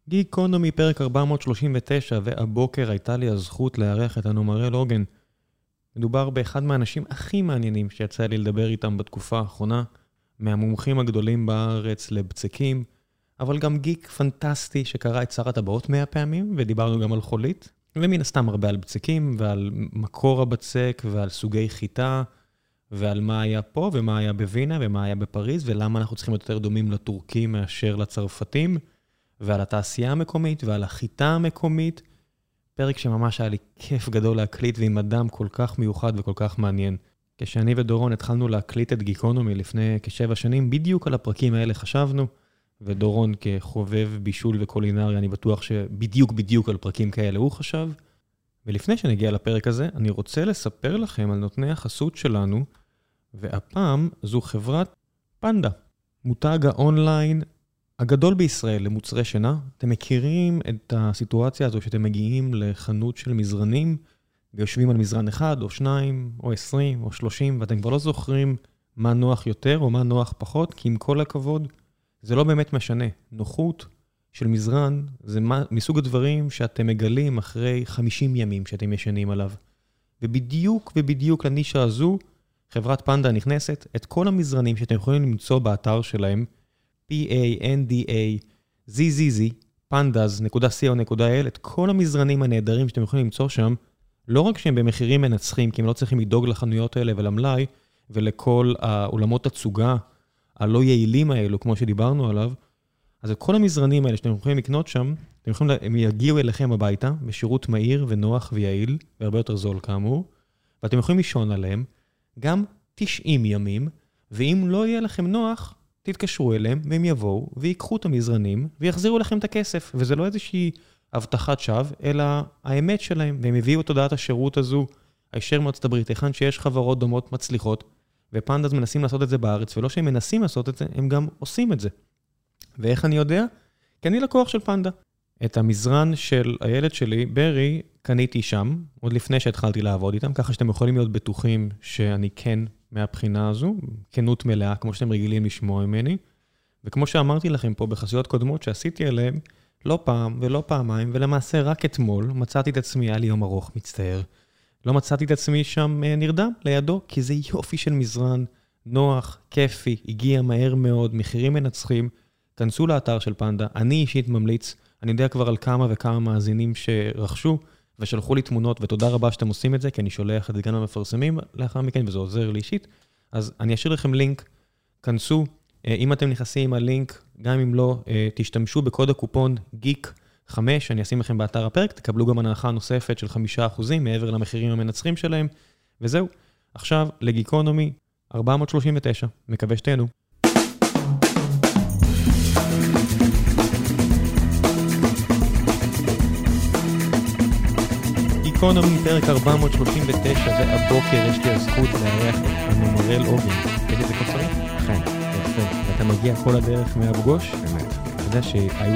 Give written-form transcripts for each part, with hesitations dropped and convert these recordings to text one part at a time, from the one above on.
גיקונומי פרק 439, והבוקר הייתה לי הזכות לארח את הנומרל אוגן. מדובר באחד מהאנשים הכי מעניינים שיצא לי לדבר איתם בתקופה האחרונה, מהמומחים הגדולים בארץ לבצקים, אבל גם גיק פנטסטי שקרא את שר הטבעות 100 פעמים, ודיברנו גם על חולית, ומן הסתם הרבה על בצקים, ועל מקור הבצק, ועל סוגי חיטה, ועל מה היה פה, ומה היה בווינה, ומה היה בפריז, ולמה אנחנו צריכים יותר דומים לטורקים מאשר לצרפתים, ועל התעשייה המקומית, ועל החיטה המקומית. פרק שממש היה לי כיף גדול להקליט, ועם אדם כל כך מיוחד וכל כך מעניין. כשאני ודורון התחלנו להקליט את גיקונומי לפני כ7 שנים, בדיוק על הפרקים האלה חשבנו, ודורון כחובב בישול וקולינריה, אני בטוח שבדיוק על פרקים כאלה הוא חשב. ולפני שנגיע לפרק הזה, אני רוצה לספר לכם על נותני החסות שלנו, והפעם זו חברת פנדה, מותג האונליין הגדול בישראל למוצרי שינה. אתם מכירים את הסיטואציה הזו שאתם מגיעים לחנות של מזרנים, ויושבים על מזרן 1 או 2 או 20 או 30, ואתם כבר לא זוכרים מה נוח יותר או מה נוח פחות, כי עם כל הכבוד, זה לא באמת משנה. נוחות של מזרן זה מסוג הדברים שאתם מגלים אחרי 50 ימים שאתם ישנים עליו. ובדיוק לנישה הזו, חברת פנדה נכנסת את כל המזרנים שאתם יכולים למצוא באתר שלהם, PANDA, pandas.co.il, את כל המזרנים הנהדרים שאתם יכולים למצוא שם, לא רק שהם במחירים מנצחים, כי הם לא צריכים לדאוג לחנויות האלה ולמלאי, ולכל העולמות הצוגה הלא יעילים האלו, כמו שדיברנו עליו, אז כל המזרנים האלה שאתם יכולים לקנות שם, הם יגיעו אליכם הביתה, בשירות מהיר ונוח ויעיל, והרבה יותר זול כאמור, ואתם יכולים לישון עליהם, גם 90 ימים, ואם לא יהיה לכם נוח, תתקשרו אליהם, והם יבואו, ויקחו את המזרנים, ויחזירו לכם את הכסף. וזה לא איזושהי הבטחת שווא, אלא האמת שלהם, והם הביאו את תודעת השירות הזו, הישר מארצות הברית, היכן שיש חברות דומות מצליחות, ופנדאז מנסים לעשות את זה בארץ, ולא שהם מנסים לעשות את זה, הם גם עושים את זה. ואיך אני יודע? כי אני לקוח של פנדה. את המזרן של הילד שלי, ברי, קניתי שם, עוד לפני שהתחלתי לעבוד איתם, ככה שאתם יכולים להיות בטוחים שאני כן מהבחינה הזו, כנות מלאה, כמו שאתם רגילים לשמוע ממני, וכמו שאמרתי לכם פה בחסויות קודמות שעשיתי עליהם, לא פעם ולא פעמיים, ולמעשה רק אתמול מצאתי את עצמי, היה לי יום ארוך, מצטער, לא מצאתי את עצמי שם נרדם לידו, כי זה יופי של מזרן, נוח, כיפי, הגיע מהר מאוד, מחירים מנצחים, כנסו לאתר של פנדה, אני אישית ממליץ, אני יודע כבר על כמה וכמה מאזינים שרכשו, ושלחו לי תמונות, ותודה רבה שאתם עושים את זה, כי אני שולח את זה גם למפרסמים לאחר מכן, וזה עוזר לי אישית. אז אני אשאיר לכם לינק, כנסו, אם אתם נכנסים עם הלינק, גם אם לא, תשתמשו בקוד הקופון GEEK5, אני אשים לכם באתר הפרק, תקבלו גם הנחה נוספת של 5% מעבר למחירים המנצחים שלהם, וזהו. עכשיו לגיקונומי 439, מקווה שתהנו. גיקונומי פרק 439, והבוקר יש לי הזכות לארח את הנומרל אוגן. יש את זה קצרים? כן, יפה. ואתה מגיע כל הדרך מאבו גוש? באמת. אתה יודע שהיו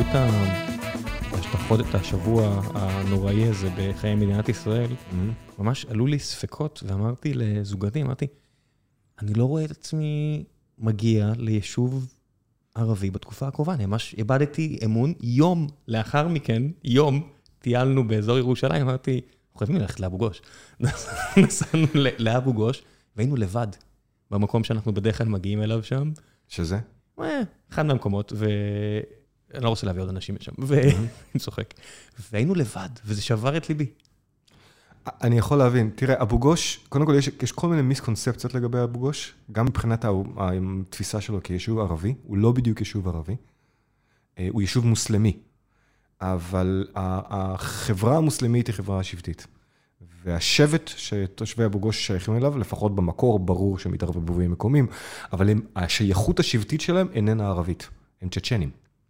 את השבוע הנוראי הזה בחיי מדינת ישראל, ממש עלו לי ספקות, ואמרתי לזוגתי, אני לא רואה את עצמי מגיע ליישוב ערבי בתקופה הקרובה, אני ממש איבדתי אמון. יום לאחר מכן, טיילנו באזור ירושלים, אמרתי, חייבים ללכת לאבו גוש. נסענו לאבו גוש, והיינו לבד, במקום שאנחנו בדרך כלל מגיעים אליו שם. שזה? אחד מהמקומות, ואני לא רוצה להביא עוד אנשים משם, ואני צוחק. והיינו לבד, וזה שבר את ליבי. אני יכול להבין. תראה, אבו גוש, קודם כל יש כל מיני מיסקונספציות לגבי אבו גוש, גם מבחינת התפיסה שלו כיישוב ערבי, הוא לא בדיוק יישוב ערבי, הוא יישוב מוסלמי. אבל החברה המוסלמית היא חברה שבטית. והשבט שתושבי אבו גוש שייכים אליו, לפחות במקור, ברור שהם מתערבבים מקומים, אבל השייכות השבטית שלהם איננה ערבית, הם צ'צ'נים.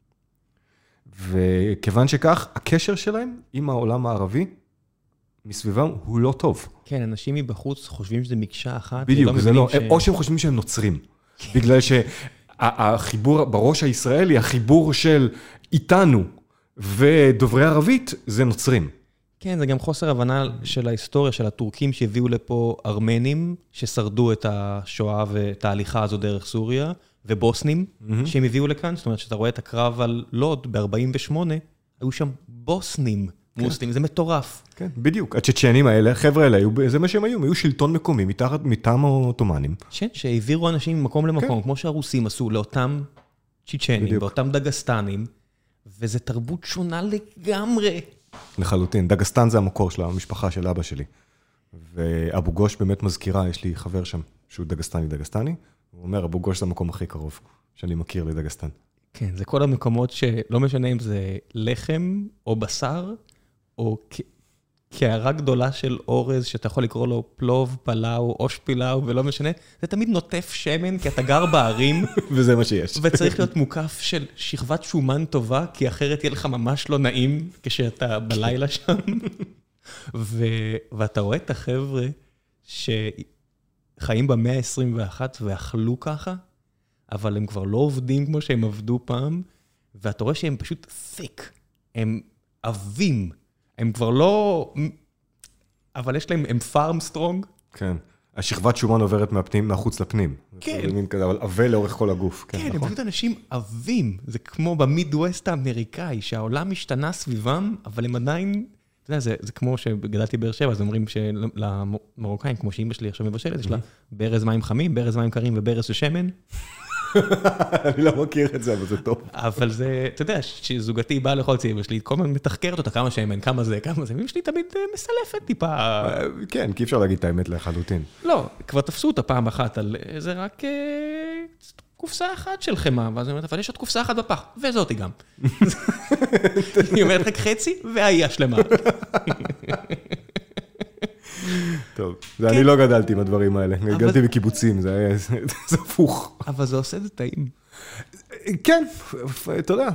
וכיוון שכך, הקשר שלהם עם העולם הערבי, מסביבם, הוא לא טוב. כן, אנשים מבחוץ חושבים שזה מקשה אחת. בדיוק, זה לא, או שהם חושבים שהם נוצרים. בגלל שהחיבור בראש הישראלי, החיבור של איתנו, ודוברי ערבית זה נוצרים. כן, זה גם חוסר הבנה של ההיסטוריה של הטורקים שהביאו לפה ארמנים, ששרדו את השואה ואת ההליכה הזו דרך סוריה, ובוסנים שהם הביאו לכאן. זאת אומרת, שאתה רואה את הקרב על לוד ב-48, היו שם בוסנים מוסלמים, זה מטורף. כן, בדיוק. הצ'צ'נים האלה, החבר'ה האלה, זה מה שהם היו שלטון מקומי מטעם העות'מאנים. שהעבירו אנשים ממקום למקום, כמו שהרוסים עשו לאותם צ'צ'נים, ואותם דגסטנים, וזה תרבות שונה לגמרי. לחלוטין. דגסטן זה המקור של המשפחה של אבא שלי. ואבו גוש באמת מזכירה, יש לי חבר שם, שהוא דגסטני. הוא אומר, אבו גוש זה המקום הכי קרוב שאני מכיר לדגסטן. כן, זה כל המקומות שלא משנה אם זה לחם או בשר, או קערה גדולה של אורז, שאתה יכול לקרוא לו פלוב, פלאו, או שפילאו, ולא משנה, זה תמיד נוטף שמן, כי אתה גר בערים. וזה מה שיש. וצריך להיות מוקף של שכבת שומן טובה, כי אחרת יהיה לך ממש לא נעים כשאתה בלילה שם. ואתה רואה את החבר'ה שחיים במאה ה-21 ואכלו ככה, אבל הם כבר לא עובדים כמו שהם עבדו פעם, ואתה רואה שהם פשוט thick, הם עבים, הם כבר לא, אבל יש להם, הם farm strong. כן, השכבת שומן עוברת מהחוץ לפנים. כן. אבל עבה לאורך כל הגוף. כן, הם פשוט אנשים עבים, זה כמו במידווסט האמריקאי, שהעולם השתנה סביבם, אבל הם עדיין, אתה יודע, זה כמו שגדלתי באר שבע, אז אומרים שלמרוקאים, כמו שאמא שלי עכשיו מבשלת, יש לה ברז מים חמים, ברז מים קרים וברז של שמן. אני לא מכיר את זה, אבל זה טוב. אבל זה, אתה יודע, שזוגתי באה לכל צעיבה שלי, כל הזמן מתחקרת אותה, כמה שמן, כמה זה, ואמא שלי תמיד מסלפת טיפה. כן, כי אפשר להגיד את האמת לחלוטין. לא, כבר תפסו אותה פעם אחת על זה רק קופסה אחת של חמה, ואז אני אומרת, אבל יש עוד קופסה אחת בפח, וזאתי גם. אני אומרת רק חצי, והיא השלמה. טוב, אני לא גדלתי עם הדברים האלה, גדלתי בקיבוצים, זה הפוך. אבל זה עושה את זה טעים. כן, אתה יודע,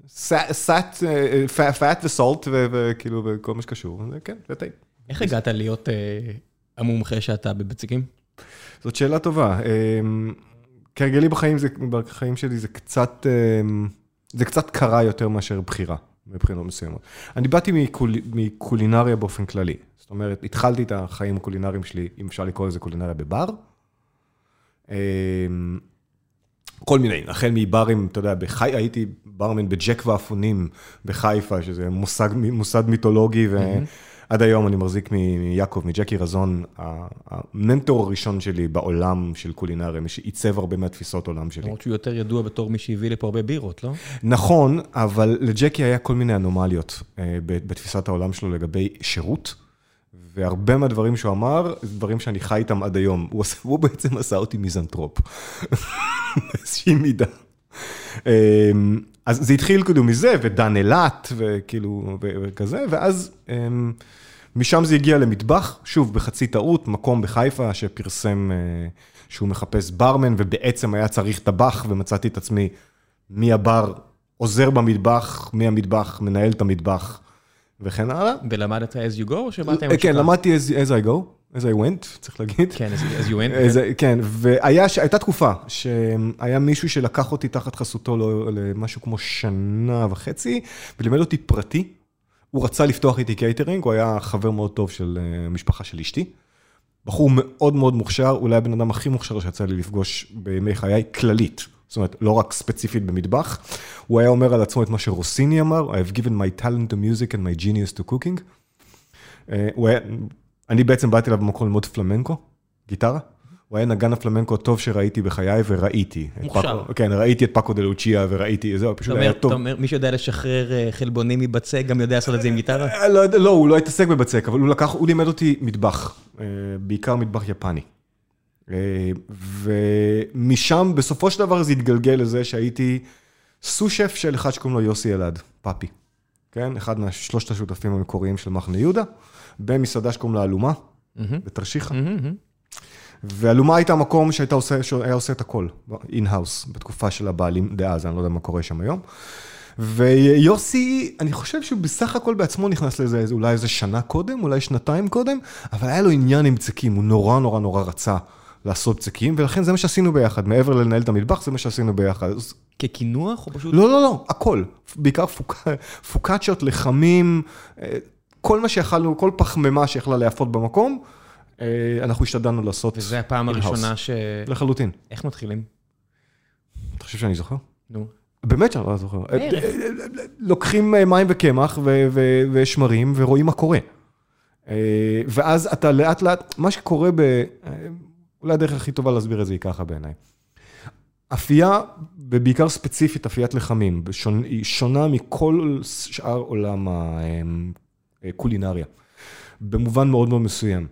fat וסולט וכאילו וכל מה שקשור, כן, זה טעים. איך הגעת להיות המומחה שאתה בבציקים? זאת שאלה טובה. כרגלי בחיים שלי זה קצת קרה יותר מאשר בחירה, מבחינות מסוימות. אני באתי מקולינריה באופן כללי. זאת אומרת, התחלתי את החיים הקולינריים שלי, אם אפשר לקרוא לזה קולינריה בבר. כל מיני, החל מברים, אתה יודע, הייתי ברמן בג'ק ואפונים בחיפה, שזה מוסד מיתולוגי, ועד היום אני מחזיק מיעקב, מג'קי רזון, המנטור הראשון שלי בעולם של קולינריה, מי שעיצב הרבה מהתפיסות עולם שלי. למרות שהוא יותר ידוע בתור מי שהביא לפה הרבה בירות, לא? נכון, אבל לג'קי היה כל מיני אנומליות בתפיסת העולם שלו לגבי שירות, והרבה מהדברים שהוא אמר, זה דברים שאני חי איתם עד היום. הוא בעצם עשה אותי מיזנטרופ. איזושהי מידה. אז זה התחיל כאילו מזה, ודן אלת, וכאילו, וכזה, ואז משם זה הגיע למטבח, שוב, בחצי טעות, מקום בחיפה שפרסם שהוא מחפש ברמן, ובעצם היה צריך טבח, ומצאתי את עצמי מי הבר עוזר במטבח, מי המטבח מנהל את המטבח, וכן הלאה. ולמדת as you go, או שבאת עם כן, למדתי as I go, as I went, צריך להגיד. כן, as you went. כן, והייתה תקופה שהיה מישהו שלקח אותי תחת חסותו למשהו כמו 1.5 שנה, ולימד אותי פרטי. הוא רצה לפתוח איתי קייטרינג, הוא היה חבר מאוד טוב של המשפחה של אשתי. בחור מאוד מאוד מוכשר, אולי הבן אדם הכי מוכשר שיצא לי לפגוש בימי חיי, כללית. זאת אומרת, לא רק ספציפית במטבח. הוא היה אומר על עצמו את מה שרוסיני אמר, I've given my talent to music and my genius to cooking. אני בעצם באתי אליו במקום ללמוד פלמנקו, גיטרה. הוא היה נגן הפלמנקו הטוב שראיתי בחיי וראיתי. מוכשר. כן, ראיתי את פאקו דה לוצ'יה וראיתי, זהו, פשוט היה טוב. אתה אומר, מי שיודע לשחרר חלבונים מבצק, גם יודע לעשות את זה עם גיטרה? לא, הוא לא התעסק בבצק, אבל הוא לימד אותי מטבח, בעיקר מטבח יפני. ומשם בסופו של דבר זה התגלגל לזה שהייתי סו-שף של אחד שקוראים לו יוסי אלעד, פאפי. כן, אחד מהשלושת השותפים המקוריים של מחנה יהודה, במסעדה שקוראים לה אלומה, בתרשיחא. ואלומה הייתה מקום שהיה עושה את הכל, אין-האוס, בתקופה של הבעלים דאז, אני לא יודע מה קורה שם היום. ויוסי, אני חושב שהוא בסך הכל בעצמו נכנס לזה, אולי איזה שנה קודם, אולי שנתיים קודם, אבל היה לו עניין עם בצקים, הוא נורא נורא נורא רצה לעשות בצקים, ולכן זה מה שעשינו ביחד, מעבר לנהל את המטבח, זה מה שעשינו ביחד. ככינוח או פשוט? לא, הכל, בעיקר פוקאצ'ות, לחמים, כל מה שיכלנו, כל פחמימה שיכלה להיפות במקום, אנחנו השתדלנו לעשות. וזה הפעם הראשונה לחלוטין. איך מתחילים? אתה חושב שאני זוכר? נו. באמת שאני לא זוכר. לוקחים מים וקמח ושמרים ורואים מה קורה. ואז אתה לאט לאט, מה שקורה אולי הדרך הכי טובה להסביר את זה היא ככה בעיניי. אפייה, ובעיקר ספציפית אפיית לחמים, היא שונה מכל שאר עולם הקולינריה, במובן מאוד מאוד מסוים.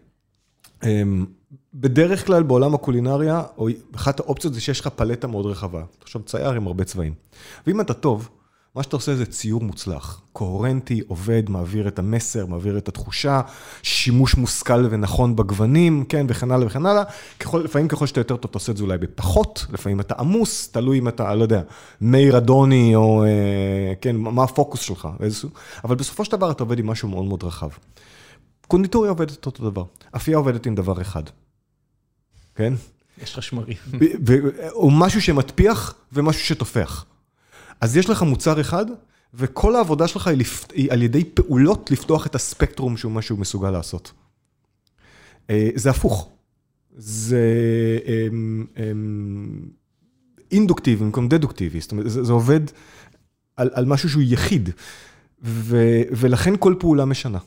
בדרך כלל בעולם הקולינריה, או אחת האופציות זה שיש לך פלטה מאוד רחבה. עכשיו צייר עם הרבה צבעים. ואם אתה טוב, מה שאתה עושה זה ציור מוצלח, קוהרנטי, עובד, מעביר את המסר, מעביר את התחושה, שימוש מושכל ונכון בגוונים, כן, וכן הלאה וכן הלאה. לפעמים ככל שאתה יותר טוב, אתה עושה את זה אולי בפחות, לפעמים אתה עמוס, תלוי אם אתה, לא יודע, מאיר אדוני, או, כן, מה הפוקוס שלך, אבל בסופו של דבר אתה עובד עם משהו מאוד מאוד רחב. קונדיטוריה עובדת אותו דבר, אפייה עובדת עם דבר אחד, כן? יש לך שמרים. או משהו שמטפיח ומשהו שתופח. אז יש לך מוצר אחד, וכל העבודה שלך היא על ידי פעולות לפתוח את הספקטרום שהוא מה שהוא מסוגל לעשות. זה הפוך. זה אינדוקטיבי במקום דדוקטיבי. זאת אומרת, זה עובד על משהו שהוא יחיד, ולכן כל פעולה משנה.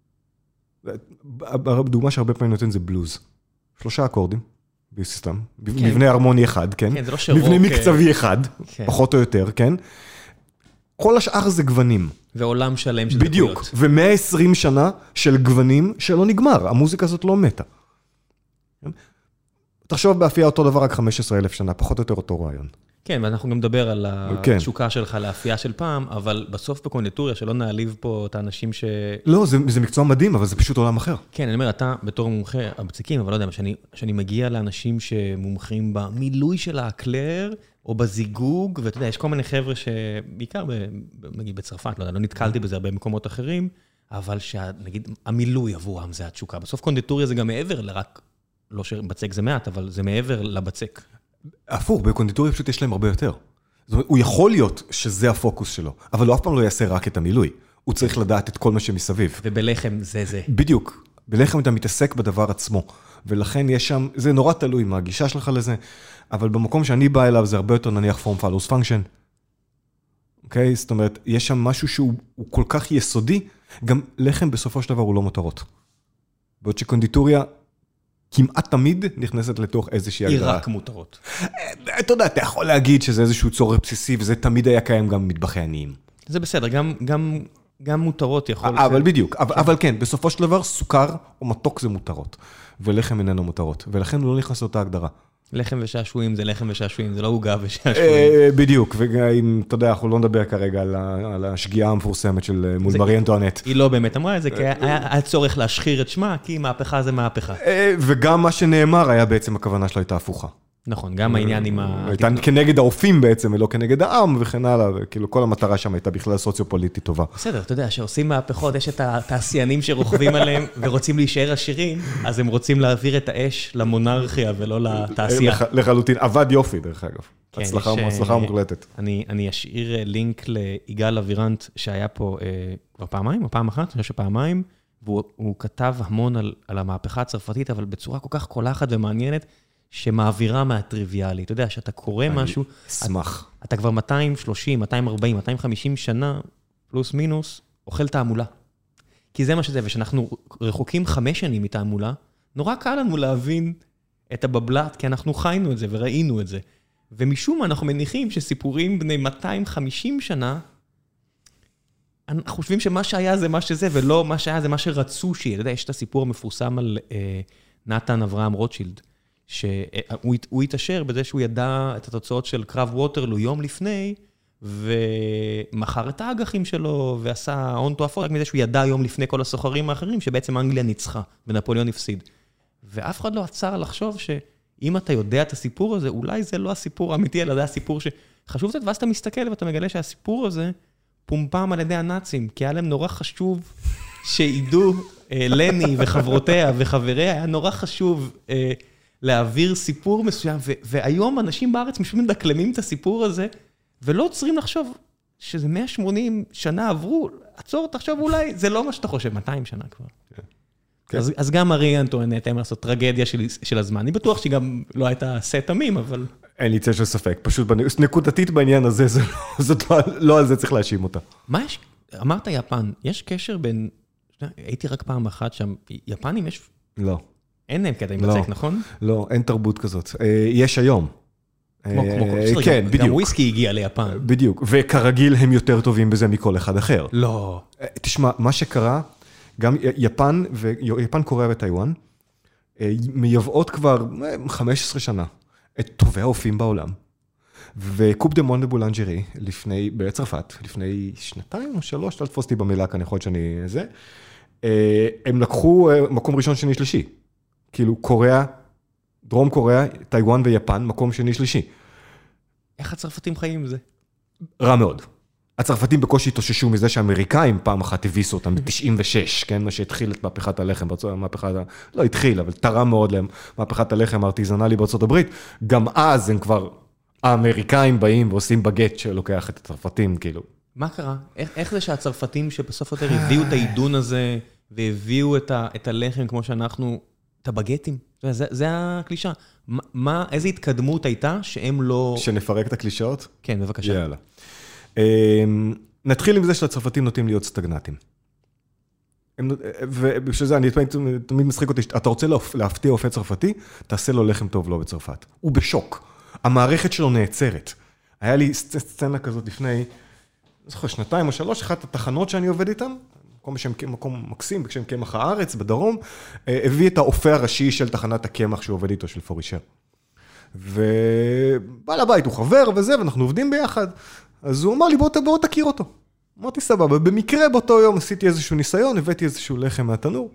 הדוגמה שהרבה פעמים נותן זה בלוז. 3 אקורדים. בסיסטם, מבנה הרמוני אחד, כן? כן, זה לא שרוק. מבנה מקצבי אחד, פחות או יותר, כן? כל השאר זה גוונים. ועולם שלם של דקויות. בדיוק, ו120 שנה של גוונים שלא נגמר, המוזיקה הזאת לא מתה. תחשוב באפייה אותו דבר רק 15,000 שנה, פחות או יותר אותו רעיון. כן, ואנחנו גם נדבר על התשוקה שלך לאפייה של פעם, אבל בסוף בקונדיטוריה שלא נעליב פה את האנשים לא, זה מקצוע מדהים, אבל זה פשוט עולם אחר. כן, אני אומר, אתה בתור מומחה הבצקים, אבל לא יודע, שאני מגיע לאנשים שמומחים במילוי של האקלר, או בזיגוג, ואתה יודע, יש כל מיני חבר'ה שבעיקר, נגיד בצרפת, לא יודע, לא נתקלתי בזה הרבה במקומות אחרים, אבל שנגיד, המילוי עבורם זה התשוקה. בסוף קונדיטוריה זה גם מעבר לרק, לא שבצק זה מעט, אבל זה מעבר לבצק. הפוך, בקונדיטוריה פשוט יש להם הרבה יותר. זאת אומרת, הוא יכול להיות שזה הפוקוס שלו, אבל הוא אף פעם לא יעשה רק את המילוי. הוא צריך לדעת את כל מה שמסביב. ובלחם זה. בדיוק. בלחם אתה מתעסק בדבר עצמו. ולכן יש שם, זה נורא תלוי מה הגישה שלך לזה, אבל במקום שאני בא אליו זה הרבה יותר נניח form follows function. אוקיי? זאת אומרת, יש שם משהו שהוא כל כך יסודי, גם לחם בסופו של דבר הוא לא מטרות. בעוד שקונדיטוריה כמעט תמיד נכנסת לתוך איזושהי הגדרה. היא רק מותרות. אתה יודע, אתה יכול להגיד שזה איזשהו צורך בסיסי, וזה תמיד היה קיים גם במטבחי עניים. זה בסדר, גם מותרות יכול... אבל בדיוק, אבל כן, בסופו של דבר סוכר או מתוק זה מותרות, ולחם איננו מותרות, ולכן הוא לא נכנס לאותה הגדרה. לחם ושעשועים זה לחם ושעשועים, זה לא עוגה ושעשועים. בדיוק, ואם, אתה יודע, אנחנו לא נדבר כרגע על השגיאה המפורסמת של מול מרי אנטואנט. היא לא באמת אמרה את זה, כי היה צורך להשחיר את שמה, כי מהפכה זה מהפכה. וגם מה שנאמר היה בעצם הכוונה שלו הייתה הפוכה. נכון, גם העניין עם הייתה כנגד האופים בעצם, ולא כנגד העם וכן הלאה, וכאילו כל המטרה שם הייתה בכלל סוציו-פוליטית טובה. בסדר, אתה יודע, שעושים מהפכות, יש את התעשיינים שרוכבים עליהם, ורוצים להישאר עשירים, אז הם רוצים להעביר את האש למונרכיה ולא לתעשייה. לחלוטין, עבד יופי דרך אגב. הצלחה מוחלטת. אני אשאיר לינק ליגאל אבירנט, שהיה פה כבר פעמיים, או פעם אחת, אני חושב שפעמיים, והוא כתב המון על המהפכה הצרפתית, אבל בצורה כל כך קולחת ומעניינת, שמעבירה מהטריוויאלי. אתה יודע, שאתה קורא משהו, אשמח. אתה כבר 230, 240, 250 שנה, פלוס מינוס, אוכל תעמולה. כי זה מה שזה, ושאנחנו רחוקים 5 שנים מתעמולה, נורא קל לנו להבין את הבבלת, כי אנחנו חיינו את זה וראינו את זה. ומשום מה אנחנו מניחים שסיפורים בני 250 שנה, אנחנו חושבים שמה שהיה זה מה שזה, ולא מה שהיה זה מה שרצו שיהיה. אתה יודע, יש את הסיפור המפורסם על נתן אברהם רוטשילד, שהוא התאשר בזה שהוא ידע את התוצאות של קרב ווטרלו יום לפני, ומכר את האג"חים שלו, ועשה הון תועפות, רק מזה שהוא ידע יום לפני כל הסוחרים האחרים, שבעצם אנגליה ניצחה, ונפוליאון הפסיד. ואף אחד לא עצר לחשוב שאם אתה יודע את הסיפור הזה, אולי זה לא הסיפור האמיתי, אלא זה הסיפור שחשוב קצת, ואז אתה מסתכל ואתה מגלה שהסיפור הזה פומפם על ידי הנאצים, כי היה להם נורא חשוב שידעו לני וחברותיה וחבריה, היה נורא חשוב להעביר סיפור מסוים, והיום אנשים בארץ משום מדקלמים את הסיפור הזה, ולא צריכים לחשוב שזה 180 שנה עברו, עצור, תחשוב אולי, זה לא מה שאתה חושב, 200 שנה כבר. אז גם מרי אנטואנט, הם לעשות טרגדיה של הזמן. אני בטוח שהיא גם לא הייתה סט תמים, אבל... אין לי צל של ספק, פשוט נקודתית בעניין הזה, לא על זה צריך להאשים אותה. מה יש, אמרת יפן, יש קשר בין, הייתי רק פעם אחת שם, יפנים יש... לא. אין להם קטע עם בצק, נכון? לא, אין תרבות כזאת. יש היום. כמו כן, בדיוק. גם וויסקי הגיע ליפן. בדיוק, וכרגיל הם יותר טובים בזה מכל אחד אחר. לא. תשמע, מה שקרה, גם יפן, קוריאה וטיואן, מייבאות כבר 15 שנה את טובי האופים בעולם. וקופ דה מון דה בולנג'רי, בצרפת, לפני 2 או 3, לא תפוס אותי במילה כאן, יכול להיות שאני זה, הם לקחו מקום ראשון, שני, שלישי. כאילו קוריאה, דרום קוריאה, טיואן ויפן, מקום שני, שלישי. איך הצרפתים חיים עם זה? רע מאוד. הצרפתים בקושי התאוששו מזה שהאמריקאים פעם אחת הביסו אותם ב-96, כן? מה שהתחיל את מהפכת הלחם, לא התחיל, אבל תרם מאוד להם מהפכת הלחם הארטיזנלי בארצות הברית. גם אז הם כבר, האמריקאים באים ועושים בגט שלוקח את הצרפתים, כאילו. מה קרה? איך זה שהצרפתים שבסוף יותר הביאו את העידון הזה, והביאו את הלחם כמו שאנחנו, את הבגטים? זה הקלישה. איזו התקדמות הייתה שהם לא... שנפרק את הקלישאות? כן, בבקשה. יאללה. נתחיל עם זה שהצרפתים נוטים להיות סטגנטים. ובשביל זה אני תמיד משחק אותי, אתה רוצה להפתיע אופה צרפתי, תעשה לו לחם טוב לא בצרפת. הוא בשוק. המערכת שלו נעצרת. היה לי סצנה כזאת לפני, זוכר, 2 או 3, אחת התחנות שאני עובד איתן, מקום מקסים, בשם קמח הארץ, בדרום, הביא את האופה הראשי של תחנת הקמח שהוא עובד איתו, של פורישר. ובעל הבית הוא חבר וזה, ואנחנו עובדים ביחד. אז הוא אמר לי, בוא תכיר אותו. אמרתי, סבבה. במקרה באותו יום עשיתי איזשהו ניסיון, הבאתי איזשהו לחם מהתנור,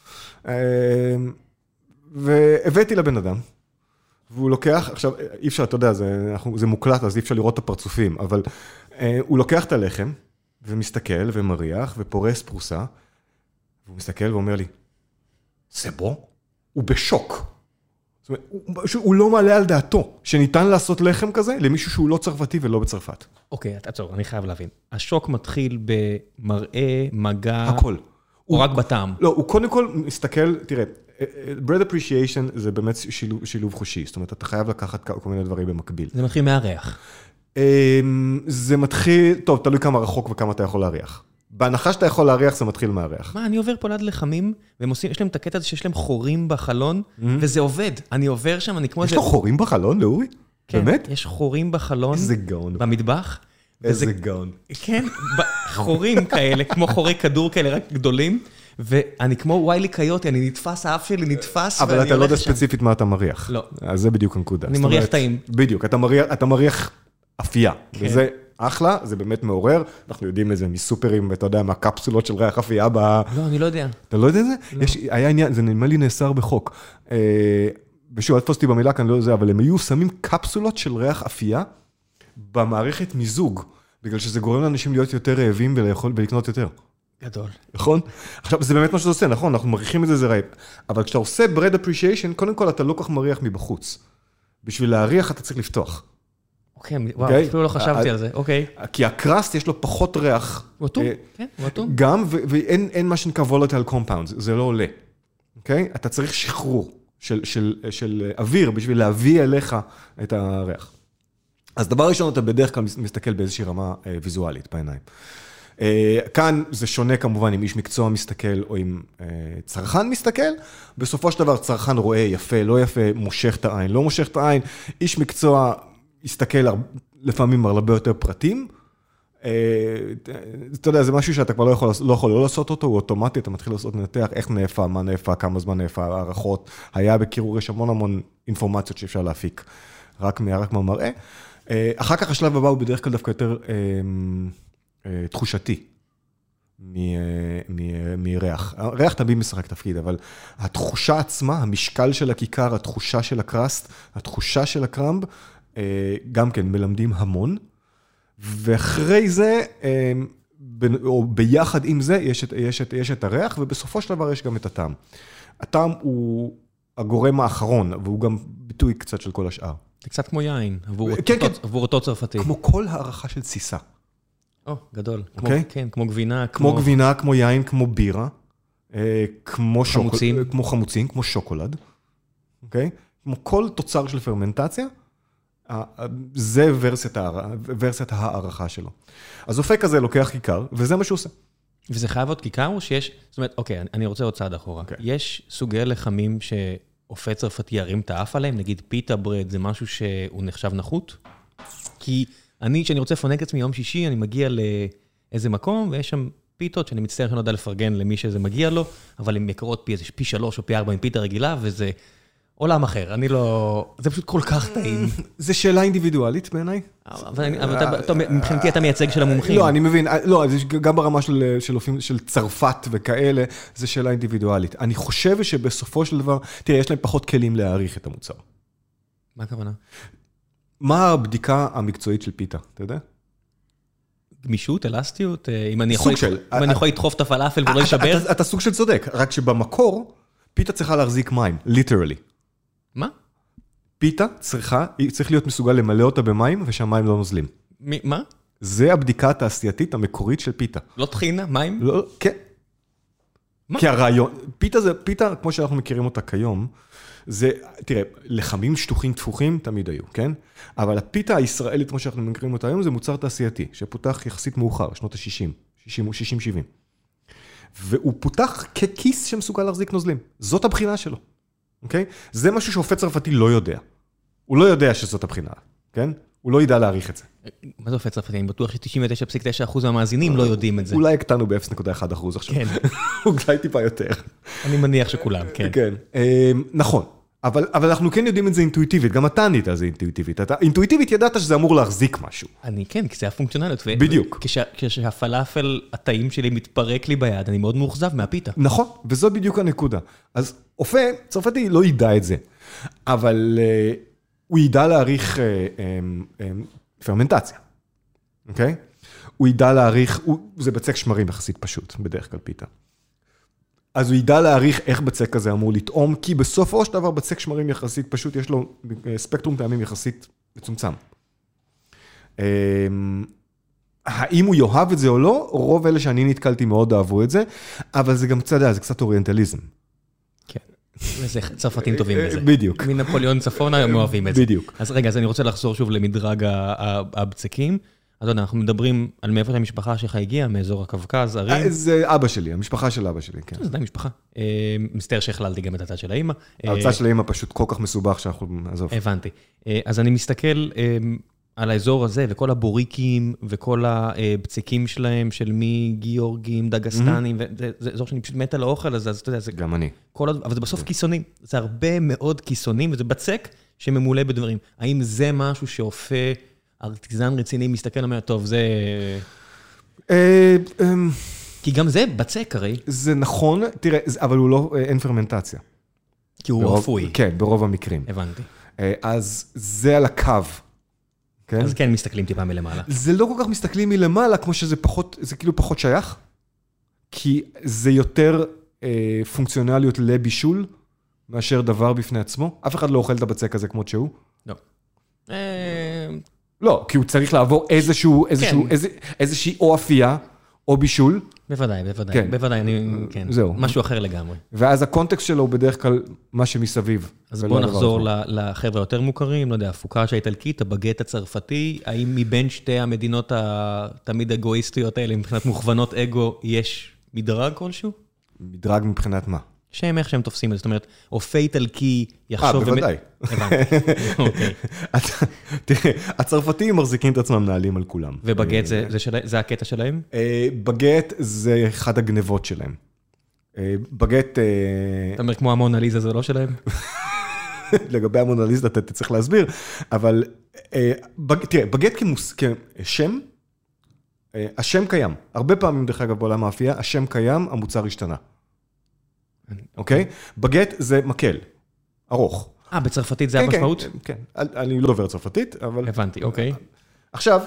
והבאתי לבן אדם, והוא לוקח, עכשיו, אי אפשר, אתה יודע, זה מוקלט, אז אי אפשר לראות את הפרצופים, אבל הוא לוקח את הלחם, ומסתכל ומריח, ופורס פרוסה, והוא מסתכל ואומר לי, זה בו? הוא בשוק. זאת אומרת, הוא לא מעלה על דעתו, שניתן לעשות לחם כזה למישהו שהוא לא צרפתי ולא בצרפת. אוקיי, עצור, אני חייב להבין. השוק מתחיל במראה, מגע... הכל. או רק בטעם? לא, הוא קודם כל מסתכל, תראה, bread appreciation זה באמת שילוב חושי, זאת אומרת, אתה חייב לקחת כל מיני דברים במקביל. זה מתחיל מהריח. זה מתחיל, טוב, תלוי כמה רחוק וכמה אתה יכול להריח. בהנחה שאתה יכול להריח, זה מתחיל מהריח. מה, אני עובר פה ליד לחמים, יש להם את הקטע הזה שיש להם חורים בחלון, וזה עובד. אני עובר שם, אני כמו... יש לו חורים בחלון, לאורי? באמת? יש חורים בחלון. איזה גאון. במטבח. איזה גאון. כן, חורים כאלה, כמו חורי כדור כאלה, רק גדולים, ואני כמו ויילי קיוטי, אני נתפס, האף שלי נתפס, אבל אתה לא יודע ספציפית מה אתה מריח. לא. אז זה בדיוק הנקודה. אני מריח טעים. בדיוק, אתה מריח אפייה, וזה אחלה, זה באמת מעורר, אנחנו יודעים לזה מסופרים, ואתה יודע, מהקפסולות של ריח אפייה לא, אני לא יודע. אתה לא יודע את זה? היה עניין, זה נדמה לי נאסר בחוק. ושוב, אל תפוס אותי במילה כאן, לא זה, אבל הם היו שמים קפסולות של ריח אפייה במערכת מיזוג, בגלל שזה גורם לאנשים להיות יותר רעבים ולקנות יותר. גדול. נכון? עכשיו, זה באמת מה שאתה עושה, נכון? אנחנו מריחים את זה, זה רעב. אבל כשאתה עושה bread appreciation, קודם כל אתה לא כל כך מריח מבחוץ. בשביל להריח אתה צריך לפתוח. אוקיי, וואו, אפילו לא חשבתי על זה, אוקיי. כי הקרסט יש לו פחות ריח. הוא אטום, כן, הוא אטום. גם, ואין מה שנקרא volatile compounds, זה לא עולה. אוקיי? אתה צריך שחרור של אוויר בשביל להביא אליך את הריח. אז דבר ראשון, אתה בדרך כלל מסתכל באיזושהי רמה ויזואלית בעיניים. כאן זה שונה כמובן אם איש מקצוע מסתכל או אם צרכן מסתכל. בסופו של דבר צרכן רואה יפה, לא יפה, מושך את העין, לא מושך את העין. איש מקצוע יסתכל לפעמים על הרבה יותר פרטים. אתה יודע, זה משהו שאתה כבר לא יכול לא לעשות אותו, הוא אוטומטי, אתה מתחיל לעשות נתח, איך נאפה, מה נאפה, כמה זמן נאפה, הערכות. היה בקירור, יש המון אינפורמציות שאפשר להפיק רק מהמראה. אחר כך השלב הבא הוא בדרך כלל דווקא יותר תחושתי מריח. ריח תמיד משחק תפקיד, אבל התחושה עצמה, המשקל של הכיכר, התחושה של הקרסט, התחושה של הקרמב, גם כן מלמדים המון, ואחרי זה, או ביחד עם זה, יש את הריח, ובסופו של דבר יש גם את הטעם. הטעם הוא הגורם האחרון, והוא גם ביטוי קצת של כל השאר. זה קצת כמו יין, עבור אותו צרפתי. כמו כל הערכה של סיסה. גדול. כן, כמו גבינה. כמו גבינה, כמו יין, כמו בירה. כמו חמוצים. כמו חמוצים, כמו שוקולד, אוקיי? כמו כל תוצר של פרמנטציה, זה ורסיית הערכה שלו. אז אופה כזה לוקח כיכר, וזה מה שהוא עושה. וזה חייב להיות כיכר או שיש, זאת אומרת, אוקיי, אני רוצה עוד צעד אחורה. יש סוגי לחמים שאופה צרפתי ירים את האף עליהם, נגיד פיתה ברד, זה משהו שהוא נחשב נחות? כי כשאני רוצה לפנק עצמי יום שישי, אני מגיע לאיזה מקום, ויש שם פיתות שאני מצטער שאני לא יודע לפרגן למי שזה מגיע לו, אבל הן יקרות פי 3 או פי 4 עם פיתה רגילה, וזה עולם אחר, זה פשוט כל כך טעים. זה שאלה אינדיבידואלית בעיניי. אבל מבחינתי אתה מייצג של המומחים. לא, אני מבין, לא, גם ברמה של צרפת וכאלה, זה שאלה אינדיבידואלית. אני חושב שבסופו של דבר, תראה, יש להם פחות כלים להעריך את המוצר. מה הכוונה? מה הבדיקה המקצועית של פיתה, אתה יודע? גמישות, אלסטיות, אם אני יכול לדחוף את הפלאפל ולא יישבר? אתה סוג של צודק, רק שבמקור, פיתה צריכה להחזיק מים, literally. מה? פיתה צריך להיות מסוגל למלא אותה במים, ושהמים לא נוזלים. מה? זה הבדיקה התעשייתית המקורית של פיתה. לא טחינה, מים? לא, כן. מה? כי הרעיון, פיתה, כמו שאנחנו מכירים אותה כיום, זה, תראה, לחמים שטוחים תפוחים תמיד היו, כן? אבל הפיתה הישראלית, כמו שאנחנו מכירים אותה היום, זה מוצר תעשייתי, שפותח יחסית מאוחר, שנות ה-60, 60-70. והוא פותח ככיס שמסוגל להחזיק נוזלים. זאת הבחינה שלו, אוקיי? זה משהו שאופה צרפתי לא יודע. הוא לא יודע שזאת הבחינה, כן? הוא לא ידע להעריך את זה. מה זה אופה צרפתי? אני בטוח ש-99.9% מהמאזינים לא יודעים את זה. אולי הקטנו ב-0.1% עכשיו. כן. אולי טיפה יותר. אני מניח שכולם, כן. כן. נכון. אבל אנחנו כן יודעים את זה אינטואיטיבית, גם אתה ענית על זה אינטואיטיבית. אתה אינטואיטיבית ידעת שזה אמור להחזיק משהו. אני כן, כי זה הפונקציונליות. בדיוק. כשהפלאפל, הטעים שלי מתפרק לי ביד, אני מאוד מאוכזב מהפיתה. נכון, וזו בדיוק הנקודה. אז אופה צרפתי לא ידע את זה, אבל הוא ידע להעריך פרמנטציה, אוקיי? הוא ידע להעריך, זה בצק שמרים יחסית פשוט, בדרך כלל פיתה. אז הוא ידע להעריך איך בצק הזה אמור לטעום, כי בסופו של דבר בצק שמרים יחסית פשוט, יש לו ספקטרום טעמים יחסית מצומצם. האם הוא יאהב את זה או לא, רוב אלה שאני נתקלתי מאוד אהבו את זה, אבל זה גם קצת, זה קצת אוריינטליזם. כן, וזה צרפתים טובים בזה. בדיוק. מנפוליאון צפונה הם אוהבים את זה. בדיוק. אז רגע, אז אני רוצה לחזור שוב למדרג הבצקים. אז לא יודע, אנחנו מדברים על מאיפה המשפחה שלך הגיעה, מאזור הקווקז, ערים. זה אבא שלי, המשפחה של אבא שלי, כן. זה די משפחה. מסתר שהכללתי גם את הצד של האמא. הצד של האמא פשוט כל כך מסובך שאנחנו נעזוב. הבנתי. אז אני מסתכל על האזור הזה, וכל הבוריקים, וכל הבצקים שלהם, של מגיאורגים, דגסטנים, וזה אזור שאני פשוט מת על האוכל הזה, אז אתה יודע, זה... גם אני. אבל זה בסוף כיסונים. זה הרבה מאוד כיסונים, וזה בצק שממולא בדברים. האם זה משהו שאופה... ארטיזן רציני מסתכל אומר, טוב, זה... כי גם זה בצק הרי. זה נכון, תראה, אבל הוא לא, אין פרמנטציה. כי הוא רפואי. כן, ברוב המקרים. הבנתי. אז זה על הקו. אז כן מסתכלים טיפה מלמעלה. זה לא כל כך מסתכלים מלמעלה, כמו שזה פחות, זה כאילו פחות שייך, כי זה יותר פונקציונליות לבישול, מאשר דבר בפני עצמו. אף אחד לא אוכל את הבצק הזה כמו שהוא. לא. לא, כי הוא צריך לעבור איזושהי או אפייה, או בישול. בוודאי, בוודאי, כן. זהו. משהו אחר לגמרי. ואז הקונטקסט שלו הוא בדרך כלל מה שמסביב. אז בואו נחזור לחבר'ה יותר מוכרים, לא יודע, הפוקאצ'ה האיטלקית, הבגט הצרפתי, האם מבין שתי המדינות התמיד אגואיסטיות האלה, מבחינת מוכוונות אגו, יש מדרג כלשהו? מדרג מבחינת מה? שהם איך שהם תופסים את זה, זאת אומרת, אופה איטלקי יחשוב... בוודאי. הבנתי, אוקיי. תראה, הצרפתים מחזיקים את עצמם מנהלים על כולם. ובגט זה הקטע שלהם? בגט זה אחד הגנבות שלהם. בגט... אתה אומר, כמו המונליזה זה לא שלהם? לגבי המונליזה אתה צריך להסביר, אבל תראה, בגט כשם, השם קיים. הרבה פעמים, דרך אגב, בעולם האפייה, השם קיים, המוצר השתנה. אוקיי? בגט זה מקל, ארוך. בצרפתית זה המשמעות? כן, אני לא דובר צרפתית, אבל... הבנתי, אוקיי. עכשיו,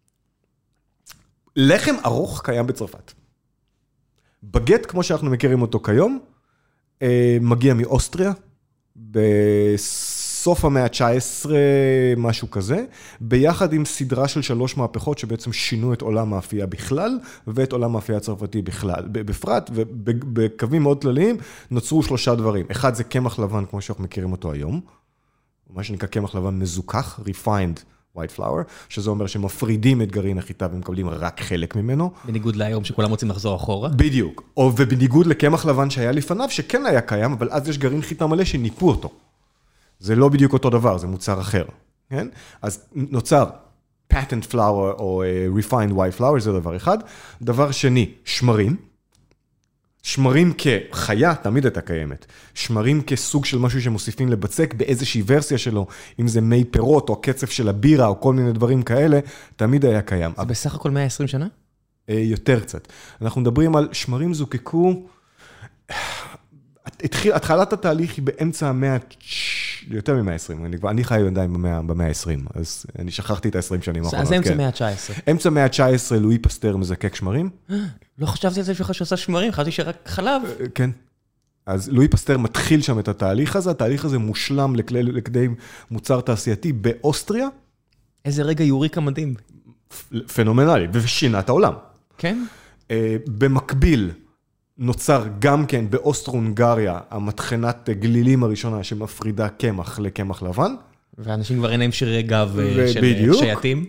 לחם ארוך קיים בצרפת. בגט, כמו שאנחנו מכירים אותו כיום, מגיע מאוסטריה, סוף המאה ה-19, משהו כזה, ביחד עם סדרה של 3 מהפכות שבעצם שינו את עולם האפייה בכלל, ואת עולם האפייה הצרפתי בכלל. בפרט, ובקווים מאוד כלליים, נוצרו 3 דברים. אחד זה קמח לבן, כמו שאנחנו מכירים אותו היום, מה שנקרא קמח לבן מזוכח, refined white flour, שזה אומר שמפרידים את גרעין החיטה ומקבלים רק חלק ממנו. בניגוד להיום שכולם רוצים לחזור אחורה. בדיוק. ובניגוד לקמח לבן שהיה לפניו, שכן היה קיים, אבל אז יש גרעין חיטה מלא שניפו אותו. זה לא בדיוק אותו דבר, זה מוצר אחר. כן? אז נוצר patent flour או refined white flour, זה דבר אחד. דבר שני, שמרים. שמרים כחיה, תמיד הייתה קיימת. שמרים כסוג של משהו שמוסיפים לבצק באיזושהי ורסיה שלו, אם זה מי פירות או קצף של הבירה או כל מיני דברים כאלה, תמיד היה קיים. זה בסך הכל 120 שנה? יותר קצת. אנחנו מדברים על שמרים זוקקו, התחלת התהליך היא באמצע המאה, יותר מ-120, אני חי עדיין במאה ה-20, אז אני שכחתי את ה-20 שנים האחרונות. אז אמצע מאה ה-19. אמצע מאה ה-19, לואי פסטר מזקק שמרים. לא חשבתי על זה בכלל שעושה שמרים, חשבתי שרק חלב. כן. אז לואי פסטר מתחיל שם את התהליך הזה, התהליך הזה מושלם לכדי מוצר תעשייתי באוסטריה. איזה רגע יוריקה מדהים. פנומנלי, ושינה את העולם. כן? במקביל, נוצר גם כן באוסטרו-הונגריה, המטחנת גלילים הראשונה שמפרידה קמח לקמח לבן. ואנשים כבר אין להם שרירי גב של שייטים.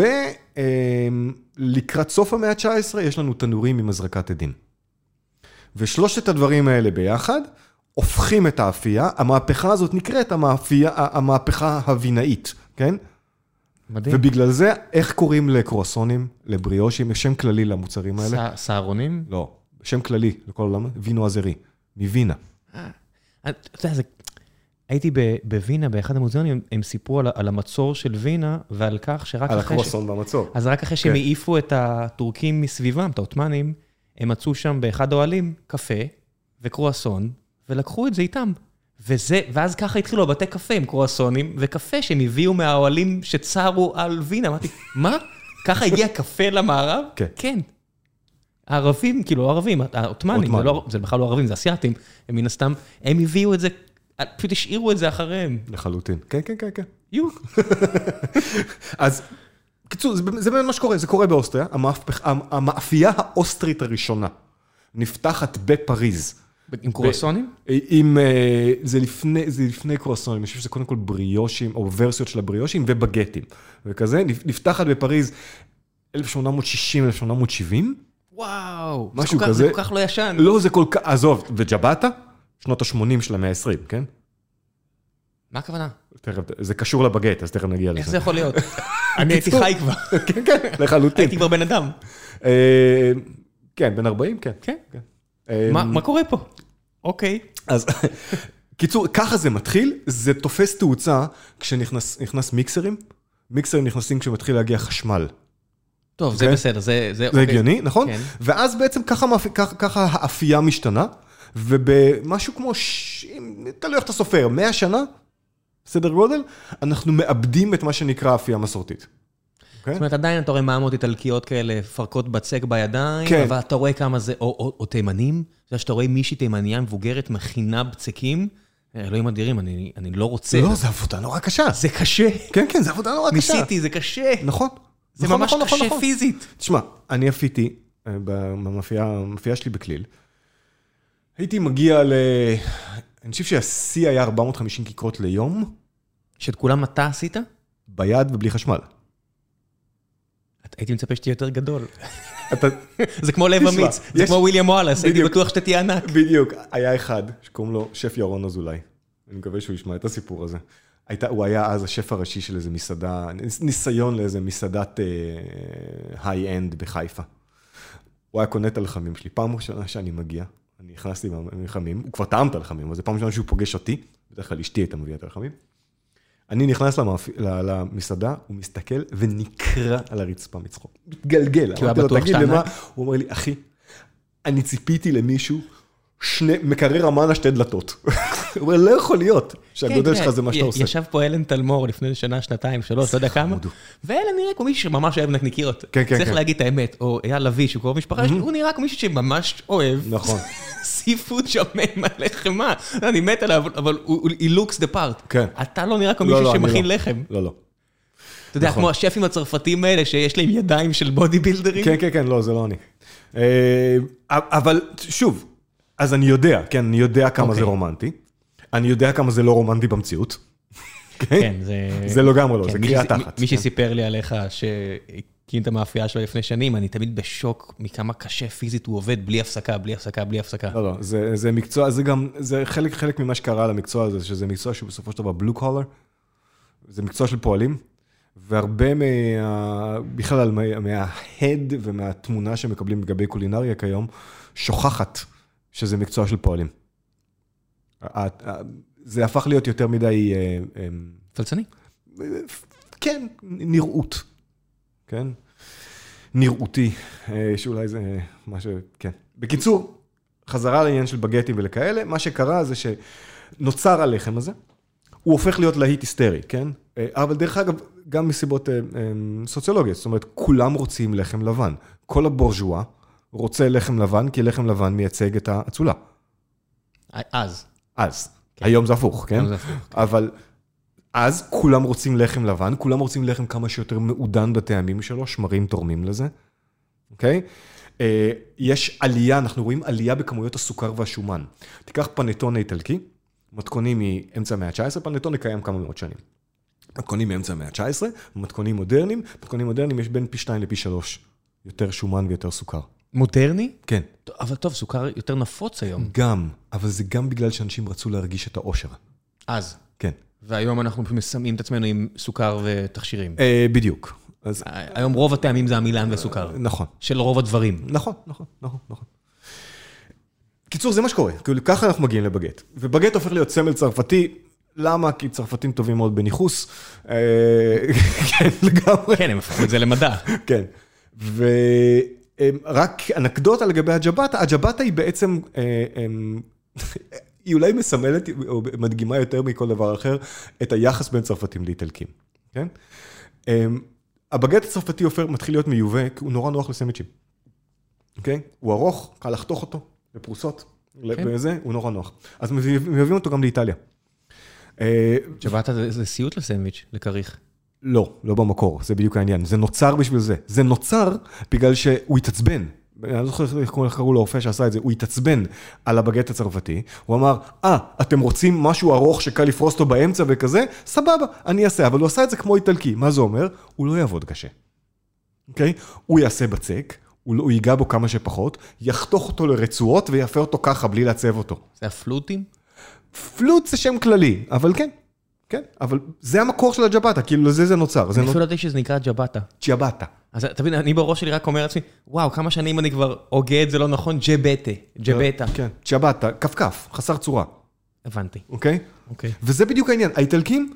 ולקראת סוף המאה ה-19 יש לנו תנורים עם הזרקת עדים. ושלושת הדברים האלה ביחד הופכים את האפייה. המהפכה הזאת נקראת המהפכה הווינאית, כן? מדהים. ובגלל זה, איך קוראים לקרואסונים, לבריאושים? יש שם כללי למוצרים האלה? סהרונים? לא. שם כללי, לכל עולם, וינו עזרי, מווינה. אתה יודע, הייתי בווינה, באחד המוזיאונים, הם סיפרו על המצור של וינה, ועל כך שרק אחרי... על הקרואסון במצור. אז רק אחרי שהם העיפו את הטורקים מסביבם, את העות'מאנים, הם מצאו שם באחד האוהלים קפה וקרואסון, ולקחו את זה איתם. ואז ככה התחילו בתי קפה עם קרואסונים, וקפה שהם הביאו מהאוהלים שצרו על וינה. אמרתי, מה? ככה הגיע קפה למערב? כן. הערבים, כאילו לא ערבים, העות'מאנים, זה בכלל לא ערבים, זה אסיאטים, הם מן הסתם, הם הביאו את זה, פשוט השאירו את זה אחריהם. לחלוטין. כן, כן, כן, כן. יוק. אז, קיצור, זה באמת מה שקורה, זה קורה באוסטריה, המאפייה האוסטרית הראשונה, נפתחת בפריז. עם קרואסונים? זה לפני קרואסונים, אני חושב שזה קודם כל בריאושים, או ורסיות של הבריאושים, ובגטים. וכזה, נפתחת בפריז 1860-1870, וואו, משהו כזה. זה כל כך לא ישן. לא, זה כל כך, עזוב, וג'באטה, שנות ה-80 של המאה ה-20, כן? מה הכוונה? זה קשור לבגט, אז תכף נגיע לזה. איך זה יכול להיות? אני הייתי חי כבר. כן, כן, לחלוטין. הייתי כבר בן אדם. כן, בן 40, כן. כן. מה קורה פה? אוקיי. אז, קיצור, ככה זה מתחיל, זה תופס תאוצה כשנכנס מיקסרים. מיקסרים נכנסים כשמתחיל להגיע חשמל. טוב, זה בסדר, זה הגיוני, נכון? ואז בעצם ככה האפייה משתנה, ובמשהו כמו, תלוי איך אתה סופר, 100 שנה, סדר גודל, אנחנו מאבדים את מה שנקרא אפייה מסורתית. זאת אומרת, עדיין אתה רואה מאמות איטלקיות כאלה, פרקות בצק בידיים, אבל אתה רואה כמה זה, או תימנים, שאתה רואה מישהי תימניה מבוגרת, מכינה בצקים, אלוהים אדירים, אני לא רוצה. לא, זה עבודה נורא קשה. זה קשה. כן, כן, זה עבודה נורא קשה. ניסיתי, זה קשה. נכון. זה ממש קשה פיזית. תשמע, אני אפיתי, במאפייה שלי בכליל, הייתי מגיע אני חושב שהשיא היה 450 כיכרות ליום. שאת כולם אתה עשית? ביד ובלי חשמל. הייתי מצפה שתהיה יותר גדול. זה כמו לב אמיץ, זה כמו וויליאם וואלאס, הייתי בטוח שאתה תהיה ענק. בדיוק, היה אחד שקוראים לו שף ירון אזולאי. אני מקווה שהוא ישמע את הסיפור הזה. הוא היה אז השף הראשי של איזו מסעדה, ניסיון לאיזו מסעדת היי-אנד בחיפה. הוא היה קונה את הלחמים שלי. פעם ראשונה שאני מגיע, אני נכנסתי עם הלחמים, הוא כבר טעם את הלחמים, אבל זה פעם ראשונה שהוא פוגש אותי, בדרך כלל אשתי הייתה מביאה את הלחמים. אני נכנס למסעדה, הוא מסתכל ונקרא על הרצפה מצחוק. מתגלגל. כי הוא היה בטוח שאתה... הוא אומר לי, אחי, אני ציפיתי למישהו, מקרר המנה 2 דלתות. הוא אומר, לא יכול להיות שהגודל שלך זה מה שאתה עושה. ישב פה אלן תלמור לפני שנה, 2, 3, לא יודע כמה, ואלן נראה כמו מישהו שממש אוהב נקניקיות. צריך להגיד את האמת, או אייל לוי, שהוא קרוב משפחה, הוא נראה כמו מישהו שממש אוהב. נכון. סיפוד שמן מהלחמה. אני מת עליו, אבל he looks the part. כן. אתה לא נראה כמו מישהו שמכין לחם. לא. אתה יודע, כמו השפים הצרפתיים האלה, שיש להם ידיים של בודי בילדרים? כן, לא, זה לא אני. אבל שוב, אז אני יודע, כן, אני יודע כמה זה רומנטי. אני יודע כמה זה לא רומנטי במציאות. כן, זה לא גמרי לא, זה קריאה תחת. מי שסיפר לי עליך שהקים את המאפייה שלו לפני שנים, אני תמיד בשוק מכמה קשה פיזית הוא עובד בלי הפסקה. לא, זה מקצוע, זה גם, זה חלק ממה שקרה למקצוע הזה, שזה מקצוע שבסופו של דבר בלו קולר, זה מקצוע של פועלים, והרבה בכלל מההד ומהתמונה שמקבלים לגבי קולינריה כיום, שוכחת שזה מקצוע של פועלים. זה הפך להיות יותר מדי... פלצני? כן, נראות. כן? נראותי, שאולי זה משהו... כן. בקיצור, חזרה לעניין של בגטים ולכאלה, מה שקרה זה שנוצר הלחם הזה, הוא הופך להיות להיט היסטרי, כן? אבל דרך אגב, גם מסיבות סוציולוגיות, זאת אומרת, כולם רוצים לחם לבן. כל הבורז'ואה רוצה לחם לבן, כי לחם לבן מייצג את האצולה. אז. היום זה הפוך, כן? אבל אז כולם רוצים לחם לבן, כולם רוצים לחם כמה שיותר מעודן בטעמים שלו, שמרים תורמים לזה, אוקיי? יש עלייה, אנחנו רואים עלייה בכמויות הסוכר והשומן. תיקח פנטון איטלקי, מתכונים מאמצע המאה ה-19, פנטון קיים כמה מאות שנים. מתכונים מאמצע המאה ה-19, מתכונים מודרניים יש בין פי 2 לפי 3, יותר שומן ויותר סוכר. מודרני? כן. אבל טוב, סוכר יותר נפוץ היום. גם, אבל זה גם בגלל שאנשים רצו להרגיש את האושר. אז. כן. והיום אנחנו מסמים את עצמנו עם סוכר ותכשירים. בדיוק. היום רוב הטעמים זה המילן וסוכר. נכון. של רוב הדברים. נכון. קיצור, זה מה שקורה. ככה אנחנו מגיעים לבגט. ובגט הופך להיות סמל צרפתי. למה? כי צרפתים טובים מאוד בניחוס. כן, לגמרי. כן, הם הפכו את זה למדע. כן. רק אנקדוטה לגבי הג'באטה, הג'באטה היא בעצם, היא אולי מסמלת, או מדגימה יותר מכל דבר אחר, את היחס בין צרפתים לאיטלקים, כן? הבגט הצרפתי מתחיל להיות מיובא, הוא נורא נוח לסנדוויצ'ים, אוקיי? הוא ארוך, קל לחתוך אותו, לפרוסות, וזה, הוא נורא נוח. אז מביאים אותו גם לאיטליה. ג'באטה זה סיוט לסנדוויץ', לכריך. לא במקור, זה בדיוק העניין. זה נוצר בשביל זה. זה נוצר בגלל שהוא התעצבן. אני לא זוכר איך קראו לאופה שעשה את זה. הוא התעצבן על הבגט הצרפתי. הוא אמר, אתם רוצים משהו ארוך שקל לפרוס אותו באמצע וכזה? סבבה, אני אעשה. אבל הוא עשה את זה כמו איטלקי. מה זה אומר? הוא לא יעבוד קשה. אוקיי? הוא יעשה בצק, הוא ייגע בו כמה שפחות, יחתוך אותו לרצועות ויפה אותו ככה בלי לעצב אותו. זה הפלוטים? פלוט זה שם כללי, אבל כן. כן, אבל זה המקור של הג'באטה, כאילו לזה זה נוצר. אני אפילו יודעת שזה נקרא ג'באטה. ג'באטה. אז תבין, אני בראש שלי רק אומר לעצמי, וואו, כמה שנים אני כבר הוגה את זה לא נכון, ג'באטה. כן, ג'באטה, כפכף, חסר צורה. הבנתי. אוקיי? וזה בדיוק העניין. האיטלקים,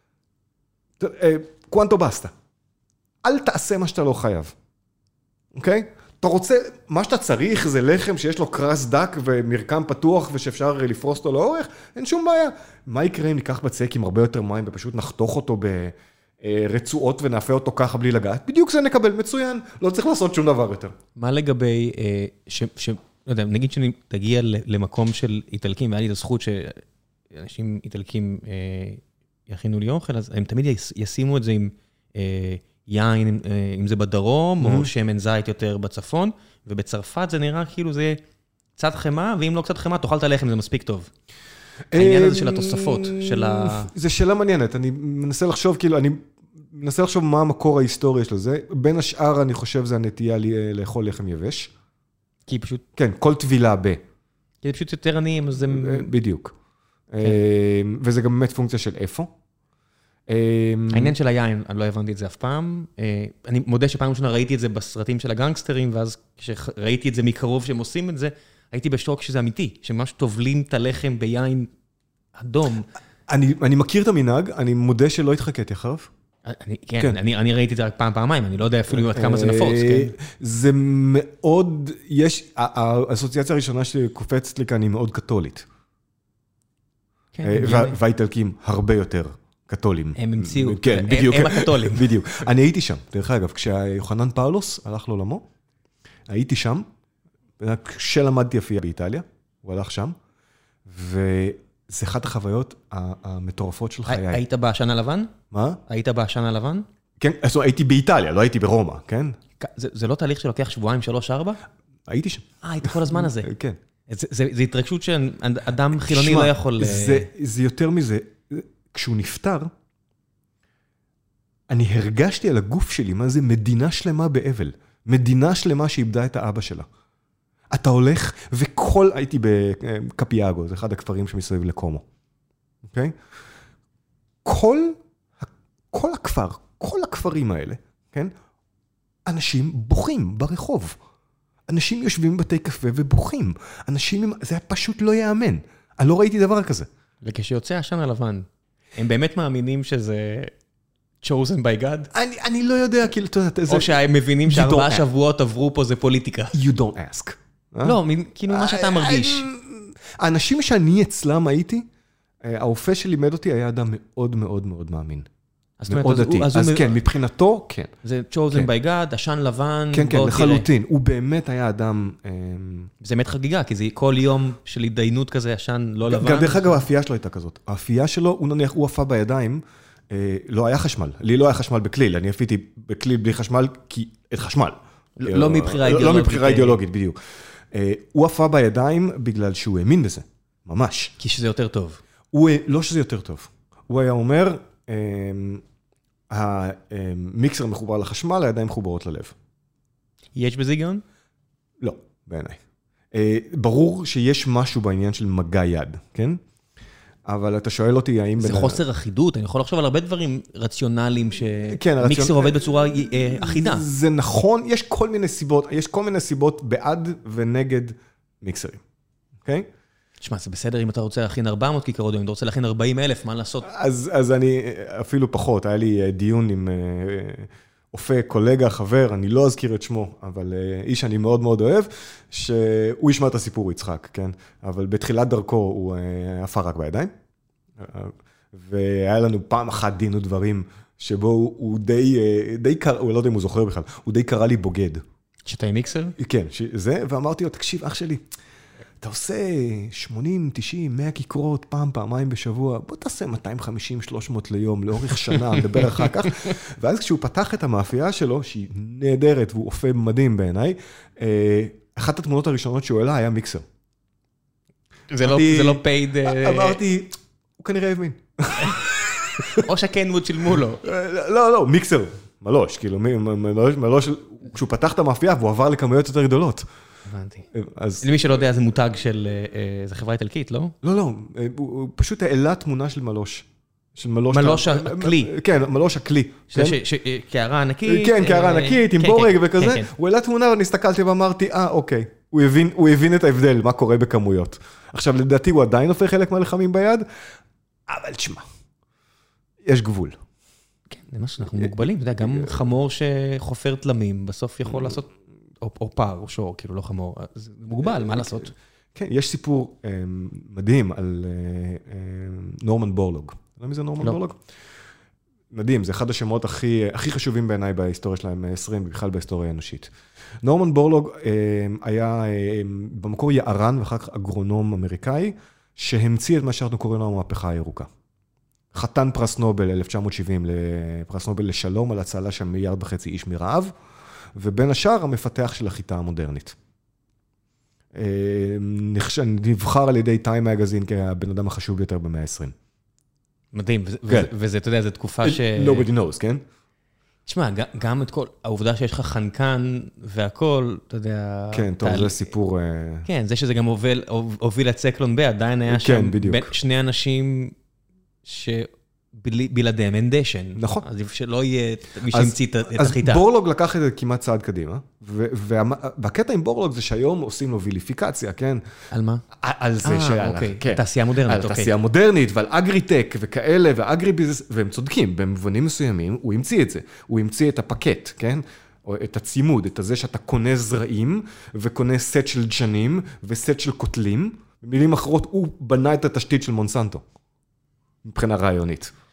קוונטו בסטה. אל תעשה מה שאתה לא חייב. אוקיי? אתה רוצה, מה שאתה צריך זה לחם שיש לו קרס דק ומרקם פתוח ושאפשר לפרוס אותו לאורך, אין שום בעיה. מה יקרה אם ניקח בצק עם הרבה יותר מים ופשוט נחתוך אותו ברצועות ונאפה אותו ככה בלי לגעת? בדיוק זה נקבל, מצוין, לא צריך לעשות שום דבר יותר. מה לגבי, לא יודע, נגיד שתגיע למקום של איטלקים, והיה לי את הזכות שאנשים איטלקים יכינו לי אוכל, אז הם תמיד ישימו את זה עם... יין, אם זה בדרום, או שמן זית יותר בצפון, ובצרפת זה נראה כאילו זה קצת חמה, ואם לא קצת חמה, תאכל את הלחם, זה מספיק טוב. העניין הזה של התוספות, של ה... זה שאלה מעניינת, אני מנסה לחשוב, כאילו, אני מנסה לחשוב מה המקור ההיסטוריה של זה, בין השאר אני חושב זה הנטייה לאכול לחם יבש. כי פשוט... כן, כל טבילה ב... כי פשוט יותר עניים, אז זה... בדיוק. וזה גם באמת פונקציה של איפה. העניין של היין, אני לא הבנתי את זה אף פעם. אני מודה שפעם ראשונה ראיתי את זה בסרטים של הגנגסטרים, ואז כשראיתי את זה מקרוב שהם עושים את זה, הייתי בשוק שזה אמיתי, שממש טובלים את הלחם ביין אדום. אני מכיר את המנהג, אני מודה שלא התחקתי אחריו. כן, אני ראיתי את זה רק פעם-פעמיים, אני לא יודע אפילו עד כמה זה נפוץ, כן? זה מאוד, יש, האסוציאציה הראשונה שקופצת לי כאן היא מאוד קתולית. והאיטלקים הרבה יותר. קתולים. הם המציאו, כן, בדיוק. הם הקתולים. בדיוק. אני הייתי שם, דרך אגב, כשיוחנן פאולוס הלך לעולמו, הייתי שם, כשלמדתי אפייה באיטליה, הוא הלך שם, וזה אחת החוויות המטורפות של חיי. היית בעשן הלבן? מה? היית בעשן הלבן? כן, אז הייתי באיטליה, לא הייתי ברומא, כן? זה לא תהליך שלוקח שבועיים, 3-4? הייתי שם. היית כל הזמן הזה. כן. זה התרגשות שאדם חילוני לא יכול... זה יותר מזה. כשהוא נפטר, אני הרגשתי על הגוף שלי מה זה מדינה שלמה באבל. מדינה שלמה שאיבדה את האבא שלה. אתה הולך, הייתי בקפיאגו, זה אחד הכפרים שמסביב לקומו. אוקיי? כל הכפר, כל הכפרים האלה, כן? אנשים בוכים ברחוב. אנשים יושבים בבתי קפה ובוכים. זה היה פשוט לא יאמן. אני לא ראיתי דבר כזה. וכשיוצא העשן הלבן, הם באמת מאמינים שזה chosen by God? אני לא יודע, כאילו, אתה יודע, או שהם מבינים ש4 שבועות עברו פה זה פוליטיקה. You don't ask. לא, כאילו מה שאתה מרגיש. האנשים שאני אצלם הייתי, האופה שלימד אותי היה אדם מאוד מאוד מאוד מאמין. מאוד דתי. אז כן, מבחינתו, כן. זה chosen by God, עשן לבן. כן, כן, לחלוטין. הוא באמת היה אדם... זה באמת חגיגה, כי זה כל יום של התדיינות כזה, עשן לא לבן. גם דרך אגב, האפייה שלו הייתה כזאת. האפייה שלו, הוא נניח, הוא אפה בידיים, לא היה חשמל. לי לא היה חשמל בכליל. אני אפיתי בכליל בלי חשמל, כי את חשמל. לא מבחירה אידיאולוגית. לא מבחירה אידיאולוגית, בדיוק. הוא אפה בידיים בגלל שהוא האמין בזה. ממש. כי שזה יותר טוב. לא שזה יותר טוב. הוא היה אומר... המיקסר מחובר לחשמל, הידיים מחוברות ללב. יש בזה היגיון? לא, בעיניי. ברור שיש משהו בעניין של מגע יד, כן? אבל אתה שואל אותי האם... זה חוסר אחידות, אני יכול לחשוב על הרבה דברים רציונליים שמיקסר עובד בצורה אחידה. זה נכון, יש כל מיני סיבות בעד ונגד מיקסרים, אוקיי? תשמע, זה בסדר אם אתה רוצה להכין 400 כיכרות, אם אתה רוצה להכין 40,000, מה לעשות? אז אני אפילו פחות, היה לי דיון עם אופה, קולגה, חבר, אני לא אזכיר את שמו, אבל איש אני מאוד מאוד אוהב, שהוא ישמע את הסיפור יצחק, כן? אבל בתחילת דרכו הוא אפה רק בידיים, והיה לנו פעם אחת דין ודברים, שבו הוא די קרא, הוא לא יודע אם הוא זוכר בכלל, הוא די קרא לי בוגד. שאתה עם מיקסר? כן, זה, ואמרתי לו, תקשיב, אח שלי, אתה עושה 80, 90, 100 כיכרות, פעמיים בשבוע, בוא תעשה 250, 300 ליום, לאורך שנה, נדבר אחר כך. ואז כשהוא פתח את המאפייה שלו, שהיא נהדרת והוא אופה מדהים בעיניי, אחת התמונות הראשונות שהוא העלה היה מיקסר. זה לא paid... אמרתי, הוא כנראה הבין. או שכן שילמו לו. לא, מיקסר, מלוש, כאילו, מלוש, כשהוא פתח את המאפייה והוא עבר לכמויות יותר גדולות. הבנתי. למי שלא יודע, זה מותג של... זה חברה איטלקית, לא? לא, הוא פשוט העלה תמונה של מלוש. מלוש הכלי. כן, מלוש הכלי. קערה ענקית. כן, קערה ענקית, עם בורג וכזה. הוא העלה תמונה ואני הסתכלתי ואמרתי, אוקיי. הוא הבין את ההבדל, מה קורה בכמויות. עכשיו, לדעתי הוא עדיין הופך חלק מהלחמים ביד, אבל תשמע, יש גבול. כן, זה מה שאנחנו מוגבלים. אתה יודע, גם חמור שחופר תלמים, בסוף יכול לעשות... או פר, או שור, כאילו לא חמור, זה מוגבל, מה לעשות? כן, יש סיפור מדהים על נורמן בורלוג. אתה יודע מי זה נורמן בורלוג? מדהים, זה אחד השמות הכי חשובים בעיניי בהיסטוריה שלהם, 20, בכלל בהיסטוריה האנושית. נורמן בורלוג היה במקור יערן, ואחר כך אגרונום אמריקאי, שהמציא את מה שאנחנו קוראים לו המהפכה הירוקה. חתן פרס נובל 1970, פרס נובל לשלום, על הצלה של 1.5 מיליארד איש מרעב, ובין השאר המפתח של החיטה המודרנית. נבחר על ידי טיים מגזין כבן אדם החשוב ביותר במאה ה-20. מדהים, וזה, אתה יודע, זו תקופה ש... Nobody knows, כן? תשמע, גם את כל, העובדה שיש לך חנקן והכל, אתה יודע... כן, טוב, זה סיפור... כן, זה שזה גם הוביל את סקלון ב, עדיין היה שם שני אנשים בלעדיהם אין דשן. נכון. אז שלא יהיה מי שהמציא את החיטה. אז בורלוג לקח את זה כמעט צעד קדימה, והקטע עם בורלוג זה שהיום עושים לו ויליפיקציה, כן? על מה? על זה אוקיי, תעשייה מודרנית, על תעשייה מודרנית ועל אגריטק וכאלה, ואגריביזנס, והם צודקים, במובנים מסוימים הוא המציא את זה. הוא המציא את הפקט, כן? או את הצימוד, את זה שאתה קונה זרעים, וקונה סט של דשנים, וסט של קוטלים. במילים אחרות, הוא בנה את התשתית של מונסנטו. מבחינה רעיונית.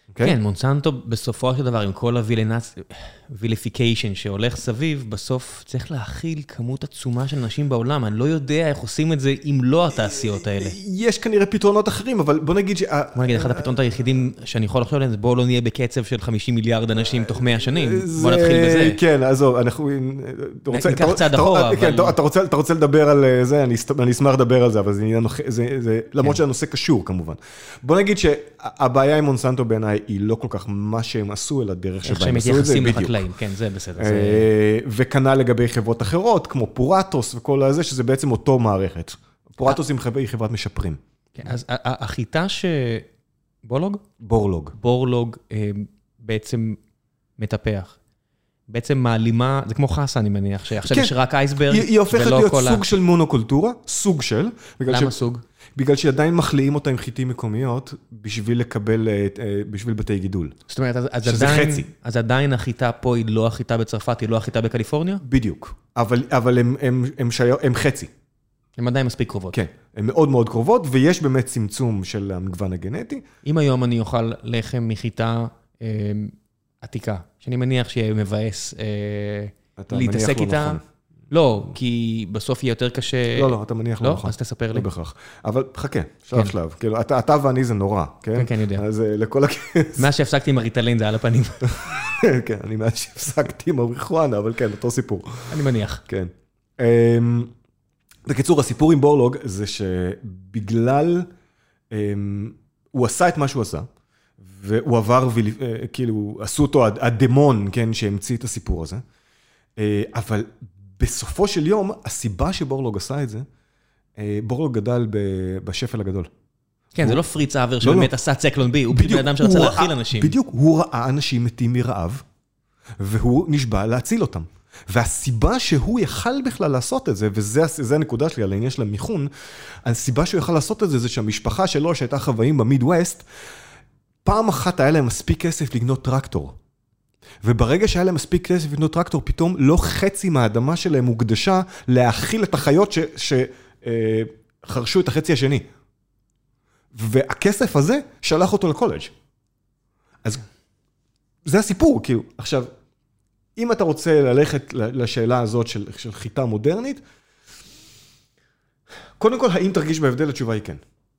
כן, מונסנטו בסופו של דבר, עם כל הוויליפיקיישן שהולך סביב, בסוף צריך להכיל כמות עצומה של אנשים בעולם. אני לא יודע איך עושים את זה אם לא התעשיות האלה. יש כנראה פתרונות אחרים, אבל בוא נגיד בוא נגיד, אחד הפתרונות היחידים שאני יכול לחשוב עליהם, זה בואו לא נהיה בקצב של 50 מיליארד אנשים תוך 100 שנים. בוא נתחיל בזה. כן, עזוב, אנחנו... ניקח צעד אחורה, אבל... אתה רוצה לדבר על זה, אני אשמח לדבר על זה, אבל זה למרות שהנושא קשור, כמובן. בוא נגיד שהבעיה עם מונסנטו בעיניי היא לא כל כך מה שהם עשו, אלא דרך שבה הם עשו את זה, בדיוק. לחקלאים, כן, זה בסדר. וכנ"ל לגבי חברות אחרות, כמו פורטוס וכל הזה, שזה בעצם אותו מערכת. פורטוס היא חברת משפרים. אז החיטה בורלוג? בורלוג בעצם מטפח. בעצם מעלימה, זה כמו חסה, אני מניח, שעכשיו יש רק אייסברג. היא הופכת להיות סוג של מונוקולטורה, סוג של. למה סוג? בגלל שעדיין מחליאים אותה עם חיטים מקומיות, בשביל לקבל, בשביל בתי גידול. זאת אומרת, שזה חצי. אז עדיין החיטה פה היא לא החיטה בצרפת, היא לא החיטה בקליפורניה? בדיוק. אבל הם חצי. הן עדיין מספיק קרובות. כן, הן מאוד מאוד קרובות, ויש באמת צמצום של המגוון הגנטי. אם היום אני אוכל לחם מחיטה עתיקה, שאני מניח שיהיה מבאס להתעסק איתה, לא, כי בסוף יהיה יותר קשה... לא, אתה מניח לא נכון. לא? אז תספר לי. לא בכך. אבל חכה, שלב. כאילו, אתה ואני זה נורא, כן? כן, יודע. אז לכל הכס... מה שהפסקתי עם הריטלין זה על הפנים. כן, אני מה שהפסקתי עם הריחואנה, אבל כן, אותו סיפור. אני מניח. כן. בקיצור, הסיפור עם בורלוג זה שבגלל... הוא עשה את מה שהוא עשה, והוא עבר, כאילו, עשו אותו הדמון, כן, שהמציא את הסיפור הזה. אבל בסופו של יום, הסיבה שבורלוג עשה את זה, בורלוג גדל בשפל הגדול. כן, זה לא פריץ אבר שבאמת עשה צקלון בי, הוא בדיוק אדם שרצה להכיל אנשים. בדיוק, הוא ראה אנשים מתים מרעב, והוא נשבע להציל אותם. והסיבה שהוא יכל בכלל לעשות את זה, וזה הנקודה שלי על העניין של המיכון, הסיבה שהוא יכל לעשות את זה, זה שהמשפחה שלו, שהייתה חוואים במידווסט, פעם אחת היה להם מספיק כסף לקנות טרקטור. וברגע שהיה להם מספיק כסף לקנות טרקטור, פתאום לא חצי מהאדמה שלהם הוקדשה להאכיל את החיות שחרשו את החצי השני. והכסף הזה שלח אותו לקולג'. אז זה הסיפור, כאילו. עכשיו, אם אתה רוצה ללכת לשאלה הזאת של חיטה מודרנית, קודם כל, האם תרגיש בהבדל? התשובה היא כן.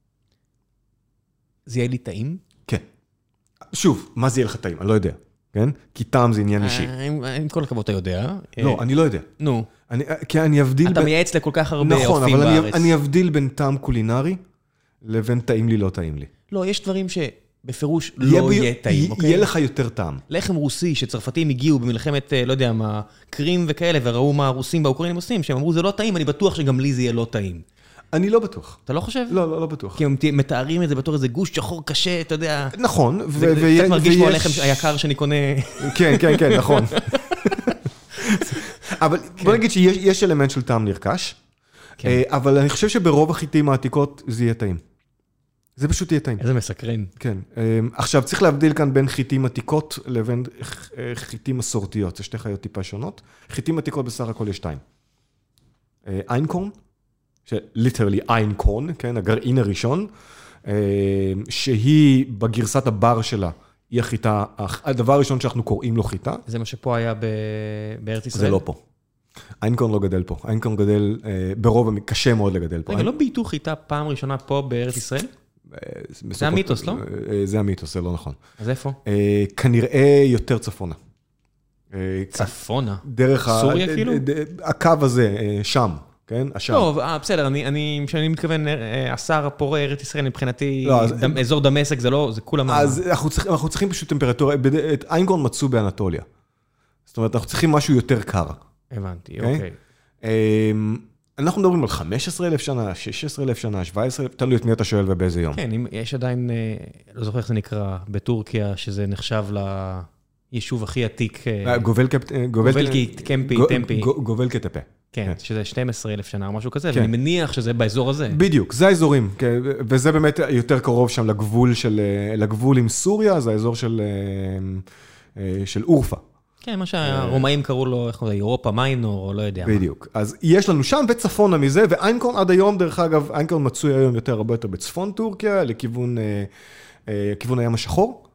זה יהיה לי טעים? כן. שוב, מה זה יהיה לך טעים? אני לא יודע. כן? כי טעם זה עניין אישי. עם כל הכבוד אתה יודע. לא, אני לא יודע. נו. כי אני אבדיל... אתה מייעץ לכל כך הרבה אופים בארץ. נכון, אבל אני אבדיל בין טעם קולינרי לבין טעים לי, לא טעים לי. לא, יש דברים שבפירוש לא יהיה טעים, אוקיי? יהיה לך יותר טעם. לחם רוסי שצרפתים הגיעו במלחמת, לא יודע מה, קרים וכאלה, וראו מה הרוסים והאוקראינים עושים, שהם אמרו, זה לא טעים, אני בטוח שגם לי זה יהיה לא טעים. אני לא בטוח. אתה לא חושב? לא, לא בטוח. כי הם מתארים את זה בתור איזה גוש שחור קשה, אתה יודע. נכון. זה קצת מרגיש כמו הלחם היקר שאני קונה. כן, כן, כן, נכון. אבל בוא נגיד שיש אלמנט של טעם נרכש, אבל אני חושב שברוב החיטים העתיקות זה יהיה טעים. זה פשוט יהיה טעים. איזה מסקרן. כן. עכשיו, צריך להבדיל כאן בין חיטים עתיקות לבין חיטים מסורתיות. זה שתי חיות טיפה שונות. חיטים עתיקות בסך הכל יש שתיים. איינקורן, שליטרלי איינקורן, כן, הגרעין הראשון, שהיא בגרסת הבר שלה, היא החיטה, הדבר הראשון שאנחנו קוראים לו חיטה. זה מה שפה היה בארץ ישראל? זה לא פה. איינקורן לא גדל פה. איינקורן גדל ברוב, קשה מאוד לגדל פה. רגע, לא בייתו חיטה פעם ראשונה פה בארץ ישראל? זה המיתוס, לא? זה המיתוס, זה לא נכון. אז איפה? כנראה יותר צפונה. צפונה? דרך סוריה כאילו? הקו הזה, שם. כן? השם. לא, בסדר, כשאני מתכוון, השר הפורה ארץ ישראל מבחינתי, אזור דמשק זה לא, זה כולם... אז אנחנו צריכים פשוט טמפרטורה, את איינקורן מצאו באנטוליה. זאת אומרת, אנחנו צריכים משהו יותר קר. הבנתי, אוקיי. אנחנו מדברים על 15,000 שנה, 16,000 שנה, 17,000, תלוי את מי אתה שואל ובאיזה יום. כן, יש עדיין, לא זוכר איך זה נקרא, בטורקיה, שזה נחשב ליישוב הכי עתיק. גובלקי טפה. כן, שזה 12,000 שנה או משהו כזה, ואני מניח שזה באזור הזה. בדיוק, זה האזורים, וזה באמת יותר קרוב שם לגבול עם סוריה, זה האזור של אורפה. כן, מה שהרומאים קראו לו, איך קוראים, אירופה מיינור, או לא יודע מה. בדיוק, אז יש לנו שם וצפונה מזה, ואיינקורן עד היום, דרך אגב, איינקורן מצוי היום הרבה יותר בצפון טורקיה, לכיוון הים השחור,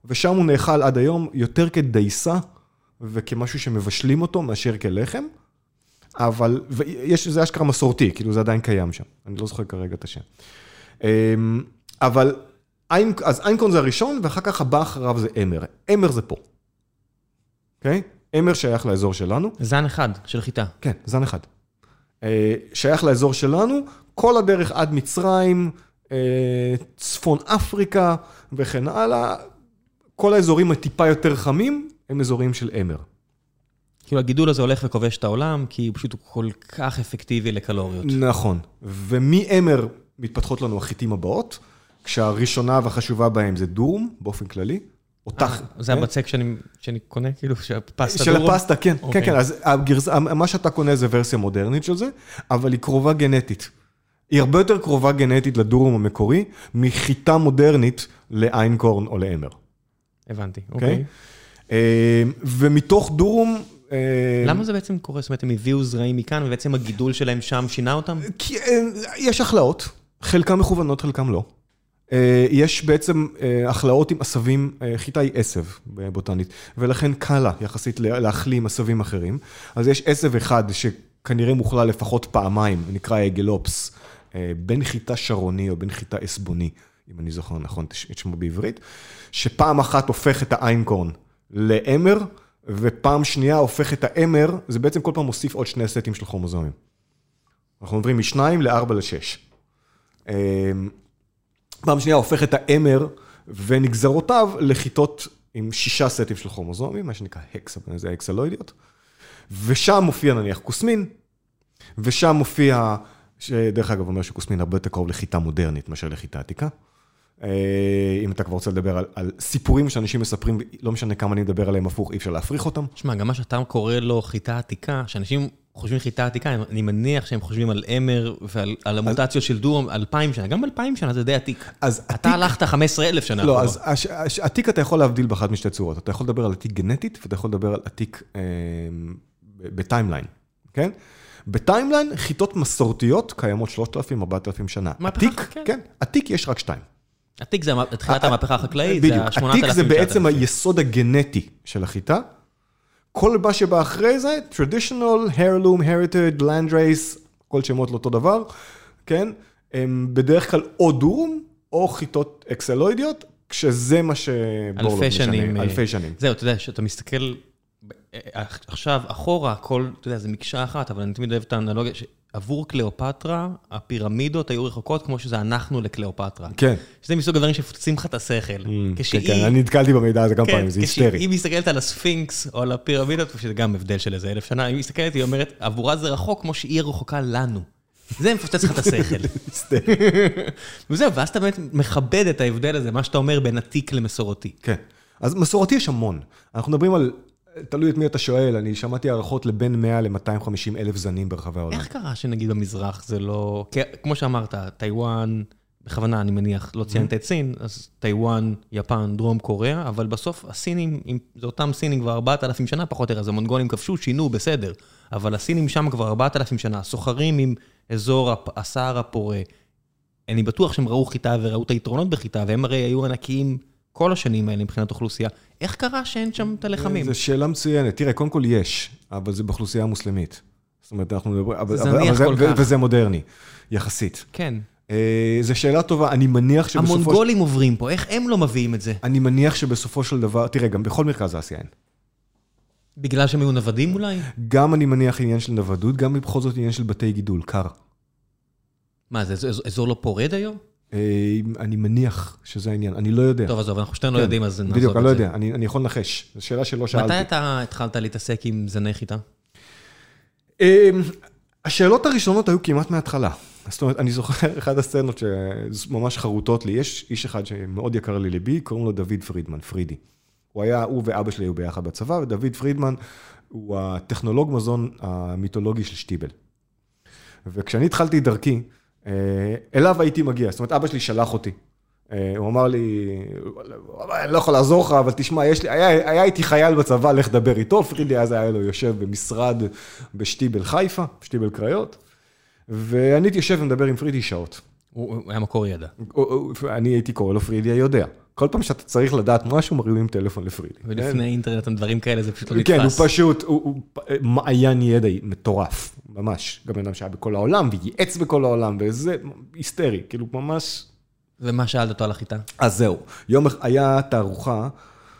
ושם הוא נאכל עד היום יותר כדייסה, וכמשהו שמבשלים אותו מאשר כלחם, אבל, זה אשכרה מסורתי, כאילו זה עדיין קיים שם, אני לא זוכר כרגע את השם. אבל, אז איינקורן זה הראשון, ואחר כך הבא אחריו זה אמר. אמר זה פה. אוקיי? אמר שייך לאזור שלנו. זן אחד של חיטה. כן, זן אחד. שייך לאזור שלנו, כל הדרך עד מצרים, צפון אפריקה וכן הלאה, כל האזורים הטיפה יותר חמים, הם אזורים של אמר. כאילו הגידול הזה הולך וכובש את העולם, כי פשוט הוא כל כך אפקטיבי לקלוריות. נכון. ומאמר מתפתחות לנו החיטים הבאות, כשהראשונה והחשובה בהם זה דורום, באופן כללי. זה הבצק שאני קונה, כאילו, שהפסטה של דורום? הפסטה, כן, כן, כן. אז מה שאתה קונה זה ורסיה מודרנית של זה, אבל היא קרובה גנטית. היא הרבה יותר קרובה גנטית לדורום המקורי, מחיטה מודרנית לאיינקורן או לאמר. הבנתי, אוקיי. ומתוך דורום... למה זה בעצם קורה? זאת אומרת, הם הביאו זרעים מכאן, ובעצם הגידול שלהם שם שינה אותם? כי יש החלאות, חלקם מכוונות, חלקם לא. יש בעצם החלאות עם עשבים, חיטה היא עשב בבוטנית, ולכן קל לה יחסית להחלים עשבים אחרים. אז יש עשב אחד שכנראה מוכלל לפחות פעמיים, נקרא אגלופס, בין חיטה שרוני או בין חיטה אסבוני, אם אני זוכר נכון את שמו בעברית, שפעם אחת הופך את האיינקורן לאמר, ופעם שנייה הופך את האמר, זה בעצם כל פעם מוסיף עוד 2 סטים של כרומוזומים. אנחנו עוברים מ2 ל4 ל6. פעם שנייה הופך את האמר ונגזרותיו לחיטות עם 6 סטים של כרומוזומים, מה שנקרא זה האקסלואידיות, ושם מופיע נניח קוסמין, ושם מופיע, שדרך אגב אומר שקוסמין הרבה יותר קרוב לחיטה מודרנית מאשר לחיטה עתיקה. אם אתה כבר רוצה לדבר על סיפורים שאנשים מספרים, לא משנה כמה אני מדבר עליהם הפוך, אי אפשר להפריך אותם. תשמע, גם מה שאתה קורא לו חיטה עתיקה, שאנשים חושבים חיטה עתיקה, אני מניח שהם חושבים על אמר ועל המוטציות של דורום 2000 שנה, גם 2000 שנה זה די עתיק. אתה הלכת 15,000 שנה. לא, אז עתיק אתה יכול להבדיל באחת משתי צורות. אתה יכול לדבר על עתיק גנטית, ואתה יכול לדבר על עתיק בטיימליין, כן? בטיימליין, חיטות מסורתיות קיימות 3,000-4,000 שנה. עתיק, כן, עתיק יש רק 2. עתיק זה התחילת המהפכה החקלאית, זה ה-8,000. עתיק זה בעצם היסוד הגנטי של החיטה. כל מה שבא אחרי זה, traditional, heirloom, heritage, land race, כל שמות לאותו דבר, כן? הם בדרך כלל או דורום, או חיטות אקסלואידיות, כשזה מה שבורלוג משנה. אלפי שנים. זהו, אתה יודע, שאתה מסתכל עכשיו אחורה, הכל, אתה יודע, זה מקשה אחת, אבל אני תמיד אוהב את האנלוגיה, עבור קליאופטרה, הפירמידות היו רחוקות כמו שזה אנחנו לקליאופטרה. כן. שזה מסוג הדברים שפוצצים לך את השכל. כן, כן, אני נתקלתי במידע הזה גם פעמים, זה היסטרי. כשהיא מסתכלת על הספינקס או על הפירמידות, שזה גם הבדל של איזה 1,000 שנה, היא מסתכלת, היא אומרת, עבורה זה רחוק כמו שהיא רחוקה לנו. זה מפוצץ לך את השכל. היסטרי. וזהו, ואז אתה באמת מכבד את ההבדל הזה, מה שאתה אומר בין עתיק למסורתי. כן. אז מסורתי יש המון. אנחנו מדברים על תלוי את מי אתה שואל, אני שמעתי הערכות לבין 100 ל-250 אלף זנים ברחבי העולם. איך קרה שנגיד במזרח זה לא... כמו שאמרת, טיואן, בכוונה אני מניח, לא ציינת את סין, אז טיואן, יפן, דרום קוריאה, אבל בסוף הסינים, זה אותם סינים כבר 4,000 שנה פחות או יותר, אז המונגולים כבשו, שינו, בסדר, אבל הסינים שם כבר 4,000 שנה, סוחרים עם אזור הסהר הפורה, אני בטוח שהם ראו חיטה וראו את היתרונות בחיטה, והם הרי היו ענקיים כל השנים האלה מבחינת אוכלוסייה. איך קרה שאין שם את הלחמים? זו שאלה מצוינת. תראה, קודם כל יש, אבל זה באוכלוסייה המוסלמית. זאת אומרת, אנחנו מדברים, וזה מודרני, יחסית. כן. זו שאלה טובה, אני מניח שבסופו... המונגולים עוברים פה, איך הם לא מביאים את זה? אני מניח שבסופו של דבר, תראה, גם בכל מרכז האסיה אין. בגלל שהם היו נוודים אולי? גם אני מניח עניין של נוודות, גם בכל זאת עניין של בתי גידול, קר. מה, זה אזור לא פורד היום? אני מניח שזה העניין, אני לא יודע. טוב, עזוב, אנחנו שתינו לא יודעים, אז נעזוב את זה. בדיוק, אני לא יודע, אני יכול לנחש. זו שאלה שלא שאלתי. מתי אתה התחלת להתעסק עם זני חיטה? השאלות הראשונות היו כמעט מההתחלה. זאת אומרת, אני זוכר אחד הסצנות שממש חרוטות לי. יש איש אחד שמאוד יקר לי לבי, קוראים לו דוד פרידמן, פרידי. הוא ואבא שלי היו ביחד בצבא, ודוד פרידמן הוא הטכנולוג מזון המיתולוגי של שטיבל. וכשאני התחלתי את דרכי, אליו הייתי מגיע, זאת אומרת, אבא שלי שלח אותי. הוא אמר לי, אני לא יכול לעזור לך, אבל תשמע, היה איתי חייל בצבא, לך דבר איתו, פרידי אז היה לו יושב במשרד בשטיבל חיפה, שטיבל קריות, ואני יושב ומדבר עם פרידי שעות. הוא היה מקור ידע. אני הייתי קורא לו פרידי היודע. כל פעם שאתה צריך לדעת משהו, מרימים טלפון לפרידי. ולפני אינטרנט, דברים כאלה, זה פשוט לא נתפס. כן, הוא פשוט, הוא מעיין ידע מטורף, ממש. גם אדם שהיה בכל העולם, וייעץ בכל העולם, וזה היסטרי, כאילו ממש... ומה שאלת אותו על החיטה? אז זהו. יום היה תערוכה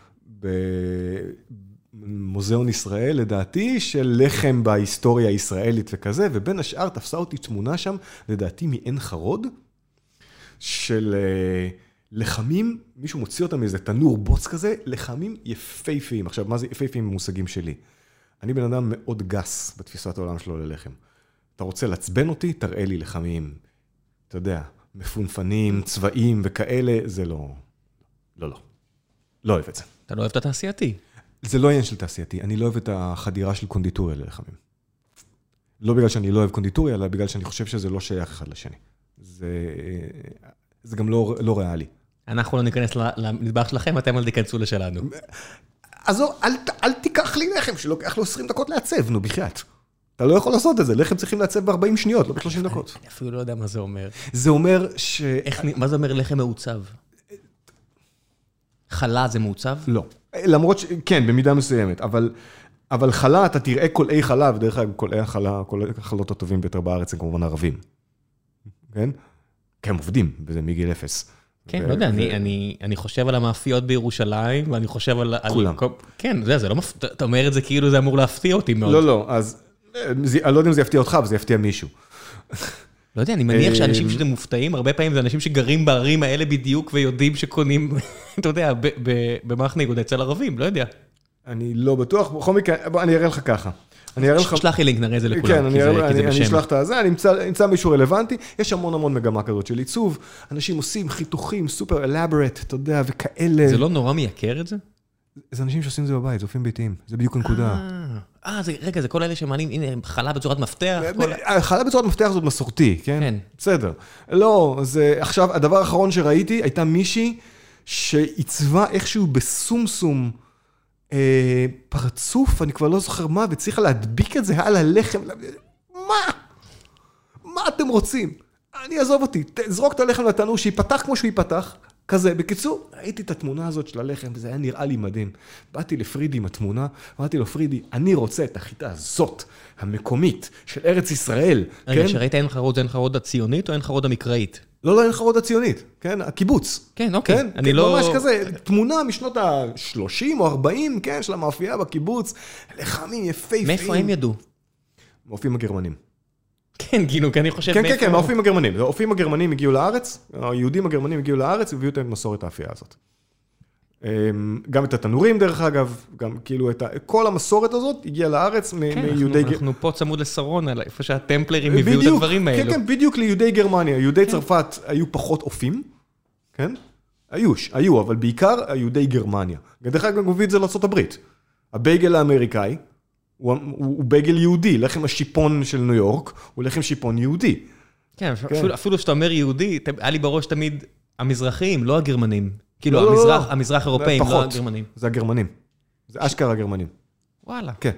במוזיאון ישראל, לדעתי, של לחם בהיסטוריה הישראלית וכזה, ובין השאר תפסה אותי תמונה שם, לדעתי מעין חרוד, של לחמים, מישהו מוציא אותם מאיזה תנור בוץ כזה, לחמים יפהפיים. עכשיו, מה זה יפהפיים במושגים שלי? אני בן אדם מאוד גס בתפיסת העולם שלו ללחם. אתה רוצה לעצבן אותי? תראה לי לחמים. אתה יודע, מפונפנים, צבעים וכאלה, זה לא. לא. לא אוהב את זה. אתה לא אוהב את התעשייתי. זה לא עניין של תעשייתי. אני לא אוהב את החדירה של קונדיטוריה ללחמים. לא בגלל שאני לא אוהב קונדיטוריה, אלא בגלל שאני חושב שזה לא שייך אחד לשני. זה גם לא ריאלי. אנחנו לא ניכנס למטבח שלכם, אתם אל תיכנסו לשלנו. אז אל תיקח לי לחם שלוקח לו 20 דקות לעצב, נו, בחייאת. אתה לא יכול לעשות את זה, לחם צריכים לעצב ב-40 שניות, לא ב-30 דקות. אני אפילו לא יודע מה זה אומר. זה אומר ש... מה זה אומר לחם מעוצב? חלה זה מעוצב? לא. למרות כן, במידה מסוימת, אבל חלה, אתה תראה קולעי חלה, ודרך אגב, קולעי החלה, כל החלות הטובים ביותר בארץ הם כמובן ערבים. כן? כי הם עובדים, וזה מגיל אפס. כן, לא יודע, אני חושב על המאפיות בירושלים, ואני חושב על... כולם. כן, זה לא מפתיע, אתה אומר את זה כאילו זה אמור להפתיע אותי מאוד. לא, אז אני לא יודע אם זה יפתיע אותך, אבל זה יפתיע מישהו. לא יודע, אני מניח שאנשים שאתם מופתעים, הרבה פעמים זה אנשים שגרים בערים האלה בדיוק, ויודעים שקונים, אתה יודע, במחנה יהודה אצל ערבים, לא יודע. אני לא בטוח, בכל מקרה, אני אראה לך ככה. שלח לי לינק, נראה את זה לכולם, כן, אני אשלח את זה, אני אמצא מישהו רלוונטי, יש המון מגמה כזאת של עיצוב, אנשים עושים חיתוכים סופר אלאברט, אתה יודע, וכאלה. זה לא נורא מייקר את זה? זה אנשים שעושים את זה בבית, זה אופים ביתיים, זה בדיוק הנקודה. רגע, זה כל אלה שמעלים, הנה, חלה בצורת מפתח. חלה בצורת מפתח זאת מסורתי, כן? בסדר. לא, זה, עכשיו, הדבר האחרון שראיתי, הייתה מישהי שעיצבה איכשהו בסומסום, פרצוף, אני כבר לא זוכר מה, וצריכה להדביק את זה על הלחם. מה אתם רוצים? אני אעזוב אותי, זרוק את הלחם לתנור, שיפתח כמו שהוא ייפתח, כזה. בקיצור, ראיתי את התמונה הזאת של הלחם, וזה היה נראה לי מדהים. באתי לפרידי עם התמונה, אמרתי לו, פרידי, אני רוצה את החיטה הזאת, המקומית, של ארץ ישראל. רגע, שראית אין חרוד הציונית או אין חרוד המקראית? לא, אין חרוד הציונית, כן? הקיבוץ. כן, אוקיי. אני לא... ממש כזה, תמונה משנות ה-30 או 40, כן, של המאפייה בקיבוץ, לחמים יפהפיים. מאיפה הם ידעו? מאופים הגרמנים. כן, גינו, כי אני חושב... כן, מאופים הגרמנים. האופים הגרמנים הגיעו לארץ, היהודים הגרמנים הגיעו לארץ, והביאו את מסורת האפייה הזאת. גם את התנורים, דרך אגב, גם כאילו את כל המסורת הזאת הגיעה לארץ מיהודי... כן, אנחנו פה צמוד לשרונה, איפה שהטמפלרים הביאו את הדברים האלו. כן, בדיוק ליהודי גרמניה. יהודי צרפת היו פחות אופים, כן? היו, אבל בעיקר היהודי גרמניה. דרך אגב, גם הביא את זה לארצות הברית. הבייגל האמריקאי, הוא בייגל יהודי, לחם השיפון של ניו יורק, הוא לחם שיפון יהודי. כן, אפילו שאתה אומר יהודי, היה לי בראש תמיד המזרחים, לא הגרמנים. כאילו, המזרח אירופאים, לא הגרמנים. זה הגרמנים. זה אשכרה הגרמנים. וואלה. כן.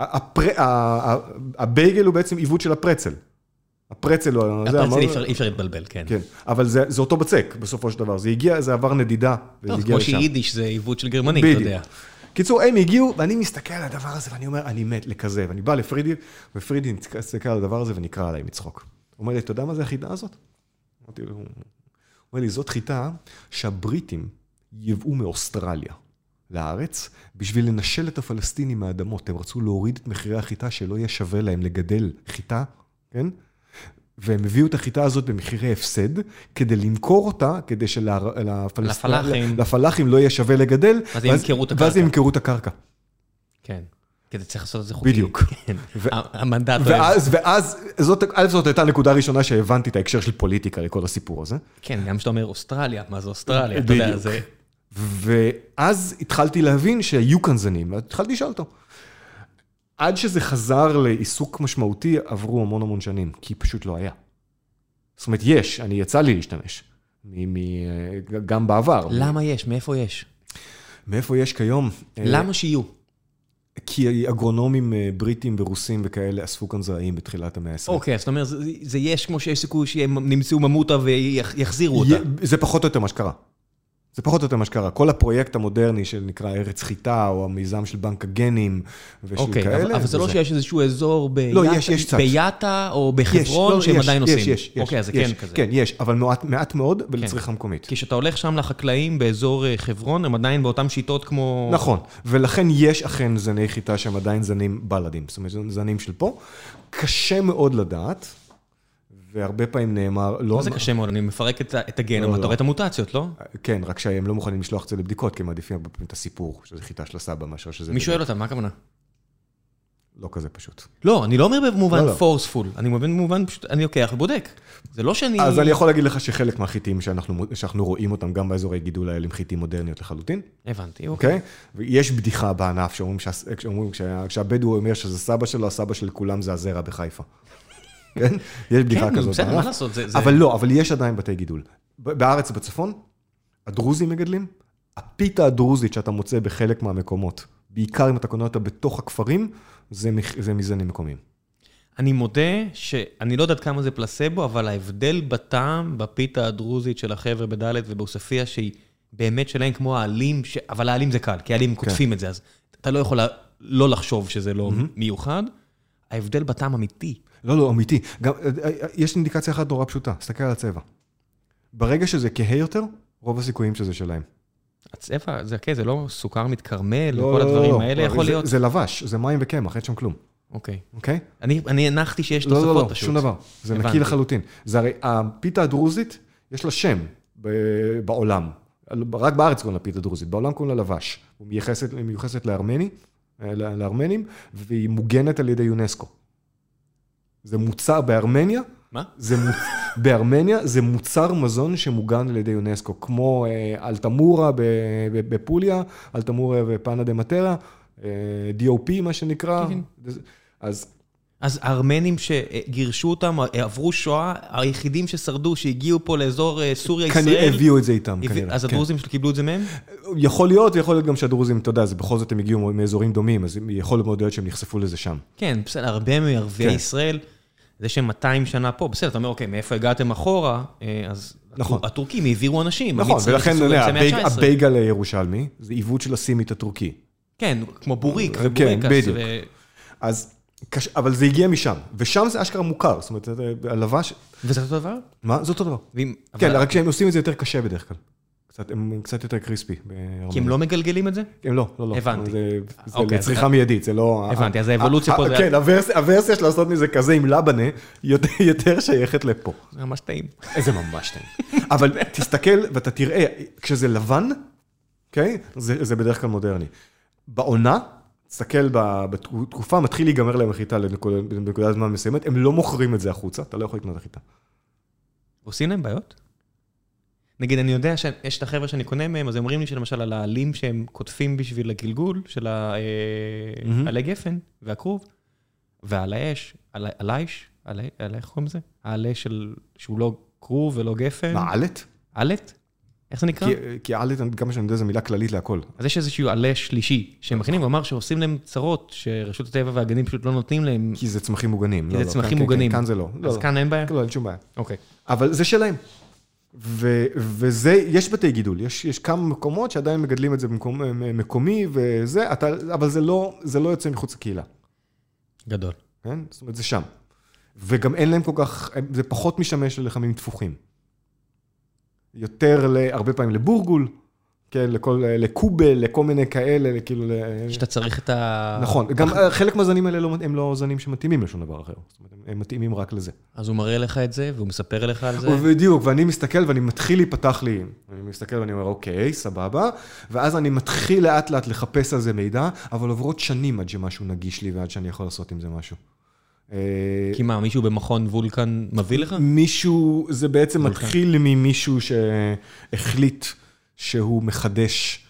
הבייגל הוא בעצם עיוות של הפרצל. הפרצל אי אפשר להתבלבל, כן. כן. אבל זה אותו בצק, בסופו של דבר. זה הגיע, זה עבר נדידה. טוב, כמו שיידיש זה עיוות של גרמנים, אתה יודע. קיצור, הם הגיעו, ואני מסתכל על הדבר הזה, ואני אומר, אני מת לכזה. ואני בא לפרידי, ופרידי מסתכל על הדבר הזה, ונקרא עליי מצחוק. הוא אומר לי, אתה יודע מה זה החיטה הזאת? אמרתי לו, אומר לי, זאת חיטה שהבריטים יבאו מאוסטרליה לארץ, בשביל לנשל את הפלסטינים מהאדמות. הם רצו להוריד את מחירי החיטה, שלא יהיה שווה להם לגדל חיטה, כן? והם הביאו את החיטה הזאת במחירי הפסד, כדי למכור אותה, כדי שלפלחים לא יהיה שווה לגדל, ואז הם ימכרו את הקרקע. כן. כדי צריך לעשות את זה חוקי. בדיוק. המנדט. ואז, זאת הייתה הנקודה הראשונה שהבנתי את ההקשר של פוליטיקה לכל הסיפור הזה. כן, גם שאתה אומר אוסטרליה, מה זה אוסטרליה? אתה יודע, זה... ואז התחלתי להבין שהיו כאן זנים, והתחלתי לשאול אותו. עד שזה חזר לעיסוק משמעותי, עברו המון שנים, כי פשוט לא היה. זאת אומרת, יצא לי להשתמש, גם בעבר. למה יש? מאיפה יש? מאיפה יש כיום? למה שיהיו? כי אגרונומים בריטים ורוסים וכאלה אספו כאן זרעים בתחילת המאה ה-20. אוקיי, זאת אומרת, זה יש כמו שיש סיכוי שהם נמצאו ממוטה ויחזירו אותה. זה פחות או יותר מה שקרה. זה פחות או יותר מה שקרה. כל הפרויקט המודרני שנקרא ארץ חיטה, או המיזם של בנק הגנים, ושל כאלה. אבל זה לא שיש איזשהו אזור ביאטה או בחברון שהם עדיין עושים. יש. אוקיי, אז זה כן כזה. כן, יש, אבל מעט מאוד ולצריכה מקומית. כי כשאתה הולך שם לחקלאים באזור חברון, הם עדיין באותם שיטות כמו... נכון, ולכן יש אכן זני חיטה שהם עדיין זנים בלדים, זאת אומרת, זנים של פה. קשה מאוד לדעת, והרבה פעמים נאמר... מה זה קשה מאוד? אני מפרק את הגנום, אתה רואה את המוטציות, לא? כן, רק שהם לא מוכנים לשלוח את זה לבדיקות, כי הם מעדיפים את הסיפור, שזה חיטה של הסבא, מאשר שזה... מי שואל אותם, מה הכוונה? לא כזה פשוט. לא, אני לא אומר במובן פורספול, אני מבין במובן פשוט, אני לוקח ובודק. זה לא שאני... אז אני יכול להגיד לך שחלק מהחיטים שאנחנו רואים אותם גם באזורי גידול האלה, הם חיטים מודרניות לחלוטין. הבנתי, אוקיי. ויש בדיחה בענף שאומרים כשהבדואי אומר שזה סבא שלו, הסבא של כולם זה הזרע בחיפה. כן? יש בדיחה כזאת. בסדר, מה לעשות? אבל לא, אבל יש עדיין בתי גידול. בארץ בצפון, הדרוזים מגדלים, הפיתה הדרוזית שאתה מוצא בחלק מהמקומות, בעיקר אם אתה קונה אותה בתוך הכפרים, זה מזנים מקומיים. אני מודה שאני לא יודעת כמה זה פלסבו, אבל ההבדל בטעם, בפיתה הדרוזית של החבר'ה בדלת ובאוספיה, שהיא באמת שלהם כמו העלים, אבל העלים זה קל, כי העלים כותפים את זה, אז אתה לא יכול לא לחשוב שזה לא מיוחד. ההבדל בטעם אמיתי. לא, אמיתי. גם, יש אינדיקציה אחת נורא פשוטה, תסתכל על הצבע. ברגע שזה כהה יותר, רוב הסיכויים שזה שלהם. הצבע, זה לא סוכר מתקרמל, וכל הדברים האלה יכול להיות. זה לבש, זה מים וקמח, אין שם כלום. אוקיי. אוקיי? אני הנחתי שיש תוספות פשוט. שום דבר. זה נקי לחלוטין. זה הרי, הפיתה הדרוזית, יש לה שם בעולם. רק בארץ קוראים לה פיתה דרוזית, בעולם קוראים לה לבש. היא מיוחסת לארמנים, והיא מוגנת על ידי יונסקו. זה מוצר בארמניה. מה? בארמניה זה מוצר מזון שמוגן על ידי יונסקו, כמו אלתמורה בפוליה, אלתמורה ופאנה דה מטרה, DOP מה שנקרא. אז הארמנים שגירשו אותם, עברו שואה, היחידים ששרדו, שהגיעו פה לאזור סוריה, ישראל. כנראה הביאו את זה איתם, כנראה. אז הדרוזים קיבלו את זה מהם? יכול להיות, ויכול להיות גם שהדרוזים, אתה יודע, בכל זאת הם הגיעו מאזורים דומים, אז יכול מאוד להיות שהם נחשפו לזה שם. כן, בסדר, הרבה מערביי ישראל, זה שהם 200 שנה פה, בסדר, אתה אומר, אוקיי, מאיפה הגעתם אחורה, אז הטורקים העבירו אנשים. נכון, ולכן הבייגל הירושלמי, זה עיוות של הסימית הטורקי. כן, כמו בוריק ובורקס. בדיוק. אבל זה הגיע משם, ושם זה אשכרה מוכר, זאת אומרת, הלבש... וזה אותו דבר? מה? זה אותו דבר. כן, רק שהם עושים את זה יותר קשה בדרך כלל. הם קצת יותר קריספי. כי הם לא מגלגלים את זה? הם לא. הבנתי. זה לצריכה מיידית, זה לא... הבנתי, אז האבולוציה פה זה... כן, הוורסיה של לעשות מזה כזה עם לבנה, יותר שייכת לפה. זה ממש טעים. זה ממש טעים. אבל תסתכל ואתה תראה, כשזה לבן, זה בדרך כלל מודרני. בעונה, תסתכל בתקופה, מתחיל להיגמר להם החיטה לנקודת זמן מסוימת, הם לא מוכרים את זה החוצה, אתה לא יכול לקנות החיטה. עושים להם בעיות? נגיד, אני יודע שיש את החבר'ה שאני קונה מהם, אז הם אומרים לי שלמשל על העלים שהם כותפים בשביל הגלגול של העלי גפן והכרוב, ועל האש, על האש, איך קוראים לזה? העלה שהוא לא כרוב ולא גפן. מה, עלת? עלת? איך זה נקרא? כי עלת, כמה שאני יודע, זו מילה כללית להכל. אז יש איזשהו עלה שלישי, שהם מכינים, ואומר שעושים להם צרות, שרשות הטבע והגנים פשוט לא נותנים להם. כי זה צמחים מוגנים. כי זה צמחים מוגנים. כאן זה לא. אז כאן אין בעיה? לא, אין שום בעיה. אוקיי. אבל זה שלהם. וזה, יש בתי גידול, יש כמה מקומות שעדיין מגדלים את זה במקום מקומי, וזה, אבל זה לא יוצא מחוץ לקהילה. גדול. כן? זאת אומרת, זה שם. וגם אין להם כל כך, זה פחות משמש ללחמים תפוחים. יותר הרבה פעמים לבורגול, כן, לקובל, לכל מיני כאלה, כאילו... שאתה צריך את ה... נכון, גם חלק מהזנים האלה הם לא זנים שמתאימים לשום דבר אחר. זאת אומרת, הם מתאימים רק לזה. אז הוא מראה לך את זה, והוא מספר לך על זה? בדיוק, ואני מסתכל ואני מתחיל להיפתח לי. אני מסתכל ואני אומר, אוקיי, סבבה, ואז אני מתחיל לאט לאט לחפש על זה מידע, אבל עוברות שנים עד שמשהו נגיש לי, ועד שאני יכול לעשות עם זה משהו. כי מה, מישהו במכון וולקן מביא לך? מישהו, זה בעצם מתחיל ממישהו שהחליט שהוא מחדש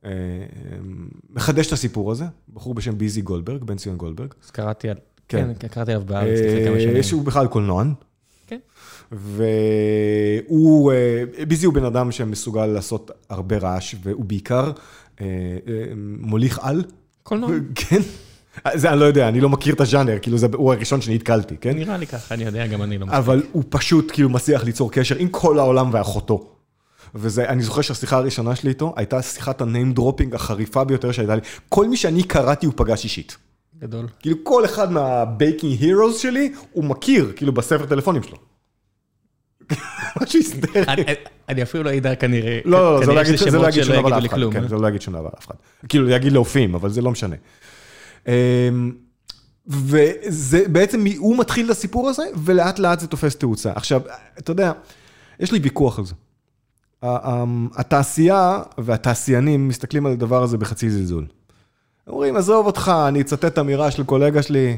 את הסיפור הזה, בחור בשם ביזי גולדברג, בן ציון גולדברג. אז קראתי עליו בארץ לפני כמה שנים. שהוא בכלל קולנוען. כן. ביזי הוא בן אדם שמסוגל לעשות הרבה רעש, והוא בעיקר מוליך על. קולנוען. כן. זה אני לא יודע, אני לא מכיר את הז'אנר, כאילו הוא הראשון שנתקלתי, כן? נראה לי ככה, אני יודע, גם אני לא מכיר. אבל הוא פשוט כאילו מצליח ליצור קשר עם כל העולם ואחותו. ואני זוכר שהשיחה הראשונה שלי איתו, הייתה שיחת הניים דרופינג החריפה ביותר שהייתה לי. כל מי שאני קראתי הוא פגש אישית. גדול. כאילו כל אחד מהבייקינג הירוס שלי, הוא מכיר, כאילו בספר טלפונים שלו. משהו היסטרי. אני אפילו לא ידע כנראה. לא, זה לא להגיד שום דבר לאף אחד. כן, זה לא להגיד שום דבר לאף אחד. כאילו להגיד להופיעים, אבל זה לא משנה. וזה בעצם, הוא מתחיל את הסיפור הזה, ולאט לאט זה תופס תאוצה. עכשיו, אתה יודע, יש לי ויכוח על זה. התעשייה והתעשיינים מסתכלים על הדבר הזה בחצי זלזול. אומרים, עזוב אותך, אני אצטט אמירה של קולגה שלי,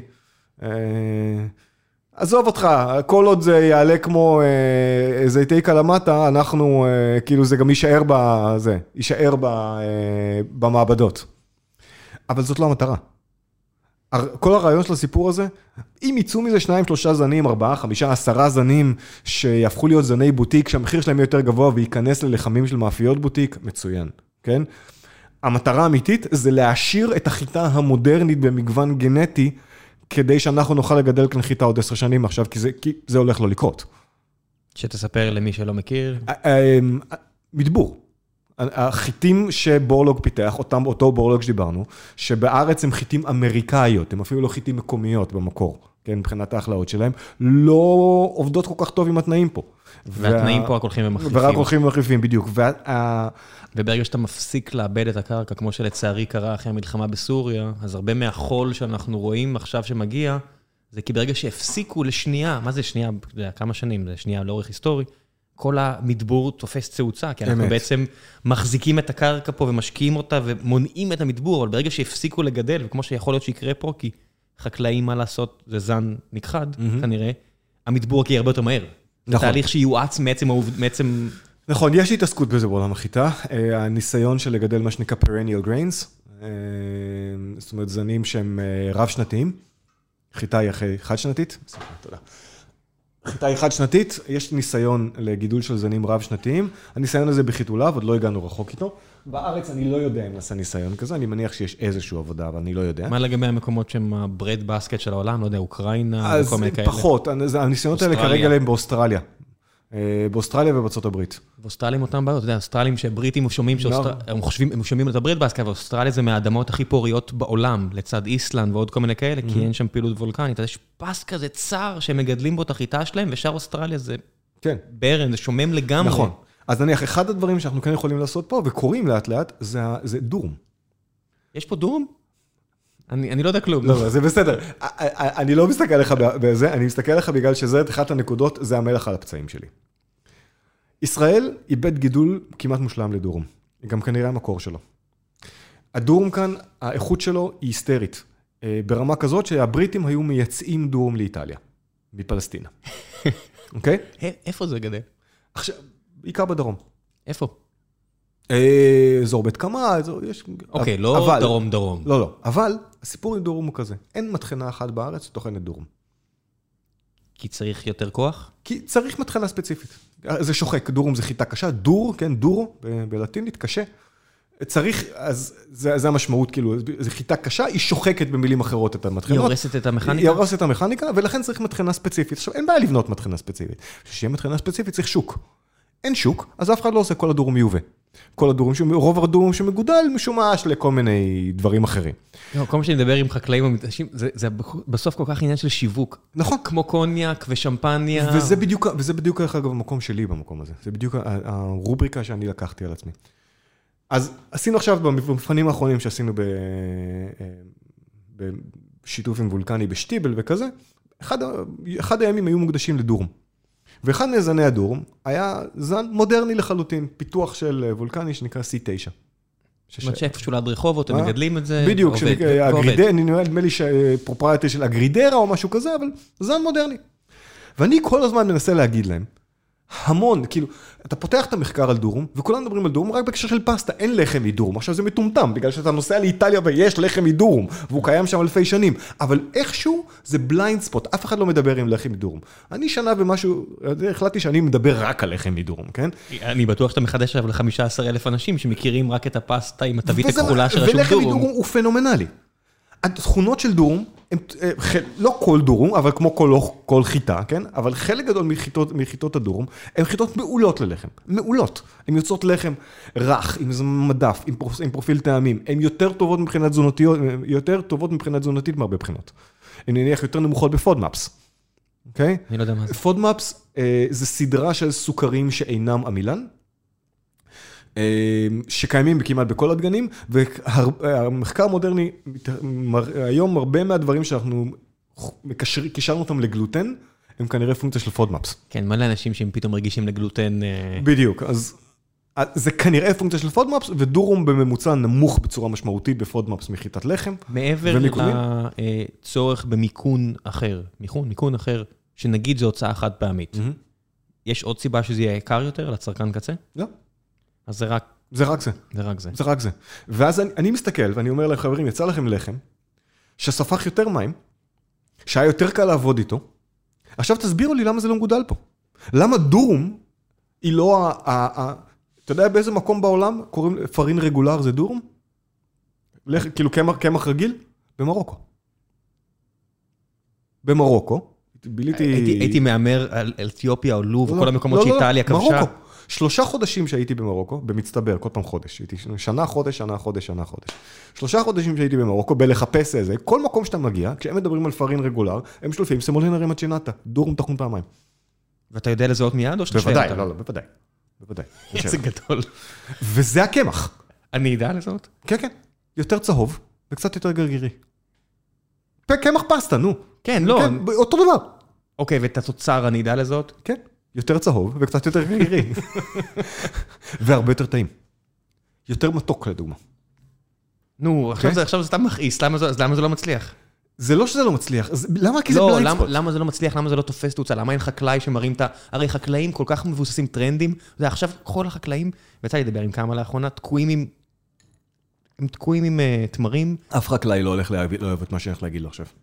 עזוב אותך, כל עוד זה יעלה כמו זיתי קלמטה, אנחנו, כאילו זה גם יישאר במעבדות. אבל זאת לא המטרה. כל הרעיון של הסיפור הזה, אם יצאו מזה 2-3 זנים, 4, 5, 10 זנים, שיהפכו להיות זני בוטיק, שהמחיר שלהם יותר גבוה, וייכנס ללחמים של מאפיות בוטיק, מצוין, כן? המטרה האמיתית זה להשאיר את החיטה המודרנית במגוון גנטי, כדי שאנחנו נוכל לגדל כאן חיטה עוד 10 שנים עכשיו, כי זה הולך לא לקרות. שתספר למי שלא מכיר. מדבור. החיטים שבורלוג פיתח, אותו בורלוג שדיברנו, שבארץ הם חיטים אמריקאיות, הם אפילו לא חיטים מקומיות במקור, כן, מבחינת ההחלאות שלהם, לא עובדות כל כך טוב עם התנאים פה. והתנאים פה רק הולכים ומחליפים. ורק הולכים ומחליפים, בדיוק. וברגע שאתה מפסיק לאבד את הקרקע, כמו שלצערי קרה אחרי המלחמה בסוריה, אז הרבה מהחול שאנחנו רואים עכשיו שמגיע, זה כי ברגע שהפסיקו לשנייה, מה זה שנייה? כמה שנים? זה שנייה לאורך היסטורי, כל המדבור תופס צאוצה, כי אנחנו בעצם מחזיקים את הקרקע פה ומשקיעים אותה ומונעים את המדבור, אבל ברגע שהפסיקו לגדל, וכמו שיכול להיות שיקרה פה, כי חקלאים מה לעשות, זה זן נכחד, כנראה, המדבור כי הרבה יותר מהר. זה תהליך שיועץ מעצם... נכון, יש התעסקות בזה בעולם החיטה, הניסיון של לגדל מה שנקרא perennial grains, זאת אומרת זנים שהם רב-שנתיים, חיטה היא חד-שנתית, תודה. חיטה היא חד-שנתית, יש ניסיון לגידול של זנים רב-שנתיים, הניסיון הזה בחיתוליו, עוד לא הגענו רחוק איתו, בארץ אני לא יודע אם נעשה ניסיון כזה, אני מניח שיש איזושהי עבודה, אבל אני לא יודע. מה לגבי המקומות שהם הברד בסקט של העולם, לא יודע, אוקראינה, וכל מיני כאלה? אז פחות, הניסיונות האלה כרגע להם באוסטרליה. באוסטרליה ובארצות הברית. באוסטרליה עם אותם בעיות, אתה יודע, אוסטרלים שבריטים שומעים, הם שומעים את הברד בסקט, ואוסטרליה זה מהאדמות הכי פוריות בעולם, לצד איסלנד ועוד כל מיני כאלה, כי אין שם פעילות וולקנית, אז יש פס כזה צר שמגדלים בו את החיטה שלהם, ושאר אוסטרליה זה ברן, זה שומם לגמרי. נכון. אז נניח, אחד הדברים שאנחנו כן יכולים לעשות פה, וקוראים לאט לאט, זה דורום. יש פה דורום? אני לא יודע כלום. לא, זה בסדר. אני לא מסתכל עליך בזה, אני מסתכל עליך בגלל שזה אחת הנקודות, זה המלח על הפצעים שלי. ישראל איבד גידול כמעט מושלם לדורום. גם כנראה המקור שלו. הדורום כאן, האיכות שלו היא היסטרית. ברמה כזאת שהבריטים היו מייצאים דורום לאיטליה. מפלסטינה. אוקיי? איפה זה גדל? עכשיו, בעיקר בדרום. איפה? אזור בית קמה, אוקיי, לא דרום. לא, אבל הסיפור עם דורום הוא כזה. אין מטחנה אחת בארץ שטוחנת דורום. כי צריך יותר כוח? כי צריך מטחנה ספציפית. זה שוחק, דורום זה חיטה קשה, דורו, בלטינית, קשה. צריך, אז זה המשמעות, כאילו, זה חיטה קשה, היא שוחקת במילים אחרות את המטחנות. היא הורסת את המכניקה? היא הורסת את המכניקה, ולכן צריך מטחנה ספציפית. עכשיו, אין בעיה לבנות מטחנה ספציפית. כשיהיה מטחנה ספציפית צריך שוק. אין שוק, אז אף אחד לא עושה כל הדורום מיובא. רוב הדורום שמגודל משומש לכל מיני דברים אחרים. כל מה שאני מדבר עם חקלאים ומתעשים, זה בסוף כל כך עניין של שיווק. נכון. כמו קוניאק ושמפניה. וזה בדיוק אגב המקום שלי במקום הזה. זה בדיוק הרובריקה שאני לקחתי על עצמי. אז עשינו עכשיו במבחנים האחרונים שעשינו בשיתוף עם וולקני בשטיבל וכזה, אחד הימים היו מוקדשים לדורום. ואחד מזני הדורום היה זן מודרני לחלוטין, פיתוח של וולקני שנקרא C9. זאת אומרת שאיפשהו ליד רחובות, הם מגדלים את זה. בדיוק, נדמה לי פרופרייטר של אגרידרה או משהו כזה, אבל זן מודרני. ואני כל הזמן מנסה להגיד להם, המון, כאילו, אתה פותח את המחקר על דורום, וכולם מדברים על דורום רק בקשר של פסטה, אין לחם מדורום, עכשיו זה מטומטם, בגלל שאתה נוסע לאיטליה ויש לחם מדורום, והוא קיים שם אלפי שנים, אבל איכשהו זה בליינד ספוט, אף אחד לא מדבר עם לחם מדורום. אני שנה ומשהו, החלטתי שאני מדבר רק על לחם מדורום, כן? אני בטוח שאתה מחדש עכשיו ל15,000 אנשים שמכירים רק את הפסטה עם התווית הכחולה של רשום דורום. ולחם מדורום הוא פנומנלי. התכונות של דורום, לא כל דורום, אבל כמו כל חיטה, כן? אבל חלק גדול מחיטות הדורום, הן חיטות מעולות ללחם. מעולות. הן יוצאות לחם רך, עם מדף, עם פרופיל טעמים. הן יותר טובות מבחינת תזונתית מהרבה בחינות. הן נניח יותר נמוכות בפודמאפס. אוקיי? אני לא יודע מה זה. פודמאפס זה סדרה של סוכרים שאינם עמילן, שקיימים כמעט בכל הדגנים, והמחקר המודרני, היום הרבה מהדברים שאנחנו קישרנו אותם לגלוטן, הם כנראה פונקציה של פודמאפס. כן, מלא אנשים שהם פתאום רגישים לגלוטן. בדיוק, אז זה כנראה פונקציה של פודמאפס, ודורום בממוצע נמוך בצורה משמעותית בפודמאפס מחיטת לחם. מעבר לצורך במיקון אחר, מיקון אחר, שנגיד זו הוצאה חד פעמית. יש עוד סיבה שזה יהיה יקר יותר לצרכן קצה? לא. אז זה רק... זה רק זה. זה רק זה. זה רק זה. ואז אני מסתכל ואני אומר להם, חברים, יצא לכם לחם, שספח יותר מים, שהיה יותר קל לעבוד איתו. עכשיו תסבירו לי למה זה לא מגודל פה. למה דורום היא לא אתה יודע באיזה מקום בעולם קוראים פרין רגולר זה דורום? כאילו קמח רגיל? במרוקו. במרוקו. הייתי מאמר על אתיופיה או לוב, כל המקומות שאיטליה כבשה. מרוקו. 3 חודשים שהייתי במרוקו, במצטבר, כל פעם חודש. הייתי שנה, חודש. 3 חודשים שהייתי במרוקו, בלחפש איזה, כל מקום שאתה מגיע, כשהם מדברים על פרין רגולר, הם שלופים סמולינרי מצ'ינטה, דורום תחום פעמיים. ואתה יודע לזהות מיד או שאתה שואל אותם? לא, בוודאי. איזה גדול. וזה הקמח. אני יודע לזהות? כן. יותר צהוב, וקצת יותר גרגירי. קמח פסטה, נו. כן, לא. אותו דבר. אוקיי, ואת התוצר אני יודע לזהות? כן. יותר צהוב וקצת יותר גרגירי. והרבה יותר טעים. יותר מתוק לדוגמה. נו, עכשיו זה סתם מכעיס, למה זה לא מצליח? זה לא שזה לא מצליח, למה? כי זה בליינד ספוט. למה זה לא מצליח? למה זה לא תופס תוצאה? למה אין חקלאי שמראים את הרי חקלאים כל כך מבוססים טרנדים, זה עכשיו כל החקלאים, ויצא לי לדבר עם כמה לאחרונה, הם תקועים עם תמרים. אף חקלאי לא אוהב את מה שאני הולך להגיד לו עכשיו.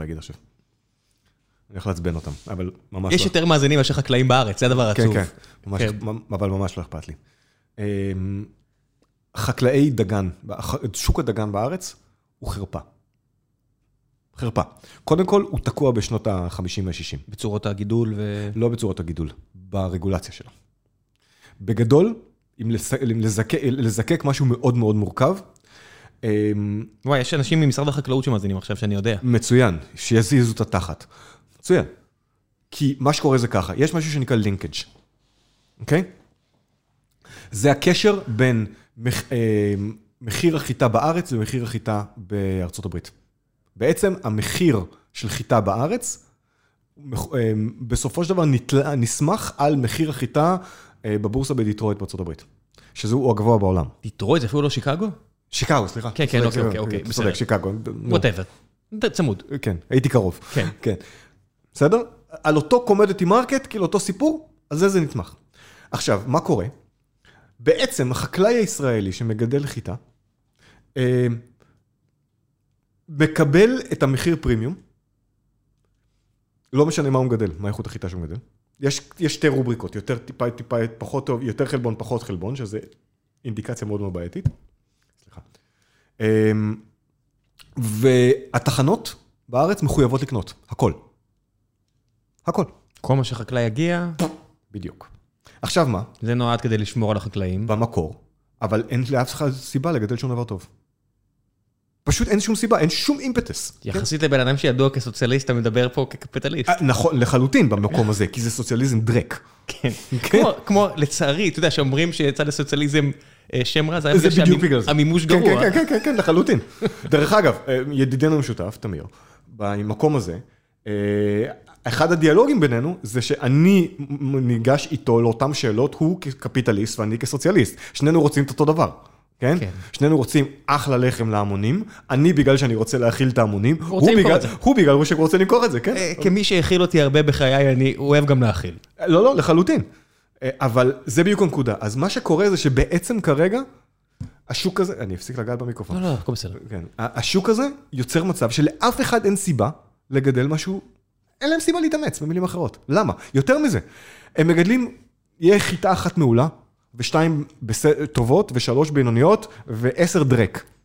אני הולך לעצבן אותם, אבל ממש לא. יש יותר מאזינים מאשר חקלאים בארץ, זה הדבר עצוב. כן, אבל ממש לא אכפת לי. חקלאי דגן, שוק הדגן בארץ, הוא חרפה. חרפה. קודם כל, הוא תקוע בשנות ה-50 וה-60. בצורות הגידול לא בצורות הגידול, ברגולציה שלו. בגדול, אם לזקק משהו מאוד מאוד מורכב, וואי, יש אנשים ממשרד החקלאות שמאזינים עכשיו שאני יודע. מצוין, שיזיזו את התחת. מצוין. כי מה שקורה זה ככה, יש משהו שנקרא linkage. אוקיי? זה הקשר בין מחיר החיטה בארץ ומחיר החיטה בארצות הברית. בעצם המחיר של חיטה בארץ, בסופו של דבר נסמך על מחיר החיטה בבורסה בדיטרויט בארצות הברית. שזהו הגבוה בעולם. דיטרויט זה אפילו לא שיקגו? שיקגו, סליחה. כן, אוקיי, בסדר. שיקגו. whatever. צמוד. כן, הייתי קרוב. כן. בסדר? על אותו קומודיטי מרקט, כאילו אותו סיפור, על זה נתמך. עכשיו, מה קורה? בעצם החקלאי הישראלי שמגדל חיטה, מקבל את המחיר פרימיום, לא משנה מה הוא מגדל, מה איכות החיטה שהוא מגדל. יש 2 רובריקות, יותר טיפה, פחות טוב, יותר חלבון, פחות חלבון, שזה אינדיקציה מאוד מאוד בעייתית. סליחה. והתחנות בארץ מחויבות לקנות, הכל. כל מה שחקלאי יגיע. בדיוק. עכשיו מה? זה נועד כדי לשמור על החקלאים. במקור, אבל אין לאף סיבה לגדל שום דבר טוב. פשוט אין שום סיבה, אין שום אימפטס. יחסית לבן אדם שידוע כסוציאליסט, אתה מדבר פה כקפיטליסט. נכון, לחלוטין במקום הזה, כי זה סוציאליזם דרק. כן. כמו לצערי, אתה יודע, שאומרים שיצא לסוציאליזם שם רע, זה בדיוק בגלל זה. המימוש גרוע. כן, לחלוטין. דרך אגב, ידידנו משותף, תמיר, במקום הזה, אחד הדיאלוגים בינינו זה שאני ניגש איתו לאותם שאלות, הוא כקפיטליסט ואני כסוציאליסט. שנינו רוצים את אותו דבר. כן? שנינו רוצים אחלה לחם להמונים, אני בגלל שאני רוצה להאכיל את ההמונים, הוא בגלל שהוא רוצה למכור את זה, כן? כמי שהאכיל אותי הרבה בחיי, אני אוהב גם להאכיל. לא, לחלוטין. אבל זה בדיוק הנקודה. אז מה שקורה זה שבעצם כרגע, השוק הזה, אני אפסיק לגעת במיקרופון. לא, הכל בסדר. השוק הזה יוצר מצב שלאף אחד אין סיבה לגדל משהו, אין להם סיבה להתאמץ, במילים אחרות. למה? יותר מזה. הם מגדלים, יהיה חיטה אחת מעולה, ו2 טובות, ו3 בינוניות, ו10 דרק.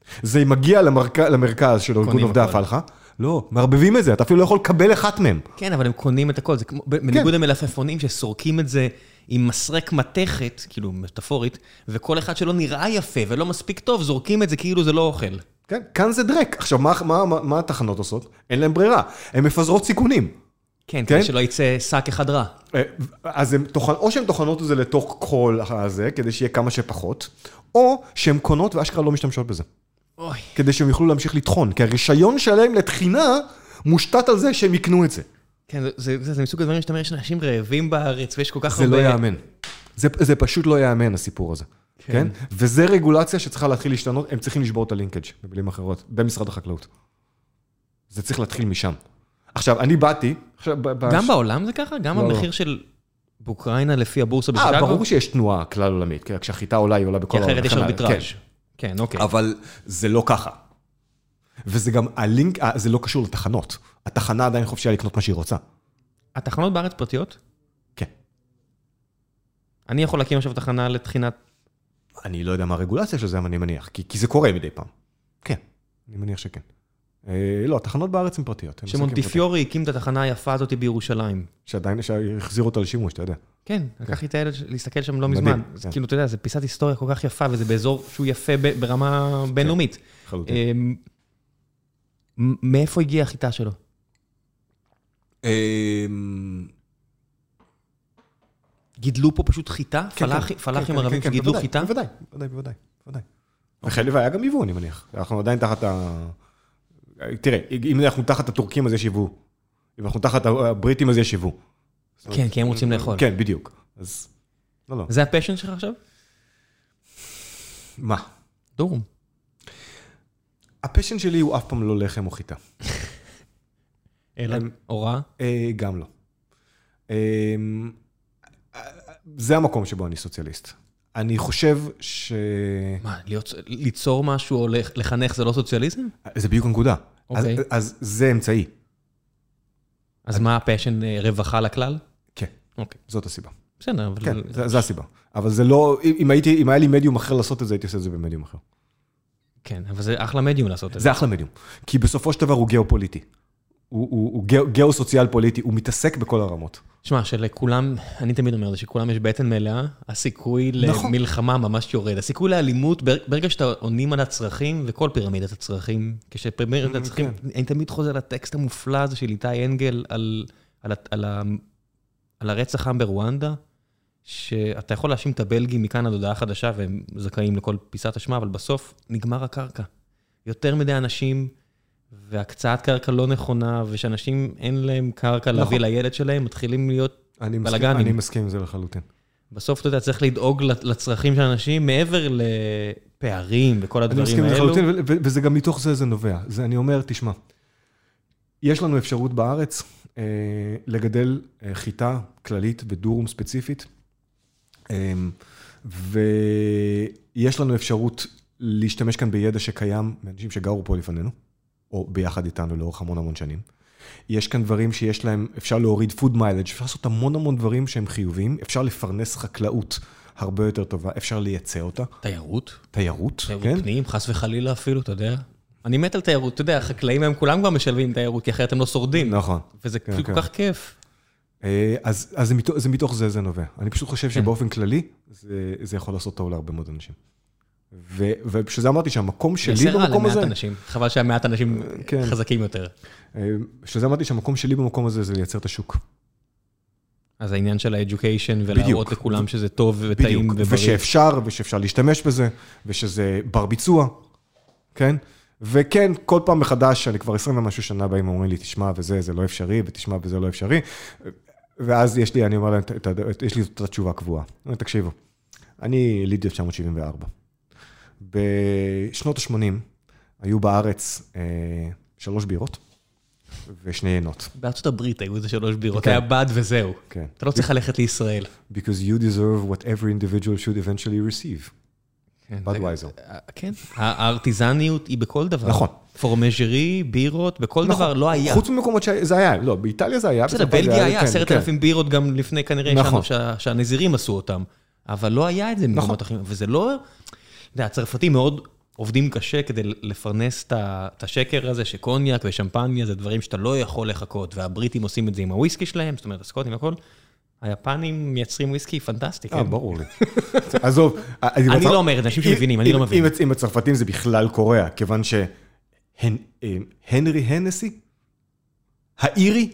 זה מגיע למרכז של ארגון עובדי הפלחה, לא, מערבבים את זה, אתה אפילו לא יכול לקבל אחת מהם. כן, אבל הם קונים את הכל, זה בניגוד המלפפונים שסורקים את זה עם מסרק מתכת, כאילו מטאפורית, וכל אחד שלא נראה יפה ולא מספיק טוב, זורקים את זה כאילו זה לא אוכל. כן, כאן זה דרק. עכשיו, מה התחנות עושות? אין להם ברירה, הן מפזרות סיכונים. כן, כדי שלא יצא שק אחד רע. אז או שהן טוחנות את זה לתוך כל הזה, כדי שיהיה כמה שפחות, או שהן קונות ואשכרה לא משתמשות בזה. אוי. כדי שהם יוכלו להמשיך לטחון, כי הרישיון שלהם לתחינה מושתת על זה שהם יקנו את זה. כן, זה מסוג הדברים שאתה אומר, יש אנשים רעבים בארץ, ויש כל כך הרבה... זה לא יאמן. זה פשוט לא יאמן, הסיפור הזה. כן? וזה רגולציה שצריכה להתחיל להשתנות, הם צריכים לשבור את הלינקג' במילים אחרות, במשרד החקלאות. זה צריך להתחיל משם. עכשיו, אני באתי... גם בעולם זה ככה? גם המחיר של באוקראינה לפי הבורסה בשיקגו? ברור שיש תנועה כלל עולמית, כשהחיטה עולה, היא עולה בכל העולם. כי אחרת יש ארביטראז'. כן, אוקיי. אבל זה לא ככה. וזה גם, הלינק, זה לא קשור לתחנות. התחנה עדיין חופשייה לקנות מה שהיא רוצה. התחנות בארץ פרטיות? כן. אני יכול להקים עכשיו תחנה לתחינת... אני לא יודע מה הרגולציה של זה, אבל אני מניח, כי זה קורה מדי פעם. כן, אני מניח שכן. לא, התחנות בארץ הן פרטיות. שמונטיפיורי הקים את התחנה היפה הזאת בירושלים. שעדיין החזירו אותה לשימוש, אתה יודע. כן, לקחתי את הילד להסתכל שם לא מזמן. כאילו, אתה יודע, זה פיסת היסטוריה כל כך יפה, וזה באזור שהוא יפה ברמה בינלאומית. חלוטין. מאיפה הגיעה החיטה שלו? גידלו פה פשוט חיטה? פלאחים ערבים שגידלו חיטה? בוודאי. וחלב היה גם יבוא, אני מניח. אנחנו עדיין תחת תראה, אם אנחנו תחת הטורקים, אז יש יבוא. אם אנחנו תחת הבריטים, אז יש יבוא. כן, כי הם רוצים לאכול. כן, בדיוק. אז, לא. זה הפשן שלך עכשיו? מה? דורום. הפשן שלי הוא אף פעם לא לחם או חיטה. אלא אורה? גם לא. זה המקום שבו אני סוציאליסט. אני חושב מה, ליצור משהו או לחנך זה לא סוציאליזם? זה בדיוק הנקודה. אז זה אמצעי. אז מה הפשן, רווחה לכלל? כן. זאת הסיבה. בסדר, אבל... כן, זה הסיבה. אבל זה לא, אם היה לי מדיום אחר לעשות את זה, הייתי עושה את זה במדיום אחר. כן, אבל זה אחלה מדיום לעשות את זה. זה אחלה מדיום. כי בסופו של דבר הוא גיאופוליטי. הוא גיאו-סוציאל פוליטי, הוא מתעסק בכל הרמות. שמע, שלכולם, אני תמיד אומר, שלכולם יש בטן מלאה, הסיכוי למלחמה ממש יורד. הסיכוי לאלימות, ברגע שאתה עונים על הצרכים, וכל פירמידת הצרכים, כשפירמידת הצרכים, אני תמיד חוזר לטקסט המופלא הזה של איתי אנגל, על הרצח עם ברואנדה, שאתה יכול להאשים את הבלגים מכאן עד הודעה חדשה, והם זכאים לכל פיסת אשמה, אבל בסוף נגמר הקרקע. יותר מדי אנשים, והקצאת קרקע לא נכונה, ושאנשים אין להם קרקע להביא לילד שלהם, מתחילים להיות בלגנים. אני מסכים עם זה לחלוטין. בסוף אתה יודע, צריך לדאוג לצרכים של אנשים, מעבר לפערים וכל הדברים האלו. אני מסכים לחלוטין, וזה גם מתוך זה נובע. אני אומר, תשמע, יש לנו אפשרות בארץ לגדל חיטה כללית בדורום ספציפית, ויש לנו אפשרות להשתמש כאן בידע שקיים מאנשים שגרו פה לפנינו, או ביחד איתנו לאורך המון שנים. יש כאן דברים שיש להם, אפשר להוריד food mileage, אפשר לעשות המון דברים שהם חיוביים, אפשר לפרנס חקלאות הרבה יותר טובה, אפשר לייצא אותה. תיירות? תיירות, כן. תיירות פנים, חס וחלילה אפילו, אתה יודע. אני מת על תיירות, אתה יודע, החקלאים הם כולם כבר משלבים תיירות, כי אחרת הם לא שורדים. נכון. וזה כל כך כיף. אז זה מתוך זה נובע. אני פשוט חושב שבאופן כללי, זה יכול לעשות טוב להרבה מאוד אנשים. ושזה אמרתי שהמקום שלי במקום הזה... חבל שהמעט אנשים חזקים יותר. שזה אמרתי שהמקום שלי במקום הזה זה לייצר את השוק. אז העניין של האדיוקיישן ולהראות לכולם שזה טוב וטעים ובריא. ושאפשר להשתמש בזה, ושזה בר ביצוע, כן? וכן, כל פעם מחדש, אני כבר 20 ומשהו שנה באים אומרים לי, תשמע וזה לא אפשרי, ותשמע וזה לא אפשרי, ואז אני אומר להם, יש לי את התשובה הקבועה. תקשיבו, אני יליד 1974. בשנות ה-80 היו בארץ 3 בירות ו2 יינות. בארצות הברית היו איזה 3 בירות, היה בד וזהו. אתה לא צריך ללכת לישראל. Because you deserve what every individual should eventually receive. Budweiser. כן, הארטיזניות היא בכל דבר. נכון. פורמז'רי, בירות, בכל דבר לא היה. חוץ ממקומות שזה היה, לא, באיטליה זה היה. בסדר, בלגיה היה 10,000 בירות גם לפני כנראה שהנזירים עשו אותם. אבל לא היה את זה במקומות אחרים. וזה לא... הצרפתים מאוד עובדים קשה כדי לפרנס את השקר הזה, שקוניאק ושמפניה זה דברים שאתה לא יכול לחכות, והבריטים עושים את זה עם הוויסקי שלהם, זאת אומרת, הסקוטים והכל, היפנים מייצרים וויסקי פנטסטי. ברור לי. עזוב. אני לא אומר, אנשים שמבינים, אני לא מבין. אם הצרפתים זה בכלל קוריאה, כיוון שהנרי הנסי, האירי,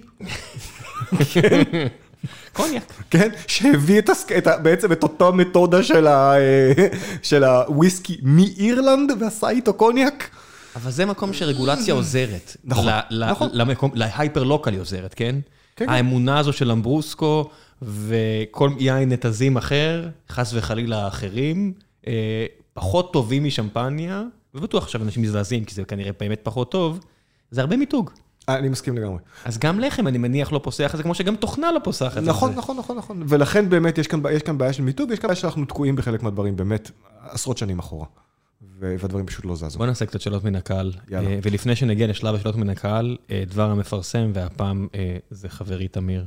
קוניאק. כן, שהביא בעצם את אותו מתודה של הוויסקי מאירלנד, ועשה איתו קוניאק. אבל זה מקום שרגולציה עוזרת. נכון. להייפר-לוקלי עוזרת, כן? האמונה הזו של אמברוסקו, וכל יין נתזים אחר, חס וחלילה אחרים, פחות טובים משמפניה, ובטוח עכשיו אנשים מזדעזעים, כי זה כנראה באמת פחות טוב, זה הרבה מיתוג. אני מסכים לגמרי. אז גם לחם, אני מניח, לא פוסח את זה, כמו שגם תוכנה לא פוסח את זה. נכון. ולכן באמת יש כאן בעיה של מיתוג, ויש כאן בעיה שאנחנו תקועים בחלק מהדברים, באמת עשרות שנים אחורה. והדברים פשוט לא זזו. בוא נעשה קצת שאלות מן הקהל. ולפני שנגיע לשלב השאלות מן הקהל, דבר המפרסם, והפעם זה חברי תמיר.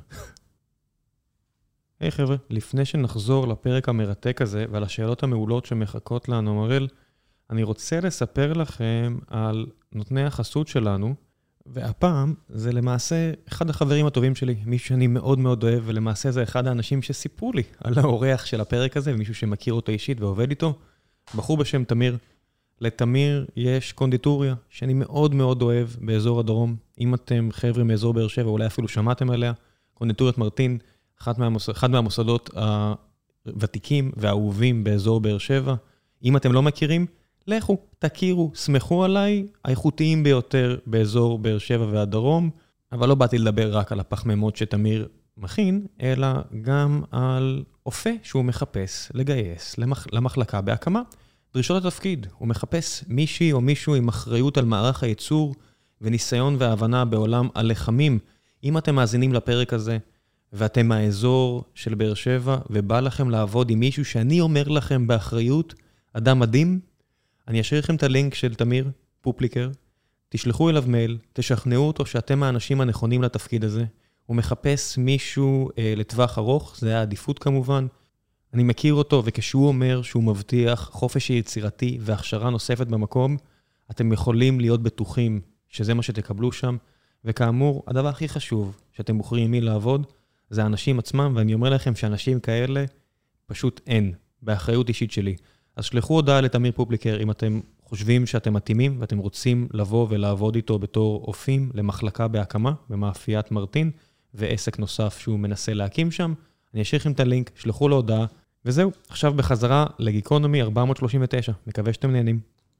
היי חבר'ה, לפני שנחזור לפרק המרתק הזה, ועל השאלות המעולות שמחכות לנו, מרל, אני רוצה לספר לכם על נותני החסות שלנו, והפעם זה למעשה אחד החברים הטובים שלי, מישהו שאני מאוד מאוד אוהב, ולמעשה זה אחד האנשים שסיפרו לי על האורח של הפרק הזה, ומישהו שמכיר אותו אישית ועובד איתו, בחור בשם תמיר. לתמיר יש קונדיטוריה שאני מאוד מאוד אוהב באזור הדרום. אם אתם חבר'ה מאזור באר שבע, אולי אפילו שמעתם עליה, קונדיטוריית מרטין, אחד מהמוסדות הוותיקים והאהובים באזור באר שבע. אם אתם לא מכירים, לכו, תכירו, שמחו עליי, האיכותיים ביותר באזור באר שבע והדרום, אבל לא באתי לדבר רק על הפחמימות שתמיר מכין, אלא גם על אופה שהוא מחפש לגייס למחלקה בהקמה. דרישות התפקיד, הוא מחפש מישהי או מישהו עם אחריות על מערך הייצור וניסיון והבנה בעולם הלחמים. אם אתם מאזינים לפרק הזה ואתם מהאזור של באר שבע ובא לכם לעבוד עם מישהו שאני אומר לכם באחריות, אדם מדהים, אני אשאיר לכם את הלינק של תמיר פופליקר, תשלחו אליו מייל, תשכנעו אותו שאתם האנשים הנכונים לתפקיד הזה. הוא מחפש מישהו לטווח ארוך, זה העדיפות כמובן. אני מכיר אותו, וכשהוא אומר שהוא מבטיח חופש יצירתי והכשרה נוספת במקום, אתם יכולים להיות בטוחים שזה מה שתקבלו שם. וכאמור, הדבר הכי חשוב שאתם בוחרים עם מי לעבוד, זה האנשים עצמם, ואני אומר לכם שאנשים כאלה פשוט אין, באחריות אישית שלי. אז שלחו הודעה לתמיר פופליקר, אם אתם חושבים שאתם מתאימים, ואתם רוצים לבוא ולעבוד איתו בתור אופים למחלקה בהקמה, במאפיית מרטין, ועסק נוסף שהוא מנסה להקים שם. אני אשאיר לכם את הלינק, שלחו לו הודעה, וזהו. עכשיו בחזרה לגיקונומי 439, מקווה שאתם נהנים.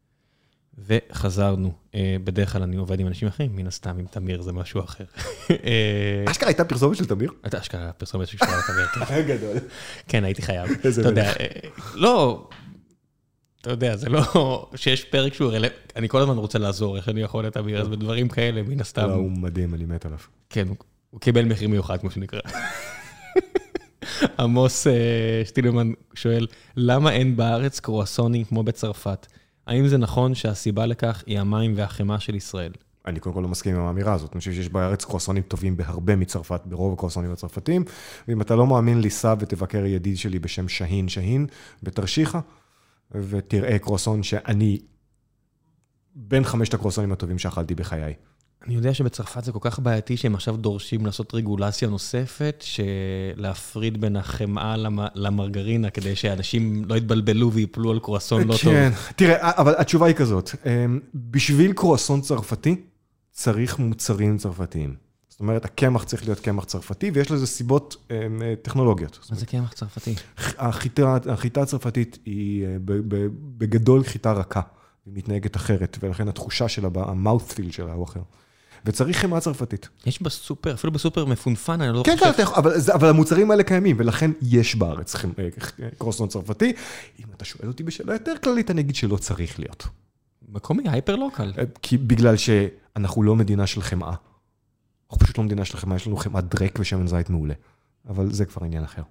וחזרנו. בדרך כלל אני עובד עם אנשים אחרים, מן הסתם עם תמיר זה משהו אחר. אשכרה הייתה פרסומת של תמיר? הייתה אשכרה פרסומת של תמיר, כן. גדול. כן, הייתי חייב. אתה יודע, לא, אתה יודע, זה לא שיש פרק שהוא אני כל הזמן רוצה לעזור, איך אני יכול לתמיר, אז בדברים כאלה, מן הסתם. הוא מדהים, אני מת עליו. כן, הוא קיבל מחיר מיוחד, כמו שנקרא. עמוס שטילמן שואל, למה אין בארץ קרואסונים כמו בצרפת? האם זה נכון שהסיבה לכך היא המים והחמה של ישראל? אני קודם כל לא מסכים עם האמירה הזאת. אני חושב שיש בארץ קרואסונים טובים בהרבה מצרפת, ברוב הקרואסונים הצרפתיים, ואם אתה לא מאמין לי, סע ותבקר ידיד שלי בשם שהין בתרשיחה, ותראה קרואסון שאני בין 5 הקרואסונים הטובים שאכלתי בחיי. אני יודע שבצרפת זה כל כך בעייתי שהם עכשיו דורשים לעשות רגולציה נוספת, להפריד בין החמאה למרגרינה, כדי שאנשים לא יתבלבלו ויפלו על קרואסון לא טוב. כן, תראה, אבל התשובה היא כזאת, בשביל קרואסון צרפתי, צריך מוצרים צרפתיים. זאת אומרת, הקמח צריך להיות קמח צרפתי, ויש לזה סיבות טכנולוגיות. מה זה קמח צרפתי? החיטה הצרפתית היא בגדול חיטה רכה, היא מתנהגת אחרת, ולכן התחושה שלה, המאות'פיל שלה הוא אחר. וצריך חמאה צרפתית. יש בסופר, אפילו בסופר מפונפן, אני לא חושב. כן, אבל המוצרים האלה קיימים, ולכן יש בארץ קרואסון צרפתי. אם אתה שואל אותי בשאלה יותר כללית, אני אגיד שלא צריך להיות. מקומי, הייפר-לוקל. בגלל שאנחנו לא מדינה של חמאה. אנחנו פשוט לא מדינה של חמאה, יש לנו חמאה דרק ושמן זית מעולה. אבל זה כבר עניין אחר.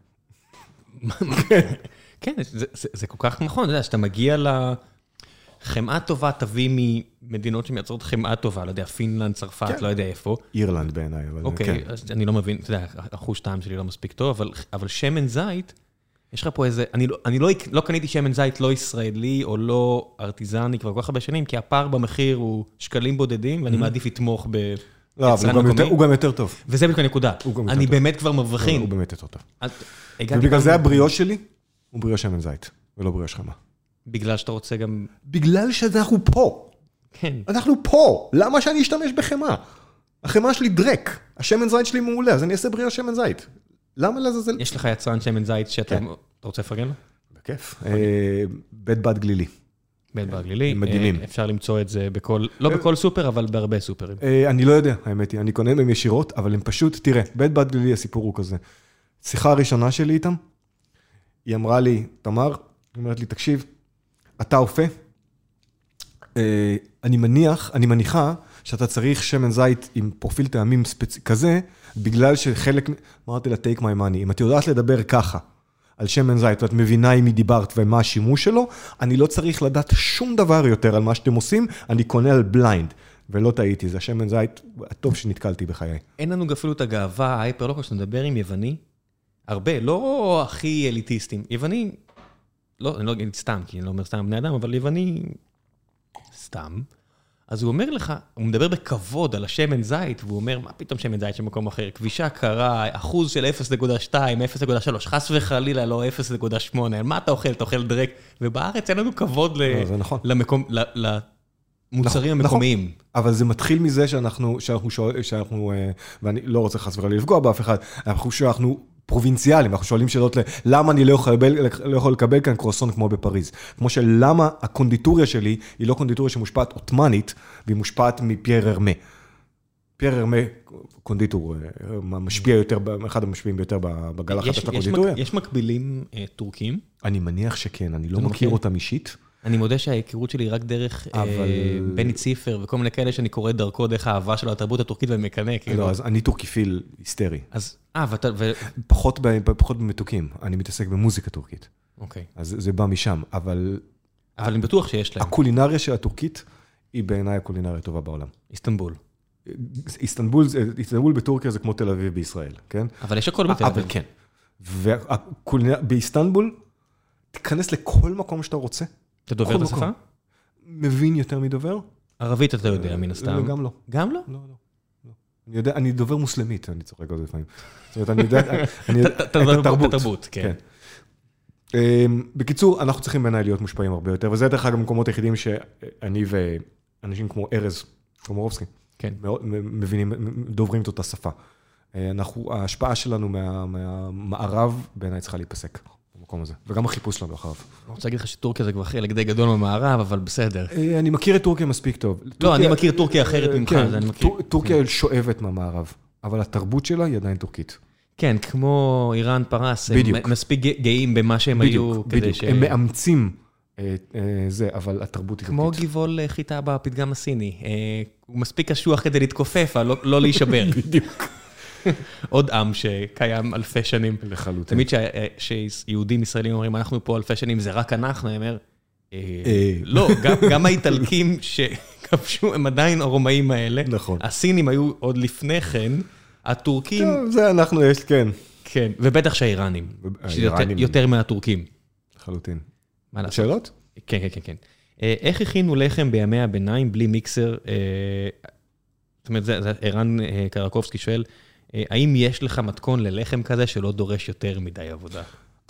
כן, זה כל כך נכון, אתה יודע, שאתה מגיע חמאה טובה תביא ממדינות שמייצרות חמאה טובה, לא יודע, פינלנד, צרפת, לא יודע איפה. אירלנד בעיניי, אבל כן. אוקיי, אז אני לא מבין, אתה יודע, החוש טעם שלי לא מספיק טוב, אבל שמן זית, יש לך פה איזה, אני לא קניתי שמן זית לא ישראלי או לא ארטיזני כבר כל כך הרבה שנים, כי הפער במחיר הוא שקלים בודדים, ואני מעדיף לתמוך ביצרן מקומי. הוא גם יותר טוב. וזה בדיוק הנקודה. אני באמת כבר מבחין. הוא באמת יותר טוב. הגעתי ובגלל זה הבריאוש שלי, הוא בריאוש שמן זית, ולא בריאוש חמה. בגלל שאתה רוצה גם... בגלל שאנחנו פה. כן. אנחנו פה. למה שאני אשתמש בחמה? החמה שלי דרק. השמן זית שלי מעולה, אז אני אעשה בריאוש שמן זית. למה לזלזל? יש לך יצרן שמן זית שאתה רוצה לפרגן לו? בכיף. בית בד גלילי. בית בד גלילי. מדהימים. אפשר למצוא את זה בכל, לא בכל סופר, אבל בהרבה סופרים. אני לא יודע, האמת היא. אני קונה מהם ישירות, אבל הם פשוט, תראה, בית בד גלילי, הסיפור הוא כזה. שיחה הראשונה שלי איתם, היא אמרה לי, תמר, היא אומרת לי, תקשיב, אתה אופה, אני מניחה שאתה צריך שמן זית עם פרופיל טעמים כזה, בגלל שחלק, אמרתי לה, take my money, אם את יודעת לדבר ככה, על שמן זית, ואת מבינה אם היא דיברת ומה השימוש שלו, אני לא צריך לדעת שום דבר יותר על מה שאתם עושים, אני קונה על בליינד, ולא טעיתי, זה השמן זית הטוב שנתקלתי בחיי. אין לנו אפילו את הגאווה, ההייפר, לא כל שאתה מדבר עם יווני, הרבה, לא הכי אליטיסטים, יווני, לא, אני לא אגיד סתם, כי אני לא אומר סתם בני אדם, אבל יווני סתם, אז הוא אומר לך, הוא מדבר בכבוד על השמן זית, והוא אומר, מה פתאום שמן זית של מקום אחר? כבישה קרה, אחוז של 0.2, 0.3, חס וחלילה, לא 0.8, מה אתה אוכל? אתה אוכל דרק, ובארץ אין לנו כבוד למוצרים המקומיים. אבל זה מתחיל מזה שאנחנו, ואני לא רוצה חס וחלילה לפגוע באף אחד, אנחנו פרובינציאלים, אנחנו שואלים שאלות למה אני לא יכול לקבל כאן קרוסון כמו בפריז. כמו שלמה הקונדיטוריה שלי היא לא קונדיטוריה שמושפעת אוטמנית, והיא מושפעת מפייר הרמה. פייר הרמה, קונדיטור, משפיע יותר, אחד המשפיעים ביותר בגלחת של הקונדיטוריה. יש מקבילים טורקים? אני מניח שכן, אני לא מכיר אותם אישית. אני מודה שההיכרות שלי רק דרך בני ציפר וכל מיני כאלה שאני קורא דרכו דרך האהבה של התרבות הטורקית ואני מקנה. לא, אז אני טורקיפיל היסטרי. אז, פחות במתוקים, אני מתעסק במוזיקה טורקית. אוקיי. אז זה בא משם, אבל אני בטוח שיש להם. הקולינריה של הטורקית היא בעיניי הקולינריה הטובה בעולם. איסטנבול. איסטנבול בטורקיה זה כמו תל אביב בישראל, כן? אבל יש הכל בתל אביב. אבל כן. באיסטנבול, תיכנס לכל מקום שאתה רוצה. אתה דובר את השפה? מבין יותר מדובר? ערבית אתה יודע, מן הסתם. גם לא. גם לא? לא, לא. אני דובר מוסלמית, אני צוחק על זה לפעמים. זאת אומרת, אני יודע את התרבות. כן. בקיצור, אנחנו צריכים בעיניי להיות מושפעים הרבה יותר, וזה דרך אגב המקומות היחידים שאני ואנשים כמו ארז קומורובסקי, מבינים, דוברים את אותה שפה. ההשפעה שלנו מהמערב בעיניי צריכה להיפסק. במקום הזה, וגם החיפוש שלנו אחריו. אני רוצה להגיד לך שטורקיה זה כבר חלק די גדול במערב, אבל בסדר. אני מכיר את טורקיה מספיק טוב. לא, אני מכיר טורקיה אחרת ממך, אז אני מכיר. טורקיה שואבת מהמערב, אבל התרבות שלה היא עדיין טורקית. כן, כמו איראן, פרס, הם מספיק גאים במה שהם היו. בדיוק, הם מאמצים זה, אבל התרבות היא כמו גבעול חיטה בפתגם הסיני. הוא מספיק קשוח כדי להתכופף, לא להישבר. בדיוק. עוד עם שקיים אלפי שנים. לחלוטין. תמיד שיהודים ישראלים אומרים, אנחנו פה אלפי שנים, זה רק אנחנו, אני אומר, לא, גם האיטלקים שכבשו, הם עדיין הרומאים האלה. נכון. הסינים היו עוד לפני כן, הטורקים... טוב, זה אנחנו יש, כן. כן, ובטח שהאיראנים. יותר מהטורקים. לחלוטין. מה לעשות? שאלות? כן, כן, כן. איך הכינו לחם בימי הביניים בלי מיקסר? זאת אומרת, זה ערן קרקובסקי שואל, האם יש לך מתכון ללחם כזה שלא דורש יותר מדי עבודה?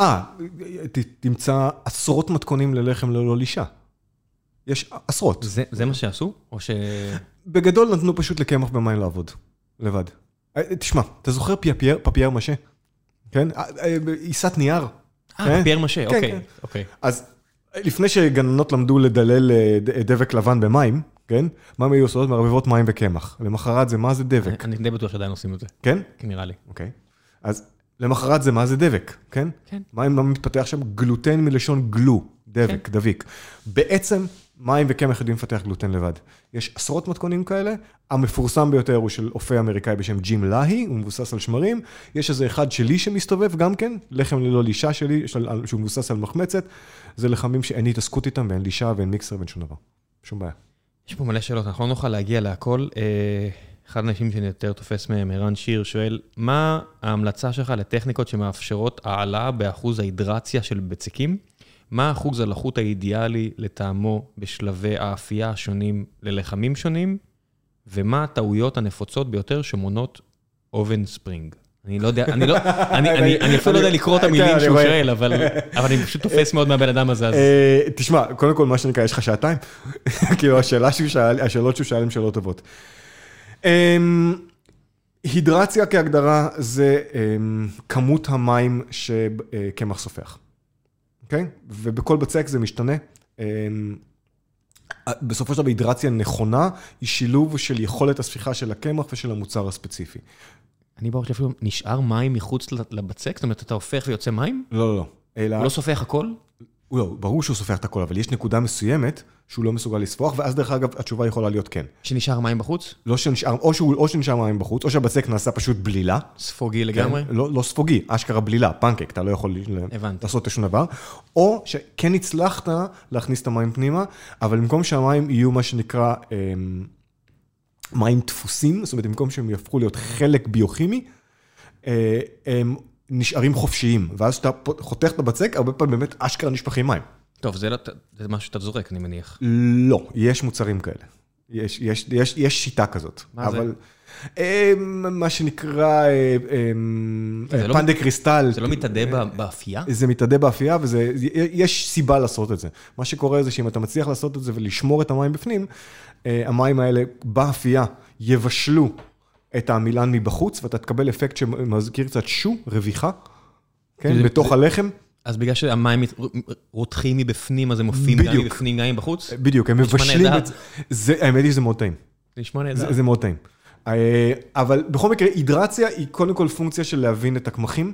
תמצא עשרות מתכונים ללחם ללא לישה. יש עשרות. זה מה שעשו? או ש... בגדול נתנו פשוט לקמח במים לעבוד, לבד. תשמע, אתה זוכר פפייר משה? כן? עיסת נייר. פפייר משה, אוקיי. אז לפני שגננות למדו לדלל דבק לבן במים, כן? מה הם היו עושות? מערבבות מים וקמח. למחרת זה מה זה דבק. אני די בטוח שעדיין עושים את זה. כן? כן, נראה לי. אוקיי. אז למחרת זה מה זה דבק, כן? כן. מים מתפתח שם גלוטן מלשון גלו, דבק, דביק. בעצם מים וקמח יודעים לפתח גלוטן לבד. יש עשרות מתכונים כאלה, המפורסם ביותר הוא של אופה אמריקאי בשם ג'ים להי, הוא מבוסס על שמרים, יש איזה אחד שלי שמסתובב גם כן, לחם ללא לישה שלי, שהוא מבוסס על מחמצת, זה לחמים שאין התעסקות איתם, ואין לישה ואין מיקסר ואין שום דבר. שום בעיה. יש פה מלא שאלות, אנחנו לא נוכל להגיע להכל. אחד האנשים שאני יותר תופס מהם, ערן שיר, שואל, מה ההמלצה שלך לטכניקות שמאפשרות העלאה באחוז ההידרציה של בצקים? מה אחוז הלחות האידיאלי לטעמו בשלבי האפייה השונים ללחמים שונים? ומה הטעויות הנפוצות ביותר שמונות אובן ספרינג? אני לא יודע, אני אפילו לא יודע לקרוא את המילים שהוא שואל, אבל אני פשוט תופס מאוד מהבן אדם הזה. תשמע, קודם כל מה שנקרא, יש לך שעתיים? כאילו, השאלות שהוא שאל הן שאלות טובות. הידרציה כהגדרה זה כמות המים שקמח סופח. אוקיי? ובכל בצק זה משתנה. בסופו של דבר, הידרציה נכונה היא שילוב של יכולת הספיחה של הקמח ושל המוצר הספציפי. אני ברור שאפילו נשאר מים מחוץ לבצק? זאת אומרת, אתה הופך ויוצא מים? לא, לא, לא. הוא לא סופח הכל? לא, ברור שהוא סופח את הכל, אבל יש נקודה מסוימת שהוא לא מסוגל לספוח, ואז דרך אגב, התשובה יכולה להיות כן. שנשאר מים בחוץ? לא שנשאר, או שנשאר מים בחוץ, או שהבצק נעשה פשוט בלילה. ספוגי לגמרי? כן, לא ספוגי, אשכרה בלילה, פנקק, אתה לא יכול לעשות שום דבר. או שכן הצלחת להכניס את המים פנימה, אבל במקום שהמים יהיו מה שנקרא מים דפוסים, זאת אומרת, במקום שהם יהפכו להיות חלק ביוכימי, הם נשארים חופשיים, ואז שאתה חותך את הבצק, הרבה פעמים באמת אשכרה נשפכים מים. טוב, זה משהו שאתה זורק, אני מניח. לא, יש מוצרים כאלה. יש שיטה כזאת. מה זה? אבל מה שנקרא פנדה קריסטל. זה לא מתעדה באפייה? זה מתעדה באפייה, ויש סיבה לעשות את זה. מה שקורה זה שאם אתה מצליח לעשות את זה ולשמור את המים בפנים, המים האלה באפייה יבשלו את העמילן מבחוץ, ואתה תקבל אפקט שמזכיר קצת רוויחה, כן, בתוך הלחם. אז בגלל שהמים רותחים מבפנים, אז הם מופיעים גם מבפנים גם מבחוץ? בדיוק, הם מבשלים את זה. האמת היא שזה מאוד טעים. זה נשמע נהדר. זה מאוד טעים. אבל בכל מקרה, הידרציה היא קודם כל פונקציה של להבין את הקמחים,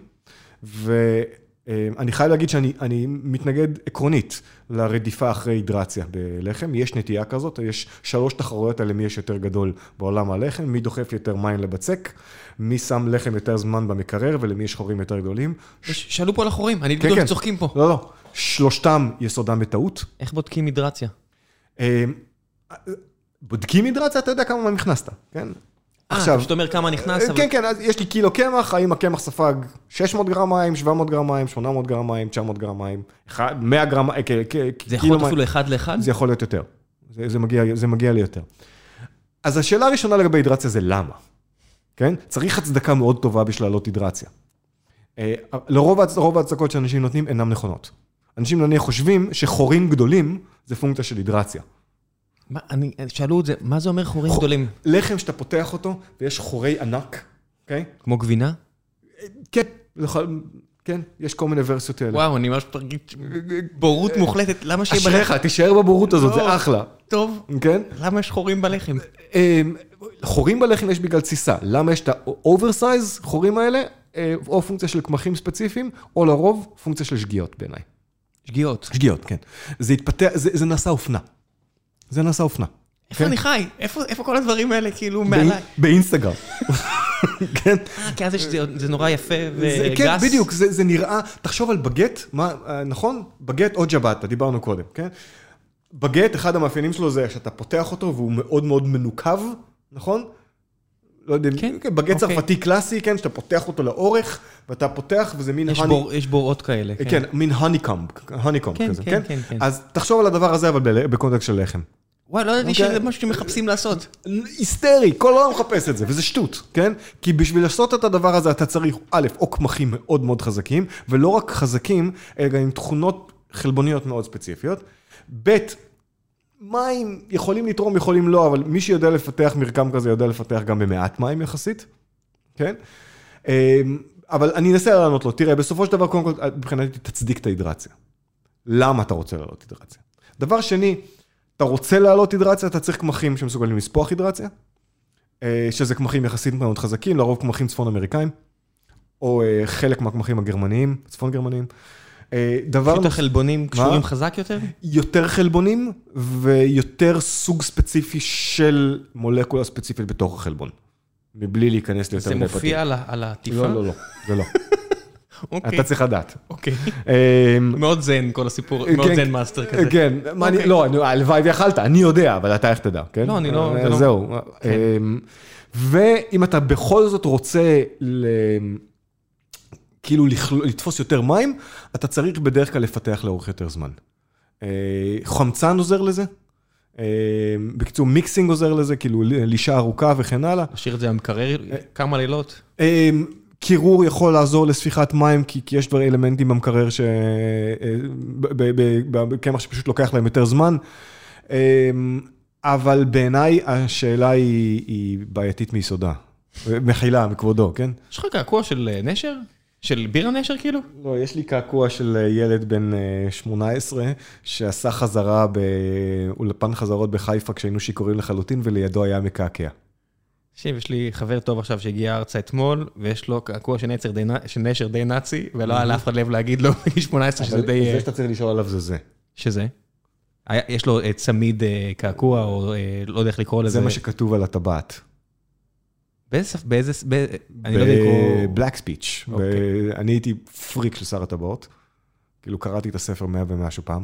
ואני חייב להגיד שאני מתנגד עקרונית לרדיפה אחרי הידרציה בלחם. יש נטייה כזאת, יש 3 תחרויות על מי יש יותר גדול בעולם הלחם, מי דוחף יותר מים לבצק, מי שם לחם יותר זמן במקרר, ולמי יש חורים יותר גדולים. שאלו פה על החורים, אני בגלל שצוחקים פה. לא, לא. 3 יסודם בטעות. איך בודקים הידרציה? בודקים הידרציה, אתה יודע כמה מים נכנסת, כן? עכשיו, שאתה אומר כמה נכנס, כן, כן, אז יש לי קילו קמח, האם הקמח ספג 600 גרם מים, 700 גרם מים, 800 גרם מים, 900 גרם מים, 100 גרם, זה יכול להיות אפילו 1 ל-1? זה יכול להיות יותר. זה מגיע לי יותר. אז השאלה הראשונה לגבי הידרציה זה למה? כן? צריך הצדקה מאוד טובה בשביל לעלות הידרציה. לרוב ההצדקות שאנשים נותנים אינם נכונות. אנשים נניח חושבים שחורים גדולים זה פונקציה של הידרציה. שאלו את זה, מה זה אומר חורים גדולים? לחם שאתה פותח אותו, ויש חורי ענק, אוקיי? כמו גבינה? כן, כן, יש כל מיני ורסיות האלה. וואו, אני ממש תרגיש בורות מוחלטת, למה שיהיה בלחם? אשריך, תישאר בבורות הזאת, זה אחלה. טוב, כן? למה יש חורים בלחם? חורים בלחם יש בגלל תסיסה. למה יש את האוברסייז, חורים האלה, או פונקציה של קמחים ספציפיים, או לרוב פונקציה של שגיאות בעיניי. שגיאות? שגיאות, כן. זה התפתח, זה נעשה אופנה. זה נעשה אופנה. איפה אני חי? איפה כל הדברים האלה כאילו מעליי? באינסטגרם. כן. כי אז זה נורא יפה וגס. כן, בדיוק, זה נראה, תחשוב על בגט, נכון? בגט או ג'באטה, דיברנו קודם, כן? בגט, אחד המאפיינים שלו זה שאתה פותח אותו והוא מאוד מאוד מנוקב, נכון? לא יודע, בגט צרפתי קלאסי, כן? שאתה פותח אותו לאורך, ואתה פותח וזה מין יש בורות כאלה. כן, מין הוניקומב כזה, כן? אז תחשוב על הדבר הזה, אבל בקונטקסט של לחם. וואי, לא יודעתי שזה משהו שמחפשים לעשות. היסטרי, כל העולם מחפש את זה, וזה שטות, כן? כי בשביל לעשות את הדבר הזה, אתה צריך, א', או קמחים מאוד מאוד חזקים, ולא רק חזקים, אלא גם עם תכונות חלבוניות מאוד ספציפיות. ב', מים יכולים לתרום, יכולים לא, אבל מי שיודע לפתח מרקם כזה, יודע לפתח גם במעט מים יחסית, כן? אבל אני אנסה לענות לו, תראה, בסופו של דבר, קודם כל, מבחינתי, תצדיק את ההידרציה. למה אתה רוצה לעלות הידרציה? דבר שני, אתה רוצה לעלות הידרציה, אתה צריך קמחים שמסוגלים לספוח הידרציה, שזה קמחים יחסית מאוד חזקים, לרוב קמחים צפון אמריקאים, או חלק מהקמחים הגרמניים, צפון גרמניים. יותר חלבונים קשורים חזק יותר? יותר חלבונים, ויותר סוג ספציפי של מולקולה ספציפית בתוך החלבון. מבלי להיכנס ליותר... זה מופיע על העטיפה? לא, זה לא. אתה צריך לדעת. אוקיי. מאוד זן כל הסיפור, מאוד זן מאסטר כזה. כן, לא, הלוואי ויכלת, אני יודע, אבל אתה איך תדע, כן? לא, אני לא... זהו. ואם אתה בכל זאת רוצה כאילו לתפוס יותר מים, אתה צריך בדרך כלל לפתח לאורך יותר זמן. חמצן עוזר לזה. בקיצור, מיקסינג עוזר לזה, כאילו לישה ארוכה וכן הלאה. נשאיר את זה במקרר כמה לילות? קירור יכול לעזור לספיחת מים, כי יש כבר אלמנטים במקרר בקמח שפשוט לוקח להם יותר זמן. אבל בעיניי השאלה היא בעייתית מיסודה. מחילה, מכבודו, כן? יש לך קעקוע של נשר? של בירה נשר כאילו? לא, יש לי קעקוע של ילד בן 18, שעשה חזרה באולפן חזרות בחיפה, כשהיינו שיכורים לחלוטין, ולידו היה מקעקע. יש לי חבר טוב עכשיו שהגיע ארצה אתמול, ויש לו קעקוע של נשר די נאצי, ולא היה לאף אחד לב להגיד לו בגיל 18 שזה די... זה שאתה צריך לשאול עליו זה זה. שזה? יש לו צמיד קעקוע, או לא יודע איך לקרוא לזה. זה מה שכתוב על הטבעת. באיזה... אני לא יודע לקרוא... בלק ספיץ'. אני הייתי פריק של שר הטבעות. כאילו קראתי את הספר 100 ומשהו פעם.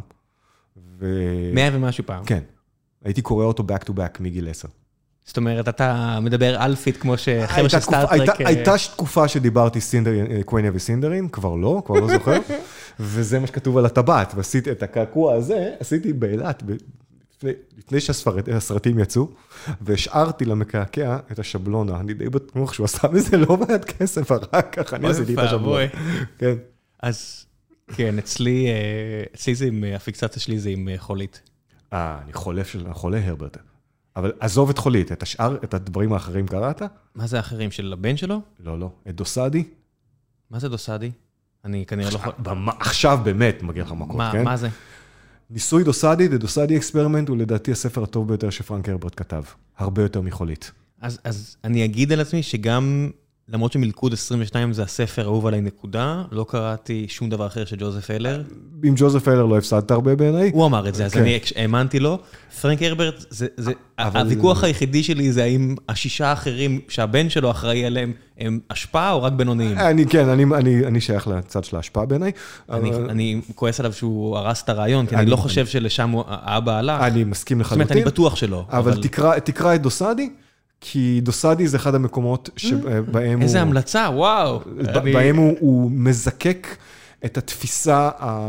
100 ומשהו פעם? כן. הייתי קורא אותו back to back מגיל 10. זאת אומרת, אתה מדבר אלפית כמו שחבר'ה של סטארטרק... הייתה תקופה שדיברתי קוויניה וסינדרים, כבר לא זוכר. וזה מה שכתוב על הטבעת. ועשיתי את הקעקוע הזה, עשיתי באילת, לפני שהסרטים יצאו, והשארתי למקעקע את השבלונה. אני די בטוח שהוא עשה מזה לא מעט כסף, רק ככה אני עשיתי את השבלונה. כן. אז כן, אצלי זה עם, הפיקסציה שלי זה עם חולית. אני חולה הרברט. אבל עזוב את חולית, את השאר, את הדברים האחרים קראת? מה זה האחרים? של הבן שלו? לא. את דוסאדי. מה זה דוסאדי? אני כנראה לא יכול... עכשיו באמת מגיע לך מכות, כן? מה זה? ניסוי דוסאדי, The Dosadi Experiment, הוא לדעתי הספר הטוב ביותר שפרנק הרברט כתב. הרבה יותר מחולית. אז אני אגיד על עצמי שגם, למרות שמלכוד 22 זה הספר האהוב עליי נקודה, לא קראתי שום דבר אחר של ג'וזף אלר. עם ג'וזף אלר לא הפסדת הרבה בעיניי. הוא אמר את זה, אז אני האמנתי לו. פרנק הרברט, הוויכוח היחידי שלי זה האם השישה האחרים שהבן שלו אחראי עליהם, הם השפעה או רק בינוניים? כן, אני שייך לצד של ההשפעה בעיניי. אני כועס עליו שהוא הרס את הרעיון, כי אני לא חושב שלשם האבא הלך. אני מסכים לחלוטין. זאת אומרת, אני בטוח שלא. אבל תקרא את דוסאדי, כי דוסאדי זה אחד המקומות שבהם הוא... איזה המלצה, וואו. בהם הוא מזקק את התפיסה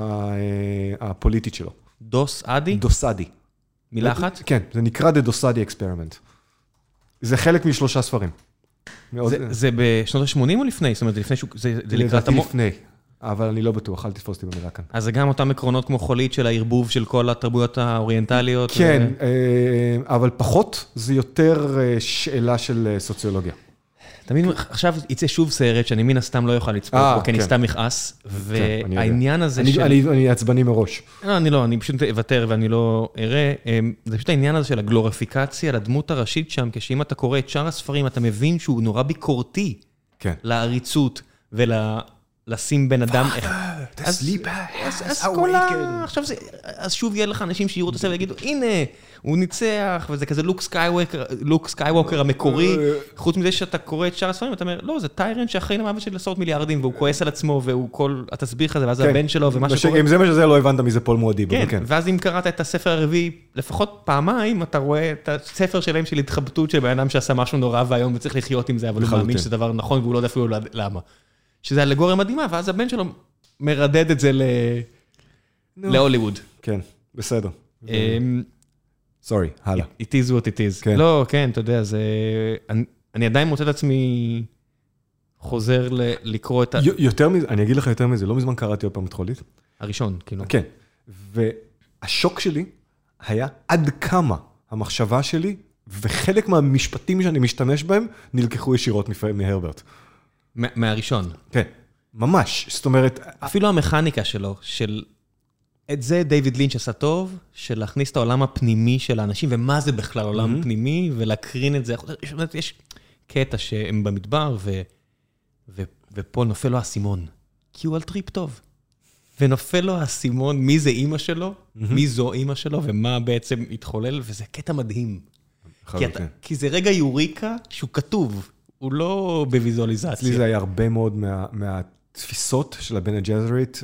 הפוליטית שלו. דוסאדי? דוסאדי. מילה אחת? כן, זה נקרא The Dosadi Experiment. זה חלק מ3 ספרים. זה בשנות ה-80 או לפני? זאת אומרת, זה לקראת המוח? לפני, אבל אני לא בטוח, אל תתפוס אותי במילה כאן. אז זה גם אותם עקרונות כמו חולית של הערבוב של כל התרבויות האוריינטליות? כן, אבל פחות, זה יותר שאלה של סוציולוגיה. תמיד, עכשיו יצא שוב סרט שאני מן הסתם לא יוכל לצפות בו, כי אני סתם מכעס, והעניין הזה של... אני עצבני מראש. לא, אני פשוט אוותר ואני לא אראה. זה פשוט העניין הזה של הגלוריפיקציה לדמות הראשית שם, כשאם אתה קורא את שאר הספרים, אתה מבין שהוא נורא ביקורתי לעריצות ולשים בן אדם... אז שוב יהיה לך אנשים שיראו את הסרט ויגידו, הנה, הוא ניצח, וזה כזה לוק סקייווקר המקורי. חוץ מזה שאתה קורא את שאר הספרים, אתה אומר, לא, זה טיירן שאחראי למוות של עשרות מיליארדים, והוא כועס על עצמו, והוא כל התסביר לך זה, ואז הבן שלו, ומה שקורה... אם זה מה שזה, לא הבנת מזה פול מואדיב. כן, ואז אם קראת את הספר הרביעי, לפחות פעמיים, אתה רואה את הספר שלהם של התחבטות של בן אדם שעשה משהו נורא והיום וצריך לחיות עם זה, אבל הוא מאמין שזה דבר נכון, והוא לא יודע אפילו למה. שזה אלגוריה מדהימה, ואז הבן שלו מרדד את זה להוליווד. כן, בסדר. סורי, הלאה. It is what it is. לא, כן, אתה יודע, אני עדיין מוצא את עצמי חוזר לקרוא את ה... יותר מזה, אני אגיד לך יותר מזה, לא מזמן קראתי עוד פעם את חולית. הראשון, כאילו. כן, והשוק שלי היה עד כמה המחשבה שלי, וחלק מהמשפטים שאני משתמש בהם, נלקחו ישירות מהרברט. מהראשון. כן, ממש. זאת אומרת... אפילו המכניקה שלו, של... את זה דיוויד לינץ' עשה טוב, של להכניס את העולם הפנימי של האנשים, ומה זה בכלל עולם פנימי, ולהקרין את זה. יש קטע שהם במדבר, ופה נופל לו הסימון, כי הוא על טריפ טוב. ונופל לו הסימון, מי זה אימא שלו, מי זו אימא שלו, ומה בעצם התחולל, וזה קטע מדהים. כי זה רגע יוריקה שהוא כתוב, הוא לא בוויזואליזציה. אצלי זה היה הרבה מאוד התפיסות של הבן הג'זרית,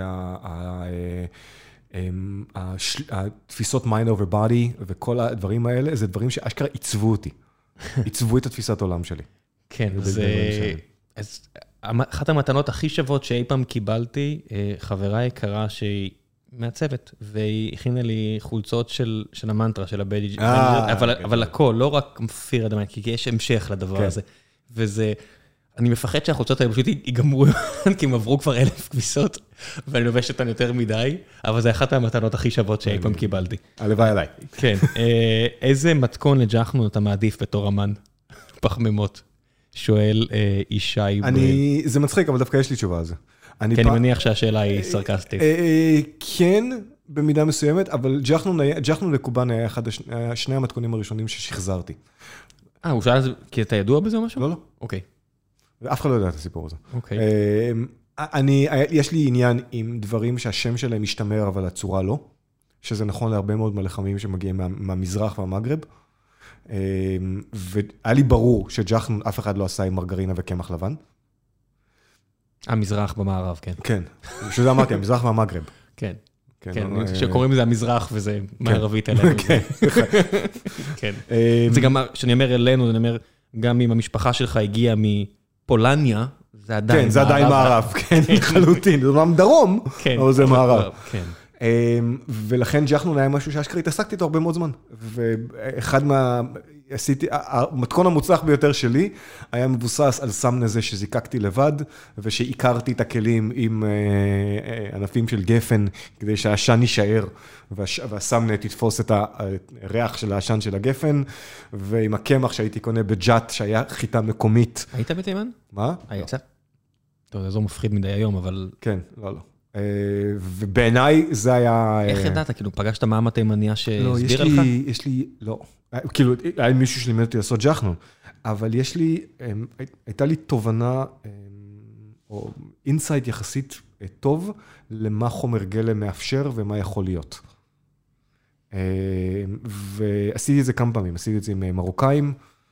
והתפיסות mind over body, וכל הדברים האלה, זה דברים שאשכרה עיצבו אותי. עיצבו את התפיסת העולם שלי. כן, אז אחת המתנות הכי שוות שאי פעם קיבלתי, חברה יקרה שהיא מעצבת, והיא הכינה לי חולצות של המנטרה, של הבדי, אבל הכל, לא רק מפיר אדמה, כי יש המשך לדבר הזה. וזה, אני מפחד שהחולצות האלה פשוט ייגמרו, כי הם עברו כבר 1,000 כביסות, ואני לובש אותן יותר מדי, אבל זה אחת המתנות הכי שוות שאי פעם קיבלתי. הלוואי עליי. כן. איזה מתכון לג'חנון אתה מעדיף בתור אמן? פחמימות. שואל ישי בריל. זה מצחיק, אבל דווקא יש לי תשובה על זה. כי אני מניח שהשאלה היא סרקסטית. כן, במידה מסוימת, אבל ג'חנון לקובן היה שני המתכונים הראשונים ששחזרתי. הוא שאל את זה, כי אתה ידוע בזה או משהו? לא, לא. אוקיי. ואף אחד לא יודע את הסיפור הזה. אוקיי. יש לי עניין עם דברים שהשם שלהם משתמר, אבל הצורה לא, שזה נכון להרבה מאוד מלחמים שמגיעים מהמזרח והמגרב, והיה לי ברור שג'חנון אף אחד לא עשה עם מרגרינה וקמח לבן. המזרח במערב, כן. כן, שזה אמרתי, המזרח והמגרב. כן, כן, שקוראים לזה המזרח וזה מערבית אלינו. כן. זה גם, כשאני אומר אלינו, אני אומר, גם אם המשפחה שלך הגיעה מפולניה, זה עדיין מערב. כן, זה עדיין מערב, כן, חלוטין. זה אומנם דרום, אבל זה מערב. כן. ולכן ג'חנון היה משהו שאשכרה התעסקתי איתו הרבה מאוד זמן. ואחד המתכון המוצלח ביותר שלי היה מבוסס על סמנה זה שזיקקתי לבד, ושעיקרתי את הכלים עם ענפים של גפן, כדי שהעשן יישאר, והסמנה תתפוס את הריח של העשן של הגפן, ועם הקמח שהייתי קונה בג'אט, שהיה חיטה מקומית. היית בתימן? מה? היית? טוב, זה לא מפחיד מדי היום, אבל... כן, לא. ובעיניי זה היה... איך ידעת? כאילו, פגשת מאמה תימניה שהסבירה לך? לא. כאילו, היה מישהו שלימד אותי לעשות ג'חנון, אבל הייתה לי תובנה, או אינסייט יחסית טוב, למה חומר גלם מאפשר ומה יכול להיות. ועשיתי את זה כמה פעמים, עשיתי את זה עם מרוקאים,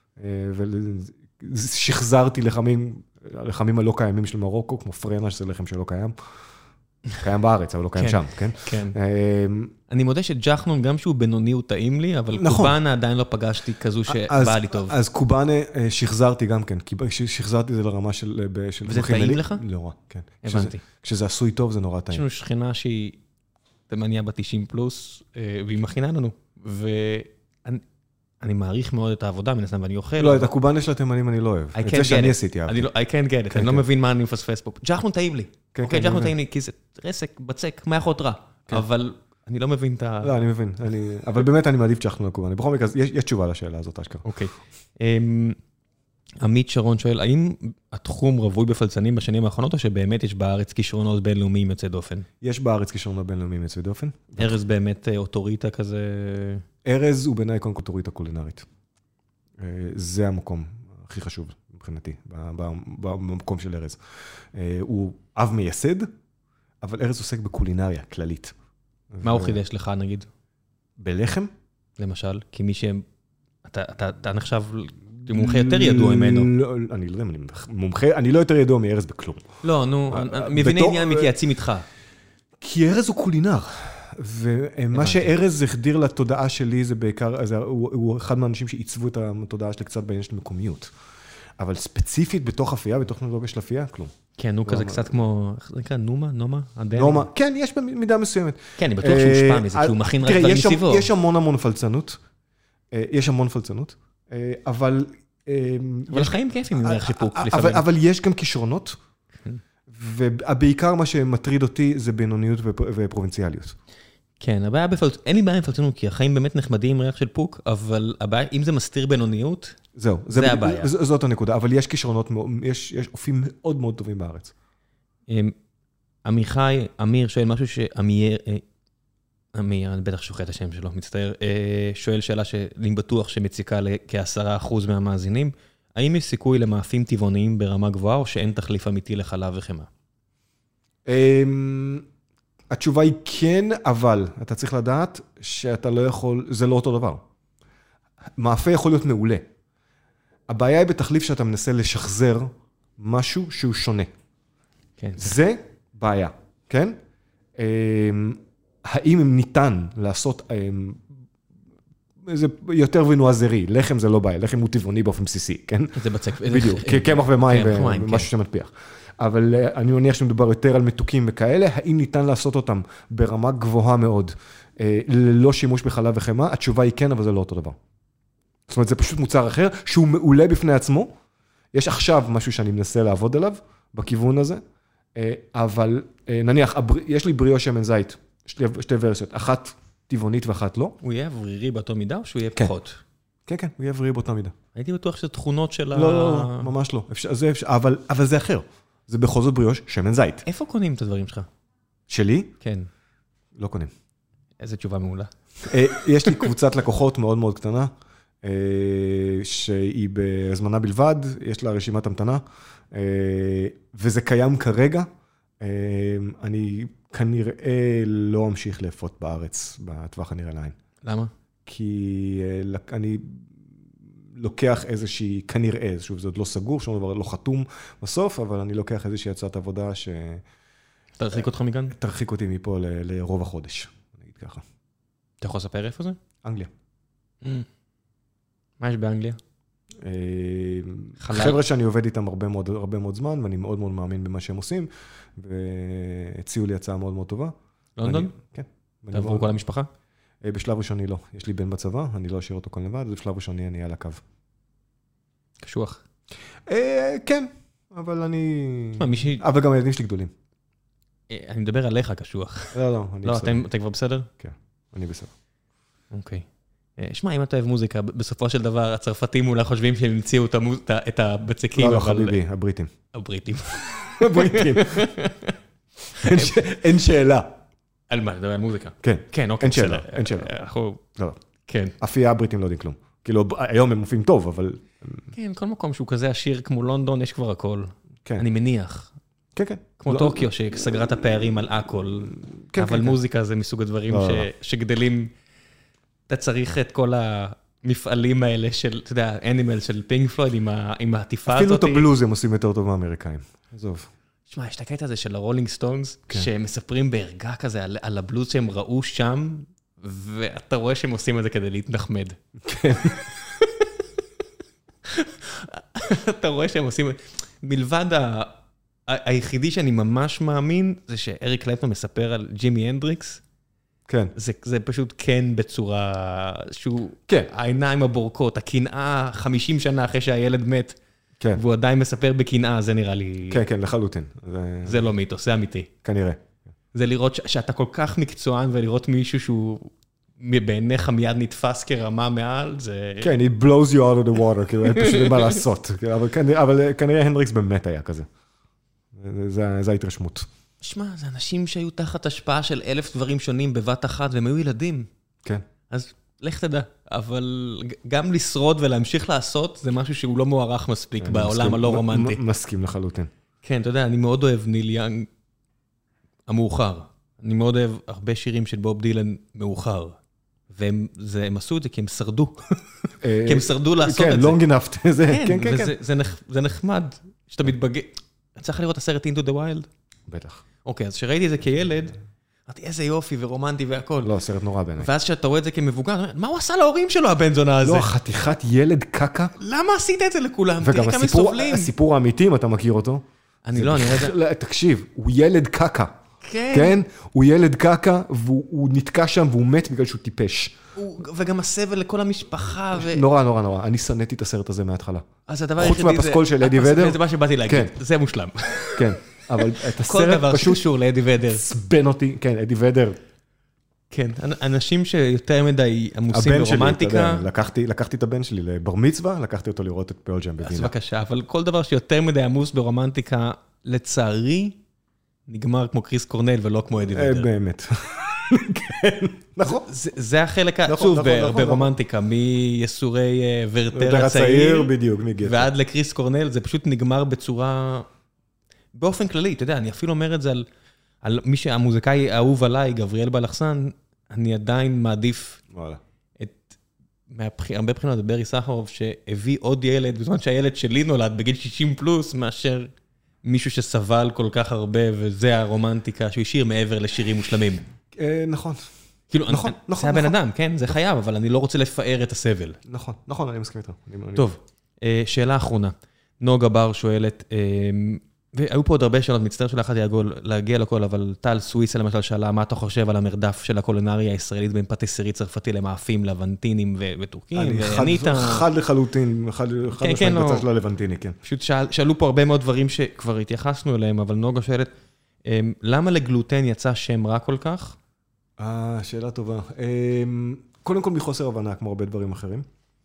ושחזרתי לחמים הלא קיימים של מרוקו, כמו פרנה, שזה לחם שלא קיים. קיים בארץ, אבל לא קיים שם, כן? כן. אני מודה שג'חנון, גם שהוא בינוני, הוא טעים לי, אבל קובאנה עדיין לא פגשתי כזו שבאה לי טוב. אז קובאנה שחזרתי גם כן, כי שחזרתי זה לרמה של... וזה טעים לך? לא רע, כן. הבנתי. כשזה עשוי טוב, זה נורא טעים. יש לנו שכנה שהיא תימניה ב-90 פלוס, והיא מכינה לנו, אני מעריך מאוד את העבודה, מן הסתם, ואני אוכל. לא, את הקובאנה של התימנים אני לא אוהב. את זה שאני עשיתי. I can't get it, אני לא מבין מה אני מפספס פה. ג'חנון טעים לי. אוקיי, ג'חנון טעים לי, כי זה רסק, בצק, מאחות רע. אבל אני לא מבין את ה... לא, אני מבין. אבל באמת אני מעדיף ג'חנון לקובאנה. בכל מקרה, יש תשובה לשאלה הזאת, אשכרה. אוקיי. עמית שרון שואל, האם התחום רווי בפלצנים בשנים האחרונות, או שבאמת יש בארץ כישרונות בינלאומיים יוצאי דופן? יש בארץ כישרונות בינלאומיים יוצאי דופן. ארז באמת אוטוריטה כזה... ארז הוא בעיניי קודם כל אוטוריטה קולינרית. זה המקום הכי חשוב מבחינתי, במקום של ארז. הוא אב מייסד, אבל ארז עוסק בקולינריה כללית. מה הוא חידש לך, נגיד? בלחם? למשל, כי מי אתה נחשב... מומחה יותר ידוע ממנו. אני לא יודע, אני לא יותר ידוע מארז בכלום. לא, נו, מביני עניין מתייעצים איתך. כי ארז הוא קולינר, ומה שארז החדיר לתודעה שלי זה בעיקר, הוא אחד מהאנשים שעיצבו את התודעה שלי קצת בעניין של מקומיות. אבל ספציפית בתוך אפייה, בתוך טכנולוגיה של אפייה, כלום. כן, הוא כזה קצת כמו, איך זה נקרא, נומה? נומה, כן, יש במידה מסוימת. כן, אני בטוח שהוא הושפע מזה, שהוא מכין רק דברים מסביבו. יש המון פלצנות, אבל החיים כיפים עם דרך שיפוק לפעמים. אבל יש גם כישרונות, ובעיקר מה שמטריד אותי זה בינוניות ופרובינציאליות. כן, הבעיה אין לי בעיה עם פלצנות, כי החיים באמת נחמדים עם ריח של פוק, אבל הבעיה, אם זה מסתיר בינוניות, זה הבעיה. זאת הנקודה, אבל יש כישרונות, יש אופים מאוד מאוד טובים בארץ. עמיחי, אמיר שואל משהו אני בטח שוכח את השם שלו, מצטער, שואל שאלה שאני בטוח שמציקה לכ10% מהמאזינים, האם יש סיכוי למאפים טבעוניים ברמה גבוהה, או שאין תחליף אמיתי לחלב וחמאה? התשובה היא כן, אבל אתה צריך לדעת שאתה לא יכול, זה לא אותו דבר. מאפה יכול להיות מעולה. הבעיה היא בתחליף שאתה מנסה לשחזר משהו שהוא שונה. כן. זה בעיה, כן? האם ניתן לעשות זה יותר ונועזרי, לחם זה לא בעיה, לחם הוא טבעוני באופן בסיסי, כן? זה בצק. בדיוק, קמח ומים ומשהו שמטפיח. אבל אני מניח שמדובר יותר על מתוקים וכאלה, האם ניתן לעשות אותם ברמה גבוהה מאוד, ללא שימוש בחלב וחמאה? התשובה היא כן, אבל זה לא אותו דבר. זאת אומרת, זה פשוט מוצר אחר, שהוא מעולה בפני עצמו. יש עכשיו משהו שאני מנסה לעבוד עליו, בכיוון הזה, אבל נניח, יש לי בריאו שמן זית, שתי ורסיות, אחת טבעונית ואחת לא. הוא יהיה אוורירי באותו מידה או שהוא יהיה פחות? כן, כן, הוא יהיה אוורירי באותה מידה. הייתי בטוח שזה תכונות של לא, ממש לא. אבל זה אחר. זה בכל זאת בריאו שמן זית. איפה קונים את הדברים שלך? שלי? כן. לא קונים. איזה תשובה מעולה. יש לי קבוצת לקוחות מאוד מאוד קטנה, שהיא בזמנה בלבד, יש לה רשימת המתנה, וזה קיים כרגע. אני כנראה לא אמשיך לאפות בארץ, בטווח הנראה לעין. למה? כי אני לוקח איזושהי, כנראה, שוב, זה עוד לא סגור, שום דבר לא חתום בסוף, אבל אני לוקח איזושהי הצעת עבודה ש... תרחיק אותך מכאן? תרחיק אותי מפה לרוב החודש, נגיד ככה. אתה יכול לספר איפה זה? אנגליה. מה יש באנגליה? חבר'ה שאני עובד איתם הרבה מאוד זמן, ואני מאוד מאוד מאמין במה שהם עושים, והציעו לי הצעה מאוד מאוד טובה. לונדון? כן. תעברו כל המשפחה? בשלב ראשוני לא. יש לי בן בצבא, אני לא אשאיר אותו כאן לבד, ובשלב ראשוני אני על הקו. קשוח. כן, אבל אני... אבל גם הילדים שלי גדולים. אני מדבר עליך קשוח. לא, אני בסדר. לא, אתה כבר בסדר? כן, אני בסדר. אוקיי. שמע, אם אתה אוהב מוזיקה, בסופו של דבר, הצרפתים אולי חושבים שהם המציאו את הבצקים. לא, חביבי, הבריטים. הבריטים. הבריטים. אין שאלה. על מה, לדבר על מוזיקה? כן. כן, אוקיי. אין שאלה. לא. כן. אפייה הבריטים לא יודעים כלום. כאילו, היום הם מופיעים טוב, אבל... כן, כל מקום שהוא כזה עשיר כמו לונדון, יש כבר הכל. כן. אני מניח. כן, כן. כמו טוקיו, שסגרה את הפערים על הכל. אבל מוזיקה זה מסוג הדברים שגדלים... אתה צריך את כל המפעלים האלה של, אתה יודע, אנימל של פינק פלויד עם העטיפה הזאת. אפילו את הבלוז הם עושים יותר טוב מהאמריקאים. עזוב. תשמע, יש את הקטע הזה של הרולינג סטונס, שמספרים בערגה כזה על הבלוז שהם ראו שם, ואתה רואה שהם עושים את זה כדי להתנחמד. כן. אתה רואה שהם עושים... מלבד היחידי שאני ממש מאמין, זה שאריק קלפטון מספר על ג'ימי הנדריקס, כן. זה פשוט כן בצורה שהוא, כן. העיניים הבורקות, הקנאה 50 שנה אחרי שהילד מת, כן. והוא עדיין מספר בקנאה, זה נראה לי... כן, כן, לחלוטין. זה לא מיתוס, זה אמיתי. כנראה. זה לראות שאתה כל כך מקצוען, ולראות מישהו שהוא בעיניך מיד נתפס כרמה מעל, זה... כן, it blows you out of the water, כאילו, אין פשוט מה לעשות. אבל כנראה הנדריקס באמת היה כזה. זה ההתרשמות. שמע, זה אנשים שהיו תחת השפעה של 1000 דברים שונים בבת אחת, והם היו ילדים. כן. אז לך תדע. אבל גם לשרוד ולהמשיך לעשות, זה משהו שהוא לא מוערך מספיק בעולם הלא רומנטי. מסכים לחלוטין. כן, אתה יודע, אני מאוד אוהב ניל יאנג המאוחר. אני מאוד אוהב הרבה שירים של בוב דילן מאוחר. והם עשו את זה כי הם שרדו. כי הם שרדו לעשות את זה. כן, long enough. כן, וזה נחמד. שאתה מתבגר... צריך לראות את הסרט Into the Wild? בטח. אוקיי, אז שראיתי את זה כילד, אמרתי, איזה יופי ורומנטי והכל. לא, סרט נורא בעיניי. ואז כשאתה רואה את זה כמבוגר, מה הוא עשה להורים שלו, הבן זונה הזה? לא, חתיכת ילד קקה. למה עשית את זה לכולם? וגם הסיפור האמיתי, אם אתה מכיר אותו. אני לא, אני רואה... תקשיב, הוא ילד קקה. כן. כן? הוא ילד קקה, והוא נתקע שם, והוא מת בגלל שהוא טיפש. וגם הסבל לכל המשפחה. נורא, נורא, נורא. אני שנאתי את הסרט הזה מההתחלה. אז הדבר היחידי זה... חוץ מהפסקול של אדי ודר. זה מה שבאתי להגיד. זה מושלם. כן. אבל את הסרט כל דבר שקשור לאדי ודר. סבן אותי, כן, אדי ודר. כן, אנשים שיותר מדי עמוסים ברומנטיקה. לקחתי את הבן שלי לבר מצווה, לקחתי אותו לראות את פרל ג'ם בווינה. אז בבקשה, אבל כל דבר שיותר מדי עמוס ברומנטיקה, לצערי, נגמר כמו קריס קורנל ולא כמו אדי ודר. באמת. כן, נכון. זה החלק העצוב ברומנטיקה, מייסורי ורטר הצעיר, בדיוק, ועד לקריס קורנל, זה פשוט נגמר בצורה... באופן כללי, אתה יודע, אני אפילו אומר את זה על מי שהמוזיקאי האהוב עליי, גבריאל בלחסן, אני עדיין מעדיף את, הרבה בחינות, ברי סחרוף, שהביא עוד ילד, בזמן שהילד שלי נולד בגיל 60 פלוס, מאשר מישהו שסבל כל כך הרבה, וזה הרומנטיקה שהוא השאיר מעבר לשירים מושלמים. נכון. כאילו, זה הבן אדם, כן? זה חייב, אבל אני לא רוצה לפאר את הסבל. נכון, אני מסכים איתו. טוב, שאלה אחרונה. נוגה בר שואלת, והיו פה עוד הרבה שאלות, מצטער שלא יכולתי להגיע לכל, אבל טל סוויסה למשל שאלה, מה אתה חושב על המרדף של הקולינריה הישראלית בין פטיסרי צרפתי למאפים, לבנטינים וטורקים, ואניתה? חד לחלוטין, חד משמעית בצד של הלבנטיני, כן. פשוט שאלו פה הרבה מאוד דברים שכבר התייחסנו אליהם, אבל נוגה שואלת, למה לגלוטן יצא שם רע כל כך? שאלה טובה. קודם כל מחוסר הבנה, כמו הרבה דברים אחרים.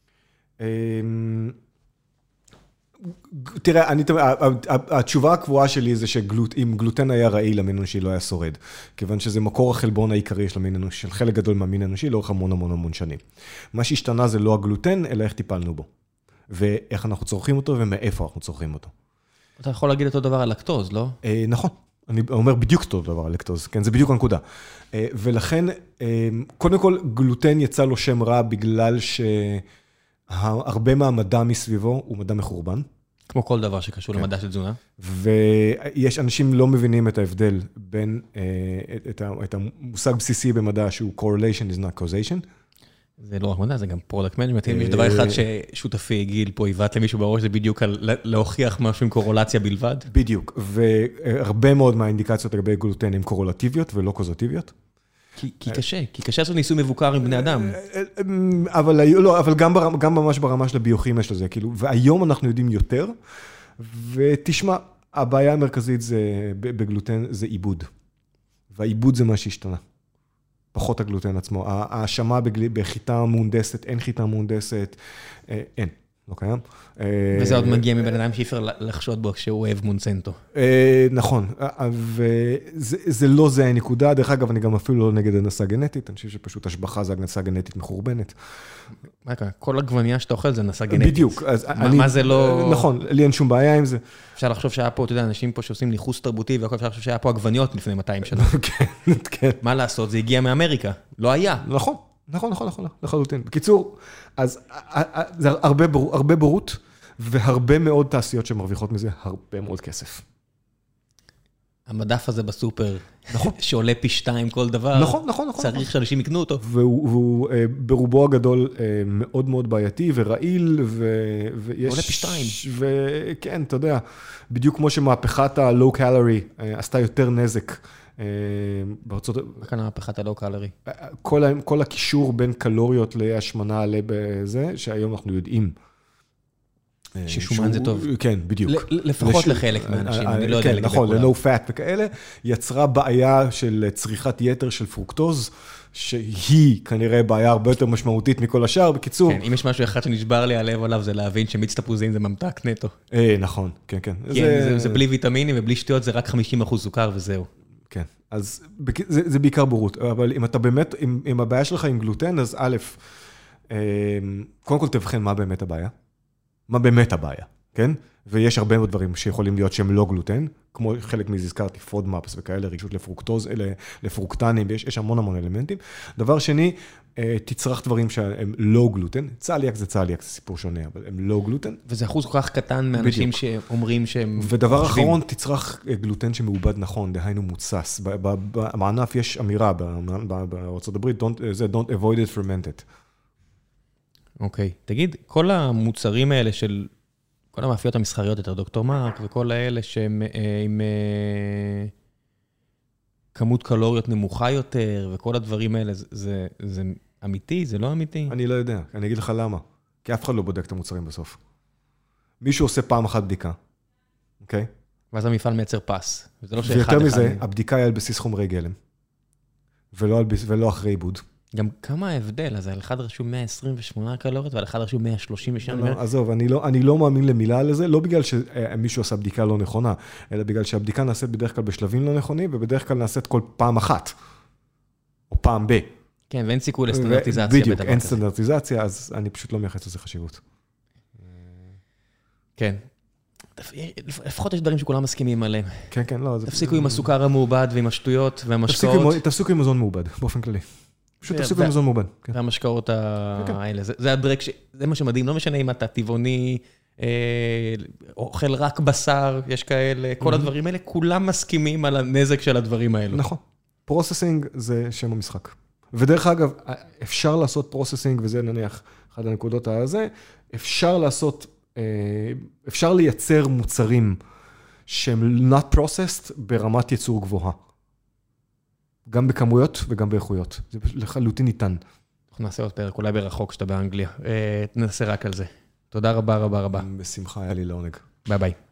תראה, התשובה הקבועה שלי זה שאם גלוטן היה רעיל, המין האנושי לא היה שורד. כיוון שזה מקור החלבון העיקרי של המין האנושי, של חלק גדול מהמין האנושי, לאורך המון שנים. מה שהשתנה זה לא הגלוטן, אלא איך טיפלנו בו. ואיך אנחנו צורכים אותו, ומאיפה אנחנו צורכים אותו. אתה יכול להגיד אותו דבר על לקטוז, לא? נכון. אני אומר בדיוק אותו דבר על לקטוז, כן? זה בדיוק הנקודה. ולכן, קודם כל, גלוטן יצא לו שם רע בגלל הרבה מהמדע מסביבו הוא מדע מחורבן. כמו כל דבר שקשור למדע של תזונה. ויש אנשים לא מבינים את ההבדל בין, את המושג בסיסי במדע שהוא correlation is not causation. זה לא רק מדע, זה גם פרודקט מנג'מנט. אם יש דבר אחד ששותפי גיל פה עיוות למישהו בראש, זה בדיוק להוכיח משהו עם קורולציה בלבד. בדיוק, והרבה מאוד מהאינדיקציות לגבי גלוטן הן קורולטיביות ולא קוזטיביות. כי קשה לעשות ניסוי מבוקר עם בני אדם. אבל גם ממש ברמה של הביוכימיה של זה, כאילו, והיום אנחנו יודעים יותר, ותשמע, הבעיה המרכזית בגלוטן זה עיבוד, והעיבוד זה מה שהשתנה. פחות הגלוטן עצמו. האשמה בחיטה מהונדסת, אין חיטה מהונדסת, אין, לא קיים. וזה עוד מגיע מבן אדם שאי-אפשר לחשוד בו כשהוא אוהב מונסנטו. נכון, וזה לא זה הנקודה. דרך אגב, אני גם אפילו לא נגד הנדסה גנטית, אני חושב שפשוט השבחה זה הנדסה גנטית מחורבנת. כל עגבניה שאתה אוכל זה הנדסה גנטית. בדיוק. מה זה לא... נכון, לי אין שום בעיה עם זה. אפשר לחשוב שהיה פה, אתה יודע, אנשים פה שעושים ניחוס תרבותי, והכל אפשר לחשוב שהיה פה עגבניות לפני 200 שנה. כן. מה לעשות? זה הגיע מאמריקה. לא היה. נכון, לחלוטין. בקיצור, אז זה הרבה בורות, והרבה מאוד תעשיות שמרוויחות מזה הרבה מאוד כסף. המדף הזה בסופר, שעולה פי 2 כל דבר, נכון. צריך שאנשים יקנו אותו. והוא ברובו הגדול מאוד מאוד בעייתי ורעיל, עולה פי 2. וכן, אתה יודע, בדיוק כמו שמהפכת ה-low calorie עשתה יותר נזק. מה כאן מהפכת ה-low calorie? כל הקישור בין קלוריות להשמנה בזה, שהיום אנחנו יודעים. ששומן זה טוב. כן, בדיוק. לפחות לחלק מהאנשים, אני לא יודע לגבי כולם. נכון, ל-low fat וכאלה, יצרה בעיה של צריכת יתר של פרוקטוז, שהיא כנראה בעיה הרבה יותר משמעותית מכל השאר, בקיצור. כן, אם יש משהו אחד שנשבר לי הלב עליו, זה להבין שמיץ תפוזים זה ממתק נטו. נכון, כן. כן, זה בלי ויטמינים ובלי שטויות, זה רק 50% סוכר וזהו. כן, אז זה בעיקר בורות, אבל אם אתה באמת, אם הבעיה שלך עם גלוטן, אז א', קודם כל תבחן מה באמת הבעיה. מה באמת הבעיה, כן? ויש הרבה מאוד דברים שיכולים להיות שהם לא גלוטן, כמו חלק מזה הזכרתי, פודמאפס וכאלה, רגישות לפרוקטוז, לפרוקטנים, יש המון אלמנטים. דבר שני, תצרך דברים שהם לא גלוטן. צליאק זה סיפור שונה, אבל הם לא גלוטן. וזה אחוז כל כך קטן מאנשים שאומרים שהם... ודבר אחרון, תצרך גלוטן שמעובד נכון, דהיינו מוצס. במענף יש אמירה בארצות הברית, don't avoid it fermented. אוקיי, תגיד, כל המוצרים האלה של, כל המאפיות המסחריות, יותר דוקטור מרק, וכל האלה שהם עם כמות קלוריות נמוכה יותר, וכל הדברים האלה, זה אמיתי? זה לא אמיתי? אני לא יודע, אני אגיד לך למה. כי אף אחד לא בודק את המוצרים בסוף. מישהו עושה פעם אחת בדיקה, אוקיי? ואז המפעל מייצר פס. ויותר מזה, הבדיקה היא על בסיס חומרי גלם, ולא אחרי עיבוד. גם כמה ההבדל, אז על אחד רשום 128 קלוריות, ועל אחד רשום 136. עזוב, אני לא מאמין למילה על זה, לא בגלל שמישהו עשה בדיקה לא נכונה, אלא בגלל שהבדיקה נעשית בדרך כלל בשלבים לא נכונים, ובדרך כלל נעשית כל פעם אחת, או פעם ב. כן, ואין סיכוי לסטנדרטיזציה. בדיוק, אין סטנדרטיזציה, אז אני פשוט לא מייחס לזה חשיבות. כן. לפחות יש דברים שכולם מסכימים עליהם. כן, לא. תפסיקו עם הסוכר המעובד ועם השטויות והמשקאות. תפסיקו עם מזון מעובד, באופן כללי. פשוט תפסיקו עם מזון מעובד. והמשקאות האלה. זה הדרק, זה מה שמדהים, לא משנה אם אתה טבעוני, אוכל רק בשר, יש כאלה, כל הדברים האלה, כולם מסכימים על הנזק של הדברים האלו. נכון. פרוססינג זה שם המשחק. ודרך אגב, אפשר לעשות פרוססינג, וזה נניח אחד הנקודות הזה, אפשר לייצר מוצרים שהם not processed ברמת ייצור גבוהה. גם בכמויות וגם באיכויות. זה לחלוטין ניתן. אנחנו נעשה עוד פרק, אולי ברחוק שאתה באנגליה. ננסה רק על זה. תודה רבה רבה רבה. בשמחה, היה לי לעונג. ביי ביי.